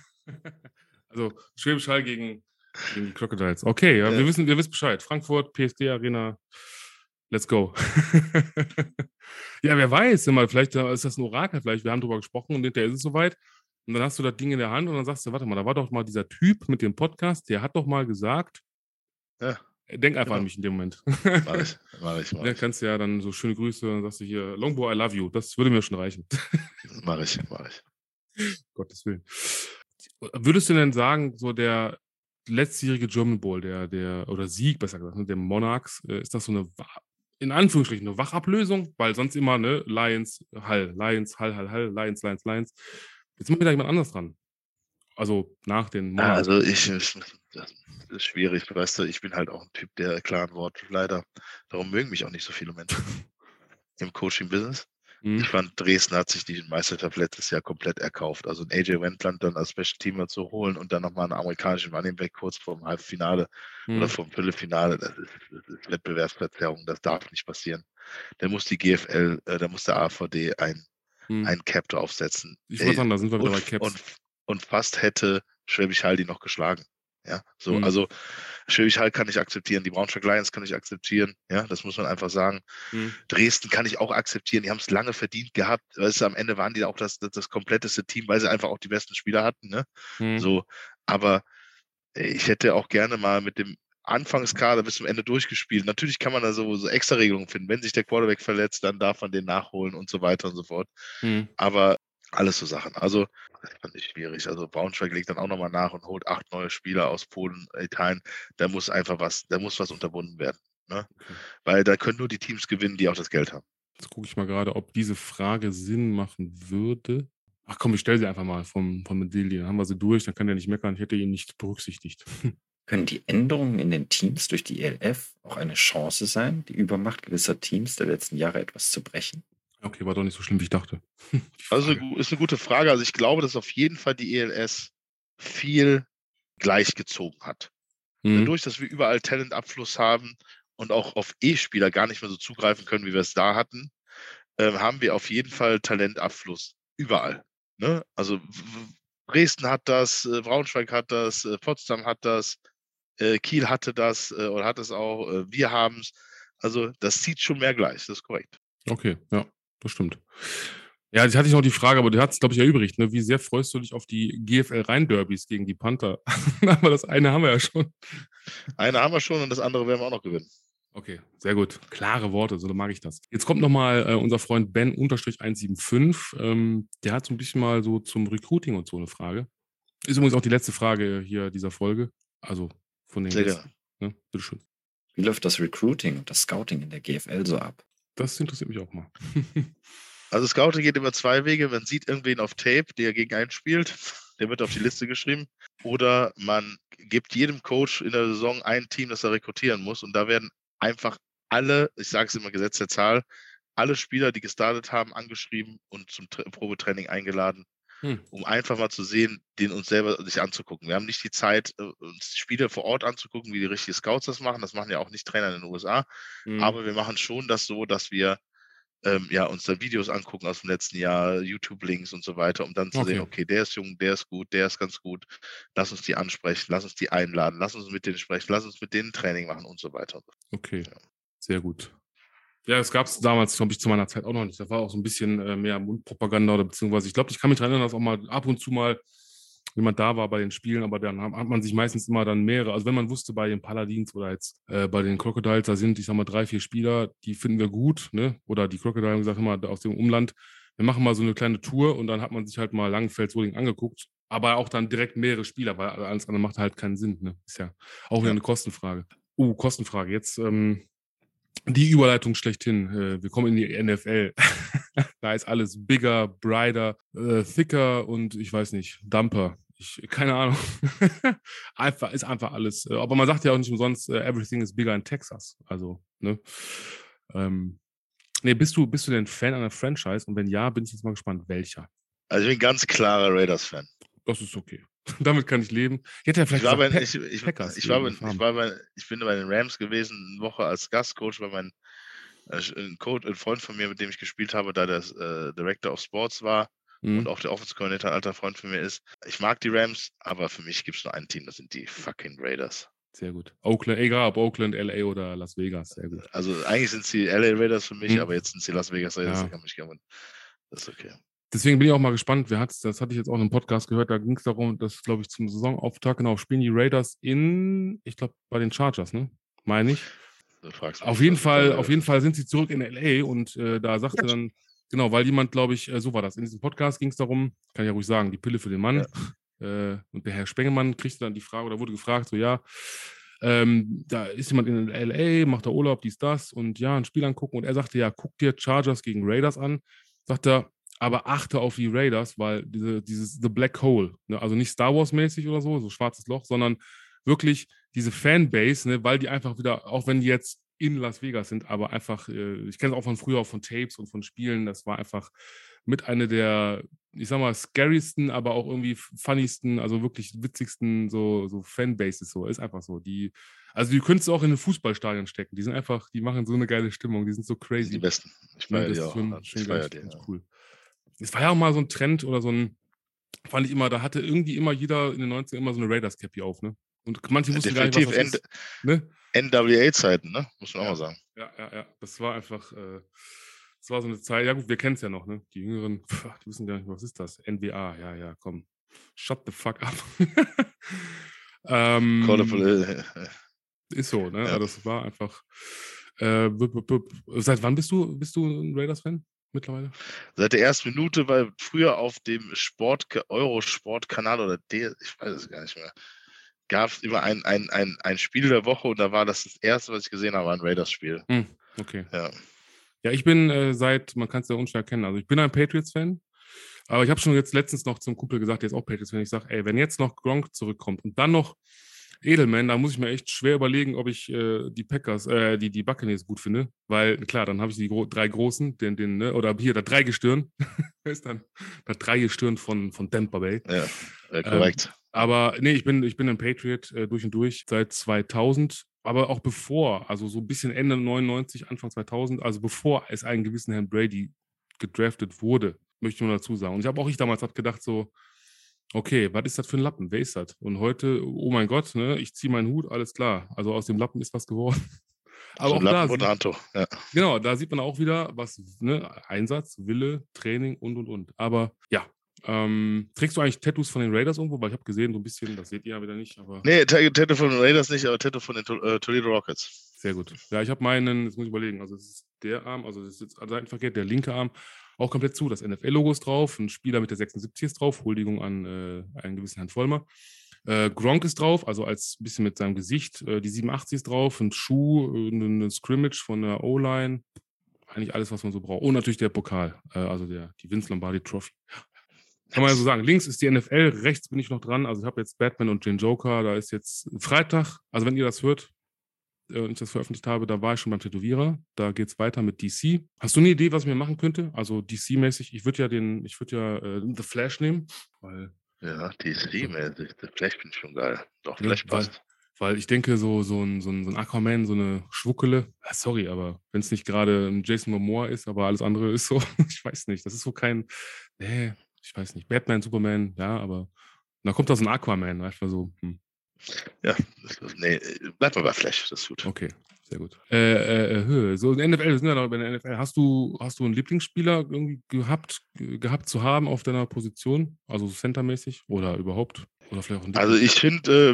Also, Schwäbisch Hall gegen die Crocodiles. Okay, ja, wir wissen Bescheid. Frankfurt, PSD Arena, let's go. Ja, wer weiß, vielleicht ist das ein Orakel, vielleicht, wir haben drüber gesprochen und hinterher ist es soweit. Und dann hast du das Ding in der Hand und dann sagst du, warte mal, da war doch mal dieser Typ mit dem Podcast, der hat doch mal gesagt, Ja, denk einfach genau. an mich in dem Moment. Mach ich. Ja, kannst ja dann so schöne Grüße, dann sagst du hier, Longbow, I love you. Das würde mir schon reichen. Mach ich. Gottes Willen. Würdest du denn sagen, so der letztjährige German Bowl, oder Sieg, besser gesagt, ne, der Monarchs, ist das so eine, in Anführungsstrichen, eine Wachablösung? Weil sonst immer, ne, Lions, Hall, Lions, Hall, Lions, Lions, Lions. Jetzt macht wieder jemand anders dran. Also nach den Ja, Monarchs. also das ist schwierig, weißt du, ich bin halt auch ein Typ der klaren Worte, leider. Darum mögen mich auch nicht so viele Menschen im Coaching-Business. Mhm. Ich fand, Dresden hat sich die Meisterschaft letztes Jahr komplett erkauft. Also ein AJ Wendland dann als Special Teamer zu holen und dann nochmal einen amerikanischen Running Back kurz vorm Halbfinale oder vorm Viertelfinale, das ist Wettbewerbsverzerrung, das darf nicht passieren. Da muss die GFL, da muss der AVD ein Cap draufsetzen. Ich wollte sagen, da sind wir wieder bei Caps. Und fast hätte Schwäbisch Hall die noch geschlagen. Ja, so, Mhm. also Schwäbisch Hall kann ich akzeptieren, die Braunschweig Lions kann ich akzeptieren, ja, das muss man einfach sagen. Dresden kann ich auch akzeptieren, die haben es lange verdient gehabt, weißt du, am Ende waren die auch das kompletteste Team, weil sie einfach auch die besten Spieler hatten, ne? So, aber ich hätte auch gerne mal mit dem Anfangskader bis zum Ende durchgespielt. Natürlich kann man da so extra Regelungen finden. Wenn sich der Quarterback verletzt, dann darf man den nachholen und so weiter und so fort. Aber alles so Sachen. Also, das fand ich schwierig. Also, Braunschweig legt dann auch nochmal nach und holt 8 neue Spieler aus Polen, Italien. Da muss was unterbunden werden. Ne? Okay. Weil da können nur die Teams gewinnen, die auch das Geld haben. Jetzt gucke ich mal gerade, ob diese Frage Sinn machen würde. Ach komm, ich stelle sie einfach mal von Medilli. Dann haben wir sie durch, dann kann der nicht meckern. Ich hätte ihn nicht berücksichtigt. Können die Änderungen in den Teams durch die ELF auch eine Chance sein, die Übermacht gewisser Teams der letzten Jahre etwas zu brechen? Okay, war doch nicht so schlimm, wie ich dachte. Also ist eine gute Frage. Also ich glaube, dass auf jeden Fall die ELS viel gleichgezogen hat. Dadurch, dass wir überall Talentabfluss haben und auch auf E-Spieler gar nicht mehr so zugreifen können, wie wir es da hatten, haben wir auf jeden Fall Talentabfluss überall. Ne? Also Dresden hat das, Braunschweig hat das, Potsdam hat das, Kiel hatte das oder hat es auch, wir haben es. Also das zieht schon mehr gleich, das ist korrekt. Okay, ja, das stimmt. Ja, jetzt hatte ich noch die Frage, aber die hat es, glaube ich, erübrigt. Ne? Wie sehr freust du dich auf die GFL-Rhein-Derbys gegen die Panther? Aber das eine haben wir ja schon. Eine haben wir schon und das andere werden wir auch noch gewinnen. Okay, sehr gut. Klare Worte, so mag ich das. Jetzt kommt nochmal unser Freund Ben-175. Der hat so ein bisschen mal so zum Recruiting und so eine Frage. Ist übrigens auch die letzte Frage hier dieser Folge. Also von den Gästen. Ne? Bitteschön. Wie läuft das Recruiting und das Scouting in der GFL so ab? Das interessiert mich auch mal. Also Scouting geht über 2 Wege. Man sieht irgendwen auf Tape, der gegen einen spielt. Der wird auf die Liste geschrieben. Oder man gibt jedem Coach in der Saison ein Team, das er rekrutieren muss. Und da werden einfach alle, ich sage es immer Gesetz der Zahl, alle Spieler, die gestartet haben, angeschrieben und zum Probetraining eingeladen, um einfach mal zu sehen, den uns selber sich anzugucken. Wir haben nicht die Zeit, uns Spieler vor Ort anzugucken, wie die richtigen Scouts das machen. Das machen ja auch nicht Trainer in den USA. Aber wir machen schon das so, dass wir uns da Videos angucken aus dem letzten Jahr, YouTube-Links und so weiter, um dann zu sehen, okay, der ist jung, der ist gut, der ist ganz gut. Lass uns die ansprechen, lass uns die einladen, lass uns mit denen sprechen, lass uns mit denen Training machen und so weiter. Okay, sehr gut. Ja, das gab es damals, glaube ich, zu meiner Zeit auch noch nicht. Da war auch so ein bisschen mehr Mundpropaganda oder beziehungsweise, ich glaube, ich kann mich daran erinnern, dass auch mal ab und zu mal jemand da war bei den Spielen, aber dann hat man sich meistens immer dann mehrere, also wenn man wusste, bei den Paladins oder jetzt bei den Crocodiles, da sind, ich sag mal, 3, 4 Spieler, die finden wir gut, ne? Oder die Crocodile haben gesagt immer aus dem Umland, wir machen mal so eine kleine Tour und dann hat man sich halt mal Langenfeld-Solingen angeguckt, aber auch dann direkt mehrere Spieler, weil alles andere macht halt keinen Sinn, ne? Ist ja auch wieder eine Kostenfrage. Kostenfrage. Jetzt die Überleitung schlechthin. Wir kommen in die NFL. Da ist alles bigger, brighter, thicker und ich weiß nicht, dumper. Keine Ahnung. Ist einfach alles. Aber man sagt ja auch nicht umsonst, everything is bigger in Texas. Also, ne? Nee, bist du denn Fan einer Franchise? Und wenn ja, bin ich jetzt mal gespannt, welcher. Also ich bin ganz klarer Raiders-Fan. Das ist okay. Damit kann ich leben. Ich hätte ja vielleicht Packers. Ich bin bei den Rams gewesen, eine Woche als Gastcoach, weil ein Freund von mir, mit dem ich gespielt habe, da der Director of Sports war und auch der Offensive Coordinator ein alter Freund von mir ist. Ich mag die Rams, aber für mich gibt es nur ein Team, das sind die fucking Raiders. Sehr gut. Oakland, egal ob Oakland, LA oder Las Vegas, sehr gut. Also eigentlich sind es die LA Raiders für mich, aber jetzt sind sie Las Vegas Raiders, da kann mich gerne. Das ist okay. Deswegen bin ich auch mal gespannt, das hatte ich jetzt auch in einem Podcast gehört, da ging es darum, dass, glaube ich, zum Saisonauftakt, genau, spielen die Raiders ich glaube, bei den Chargers, ne? Meine ich. Auf jeden Fall sind sie zurück in LA und da sagte dann, genau, weil jemand, glaube ich, so war das, in diesem Podcast ging es darum, kann ich ja ruhig sagen, die Pille für den Mann. Ja. Und der Herr Spengemann kriegte dann die Frage oder wurde gefragt, so ja, da ist jemand in LA, macht da Urlaub, dies, das und ja, ein Spiel angucken und er sagte, ja, guck dir Chargers gegen Raiders an, sagt er, aber achte auf die Raiders, weil dieses The Black Hole, ne, also nicht Star Wars-mäßig oder so schwarzes Loch, sondern wirklich diese Fanbase, ne, weil die einfach wieder, auch wenn die jetzt in Las Vegas sind, aber einfach, ich kenne es auch von früher, auch von Tapes und von Spielen, das war einfach mit einer der, ich sag mal, scariesten, aber auch irgendwie funniesten, also wirklich witzigsten so Fanbases, so, ist einfach so. Die könntest du auch in ein Fußballstadion stecken, die machen so eine geile Stimmung, die sind so crazy. Die besten. Ich feiere die auch. Cool. Es war ja auch mal so ein Trend oder fand ich immer, da hatte irgendwie immer jeder in den 90ern immer so eine Raiders-Cappy auf, ne? Und manche wussten gar nicht, was das ist. Ne? NWA-Zeiten, ne? Muss man auch mal sagen. Ja. Das war einfach, das war so eine Zeit, ja gut, wir kennen es ja noch, ne? Die Jüngeren, die wissen gar nicht, was ist das? NWA, ja, komm. Shut the fuck up. Ist so, ne? Ja. Das war einfach, seit wann bist du ein Raiders-Fan? Mittlerweile? Seit der ersten Minute, weil früher auf dem Eurosport-Kanal oder ich weiß es gar nicht mehr, gab es immer ein Spiel der Woche und da war das erste, was ich gesehen habe, ein Raiders-Spiel. Okay. Ja, ich bin man kann es ja unschwer erkennen, also ich bin ein Patriots-Fan, aber ich habe schon jetzt letztens noch zum Kumpel gesagt, der ist auch Patriots-Fan, ich sage, ey, wenn jetzt noch Gronk zurückkommt und dann noch Edelman, da muss ich mir echt schwer überlegen, ob ich die Packers, die Buccaneers gut finde, weil klar, dann habe ich die drei Großen, ne, oder hier das Dreigestirn, ist dann das Dreigestirn von Tampa Bay. Ja, korrekt. Aber nee, ich bin ein Patriot durch und durch seit 2000, aber auch bevor, also so ein bisschen Ende 99, Anfang 2000, also bevor es einen gewissen Herrn Brady gedraftet wurde, möchte ich nur dazu sagen. Und ich damals gedacht so, okay, was ist das für ein Lappen? Wer ist das? Und heute, oh mein Gott, ne, ich ziehe meinen Hut, alles klar. Also aus dem Lappen ist was geworden. Aber so auch ja. Genau, da sieht man auch wieder, was, ne, Einsatz, Wille, Training und. Aber ja, trägst du eigentlich Tattoos von den Raiders irgendwo? Weil ich habe gesehen, so ein bisschen, das seht ihr ja wieder nicht. Aber nee, Tattoo von den Raiders nicht, aber Tattoo von den Toledo Rockets. Sehr gut. Ja, ich habe meinen, jetzt muss ich überlegen, also das ist der Arm, also das ist jetzt seitenverkehrt, der linke Arm, auch komplett zu. Das NFL-Logo ist drauf, ein Spieler mit der 76 ist drauf, Huldigung an einen gewissen Herrn Vollmer. Gronk ist drauf, also als ein bisschen mit seinem Gesicht. Die 87 ist drauf, ein Schuh, eine Scrimmage von der O-Line. Eigentlich alles, was man so braucht. Und natürlich der Pokal, also die Vince Lombardi Trophy. Kann man ja so sagen. Links ist die NFL, rechts bin ich noch dran. Also ich habe jetzt Batman und den Joker. Da ist jetzt Freitag, also wenn ihr das hört, und ich das veröffentlicht habe, da war ich schon beim Tätowierer. Da geht es weiter mit DC. Hast du eine Idee, was ich mir machen könnte? Also DC-mäßig, ich würde ja The Flash nehmen, weil. Ja, DC-mäßig. The Flash finde ich schon geil. Doch, Flash passt. Weil ich denke, so ein Aquaman, so eine Schwuckele, sorry, aber wenn es nicht gerade ein Jason Momoa ist, aber alles andere ist so, ich weiß nicht, das ist so ich weiß nicht, Batman, Superman, ja, aber da kommt da so ein Aquaman, einfach so, Ja, nee, bleib mal bei Flash, das ist gut. Okay, sehr gut. So in NFL, wir sind ja noch bei der NFL. Hast du einen Lieblingsspieler irgendwie gehabt zu haben auf deiner Position? Also centermäßig oder überhaupt? Oder vielleicht auch also ich finde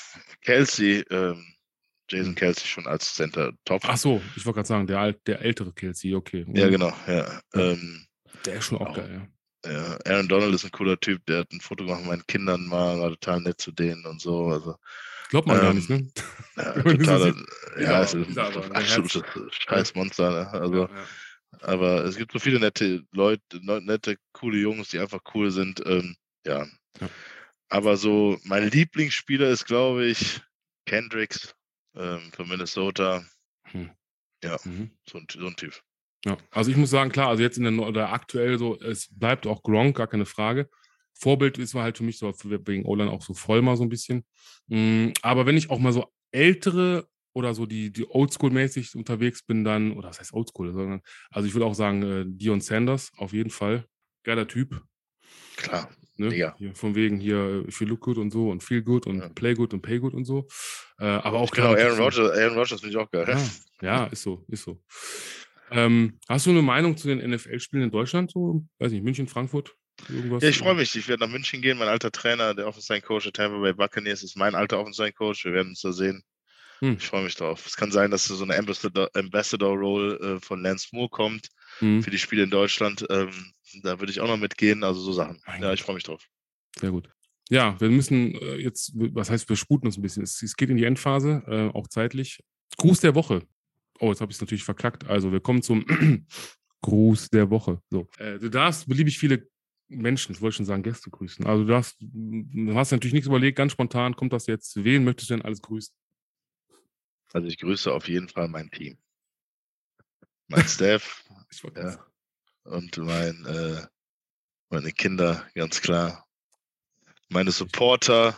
Jason Kelsey schon als Center top. Ach so, ich wollte gerade sagen, der ältere Kelsey, okay. Ja, genau, ja. Der ist schon auch geil, ja. Ja, Aaron Donald ist ein cooler Typ, der hat ein Foto gemacht mit meinen Kindern mal, war total nett zu denen und so. Also, glaubt man gar nicht, ne? Ja, totaler, ist ein absolutes Scheißmonster, ne? Also, aber es gibt so viele nette Leute, nette, coole Jungs, die einfach cool sind. Ja. Aber so mein Lieblingsspieler ist, glaube ich, Kendricks von Minnesota. Ja, so ein Typ. Ja, also ich muss sagen, klar, also jetzt oder aktuell so, es bleibt auch Gronk, gar keine Frage. Vorbild ist halt für mich so, wegen O-Line auch so Vollmer so ein bisschen. Aber wenn ich auch mal so ältere oder so die Oldschool-mäßig unterwegs bin, dann, oder was heißt Oldschool, sondern, also ich würde auch sagen, Deion Sanders, auf jeden Fall. Geiler Typ. Klar, ne? mega. Hier, von wegen hier, if you look good und so und feel good und play good und pay good und so. Aber auch Genau, klar. Aaron Rodgers finde ich auch geil. Ja, ist so. Hast du eine Meinung zu den NFL-Spielen in Deutschland? So, weiß nicht, München, Frankfurt? Irgendwas? Ja, ich freue mich. Ich werde nach München gehen. Mein alter Trainer, der Offensive-Coach der Tampa Bay Buccaneers, ist mein alter Offensive-Coach. Wir werden uns da sehen. Ich freue mich drauf. Es kann sein, dass so eine Ambassador-Role von Lance Moore kommt für die Spiele in Deutschland. Da würde ich auch noch mitgehen. Also so Sachen. Ich freue mich drauf. Sehr gut. Ja, wir müssen jetzt, was heißt, wir sputen uns ein bisschen. Es geht in die Endphase, auch zeitlich. Gruß der Woche. Oh, jetzt habe ich es natürlich verkackt. Also, wir kommen zum Gruß der Woche. So. Du darfst beliebig viele Menschen, ich wollte schon sagen, Gäste grüßen. Also, du hast natürlich nichts überlegt, ganz spontan kommt das jetzt. Wen möchtest du denn alles grüßen? Also, ich grüße auf jeden Fall mein Team. Mein Staff und meine Kinder, ganz klar. Meine Supporter.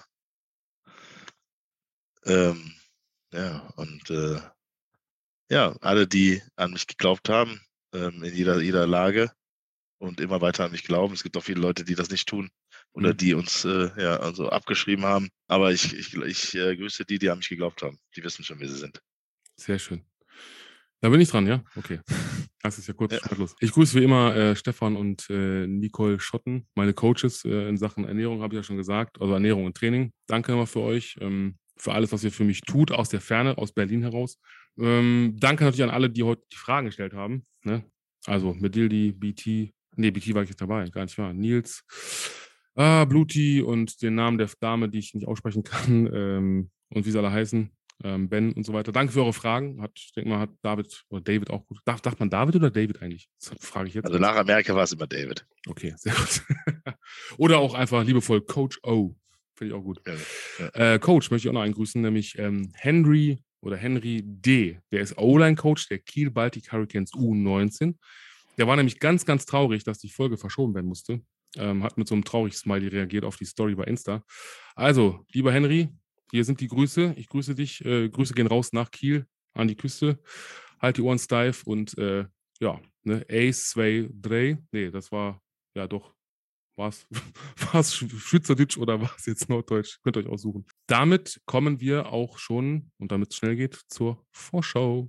Alle, die an mich geglaubt haben, in jeder Lage und immer weiter an mich glauben. Es gibt auch viele Leute, die das nicht tun oder die uns also abgeschrieben haben. Aber ich grüße die an mich geglaubt haben. Die wissen schon, wer sie sind. Sehr schön. Da bin ich dran, ja? Okay. Das ist ja kurz schmerzlos. Ich grüße wie immer Stefan und Nicole Schotten, meine Coaches in Sachen Ernährung, habe ich ja schon gesagt, also Ernährung und Training. Danke immer für euch, für alles, was ihr für mich tut, aus der Ferne, aus Berlin heraus. Danke natürlich an alle, die heute die Fragen gestellt haben. Ne? Also Medildi, BT war ich jetzt dabei, gar nicht wahr. Nils, Bluti und den Namen der Dame, die ich nicht aussprechen kann und wie sie alle heißen. Ben und so weiter. Danke für eure Fragen. Ich denke mal, hat David oder David auch gut. Darf man David oder David eigentlich? Das frage ich jetzt. Also nach Amerika war es immer David. Okay, sehr gut. Oder auch einfach liebevoll Coach O. Finde ich auch gut. Ja. Coach möchte ich auch noch einen grüßen, nämlich Henry D. Der ist O-Line-Coach der Kiel Baltic Hurricanes U19. Der war nämlich ganz, ganz traurig, dass die Folge verschoben werden musste. Hat mit so einem traurigen Smiley reagiert auf die Story bei Insta. Also, lieber Henry, hier sind die Grüße. Ich grüße dich. Grüße gehen raus nach Kiel an die Küste. Halt die Ohren steif und Ace, 2, 3. Nee, das war, ja doch, war es Schweizerdeutsch oder war es jetzt Norddeutsch? Könnt ihr euch aussuchen. Damit kommen wir auch schon, und damit es schnell geht, zur Vorschau.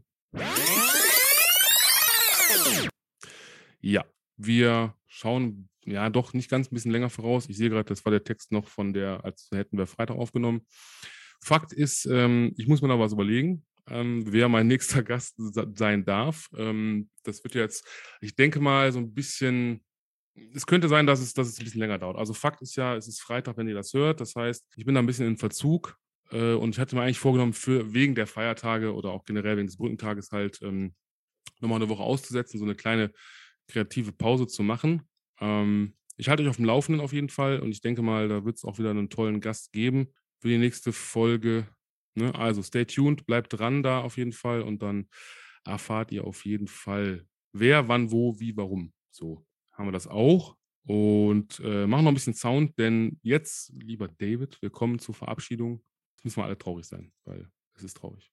Ja, wir schauen ja doch nicht ganz ein bisschen länger voraus. Ich sehe gerade, das war der Text noch als hätten wir Freitag aufgenommen. Fakt ist, ich muss mir noch was überlegen, wer mein nächster Gast sein darf. Das wird jetzt, ich denke mal, so ein bisschen, es könnte sein, dass es ein bisschen länger dauert. Also Fakt ist ja, es ist Freitag, wenn ihr das hört. Das heißt, ich bin da ein bisschen in Verzug und ich hatte mir eigentlich vorgenommen, wegen der Feiertage oder auch generell wegen des Brückentages halt nochmal eine Woche auszusetzen, so eine kleine kreative Pause zu machen. Ich halte euch auf dem Laufenden auf jeden Fall und ich denke mal, da wird es auch wieder einen tollen Gast geben für die nächste Folge. Ne? Also stay tuned, bleibt dran da auf jeden Fall und dann erfahrt ihr auf jeden Fall, wer, wann, wo, wie, warum. So haben wir das auch. Und machen noch ein bisschen Sound, denn jetzt, lieber David, wir kommen zur Verabschiedung. Jetzt müssen wir alle traurig sein, weil es ist traurig.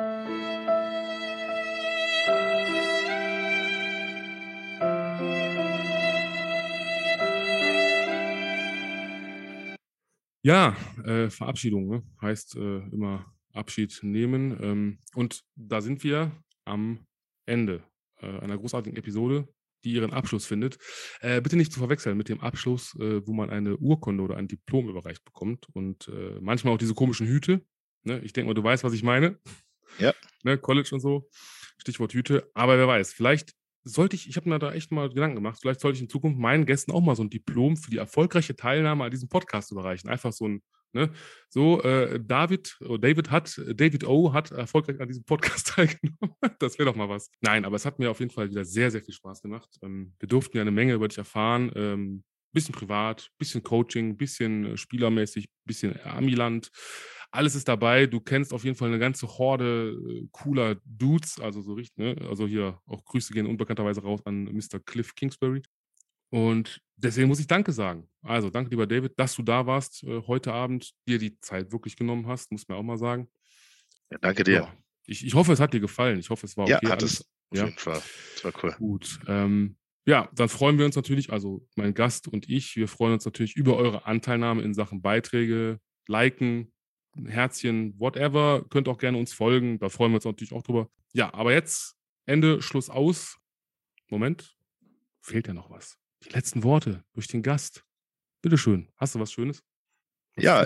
Ja, Verabschiedung, ne? Heißt immer Abschied nehmen. Und da sind wir am Ende einer großartigen Episode, die ihren Abschluss findet. Bitte nicht zu verwechseln mit dem Abschluss, wo man eine Urkunde oder ein Diplom überreicht bekommt und manchmal auch diese komischen Hüte. Ne? Ich denke mal, du weißt, was ich meine. Ja. Ne? College und so. Stichwort Hüte. Aber wer weiß, vielleicht ich habe mir da echt mal Gedanken gemacht, vielleicht sollte ich in Zukunft meinen Gästen auch mal so ein Diplom für die erfolgreiche Teilnahme an diesem Podcast überreichen. Einfach so ein, ne, so David O. hat erfolgreich an diesem Podcast teilgenommen. Das wäre doch mal was. Nein, aber es hat mir auf jeden Fall wieder sehr, sehr viel Spaß gemacht. Wir durften ja eine Menge über dich erfahren. Bisschen privat, bisschen Coaching, bisschen spielermäßig, bisschen Amiland. Alles ist dabei. Du kennst auf jeden Fall eine ganze Horde cooler Dudes. Also so richtig, ne? Also hier auch Grüße gehen unbekannterweise raus an Mr. Cliff Kingsbury. Und deswegen muss ich Danke sagen. Also danke, lieber David, dass du da warst heute Abend, dir die Zeit wirklich genommen hast, muss man auch mal sagen. Ja, danke dir. Ja, ich hoffe, es hat dir gefallen. Ich hoffe, es war Ja, okay. hat alles. es. Auf jeden Fall. Das war cool. Gut. Ja, dann freuen wir uns natürlich, also mein Gast und ich, wir freuen uns natürlich über eure Anteilnahme in Sachen Beiträge, Liken, Herzchen, whatever. Könnt auch gerne uns folgen, da freuen wir uns natürlich auch drüber. Ja, aber jetzt Ende, Schluss aus. Moment, fehlt ja noch was. Die letzten Worte durch den Gast. Bitteschön, hast du was Schönes? Ja,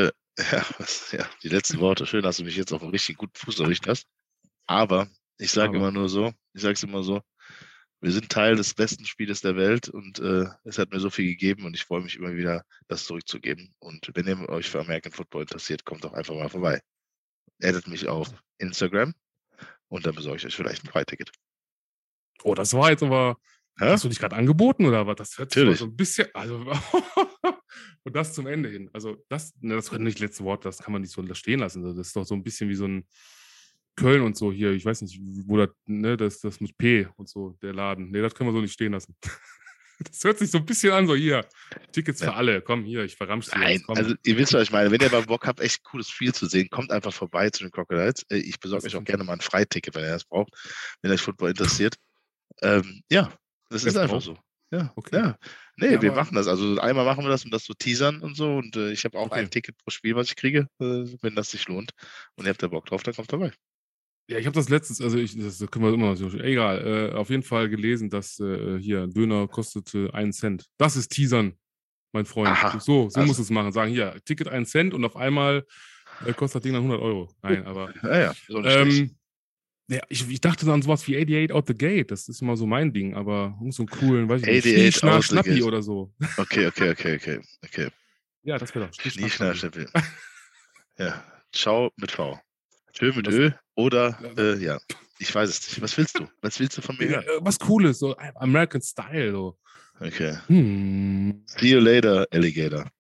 die letzten Worte. Schön, dass du mich jetzt auf einen richtig guten Fuß erwischt hast. Aber ich sage immer so, wir sind Teil des besten Spieles der Welt und es hat mir so viel gegeben und ich freue mich immer wieder, das zurückzugeben. Und wenn ihr euch für American Football interessiert, kommt doch einfach mal vorbei. Addet mich auf Instagram und dann besorge ich euch vielleicht ein Freiticket. Oh, das war jetzt aber... Hast du dich gerade angeboten oder was? Das hört sich mal so ein bisschen... Also, und das zum Ende hin. Also das können nicht letzte Wort, das kann man nicht so stehen lassen. Das ist doch so ein bisschen wie so ein Köln und so hier. Ich weiß nicht, wo das, ne, das mit P und so, der Laden. Ne, das können wir so nicht stehen lassen. Das hört sich so ein bisschen an, so hier, Tickets für alle. Komm, hier, ich verramsch sie Nein, jetzt. Komm. also ihr wisst, was ich meine. Wenn ihr mal Bock habt, echt ein cooles Spiel zu sehen, kommt einfach vorbei zu den Crocodiles. Ich besorge euch auch gerne mal ein Freiticket, wenn ihr das braucht, wenn euch Football interessiert. Ja, das ist einfach so. Ja, okay. Ja. Nee, wir machen das. Also einmal machen wir das, um das zu teasern und so. Und ich habe auch ein Ticket pro Spiel, was ich kriege, wenn das sich lohnt. Und ihr habt da Bock drauf, dann kommt vorbei. Ja, ich habe das letztens, also das können wir immer so, egal, auf jeden Fall gelesen, dass hier Döner kostete 1 Cent. Das ist teasern, mein Freund. Aha. So muss es machen. Sagen, hier, Ticket 1 Cent und auf einmal kostet das Ding dann 100 Euro. Nein, aber... Ja, so nicht ja, ich dachte dann sowas wie 88 Out the Gate. Das ist immer so mein Ding, aber so einen coolen, weiß ich nicht, 88 Schnie, out the Schnappi gate. oder so. Okay. Ja, das wäre doch Schnie, Schnappi. Ja, ciao mit V. Tschö mit Ö oder, ja, ich weiß es nicht. Was willst du? Was willst du von mir hören? Was Cooles, so American Style. So. Okay. See you later, Alligator.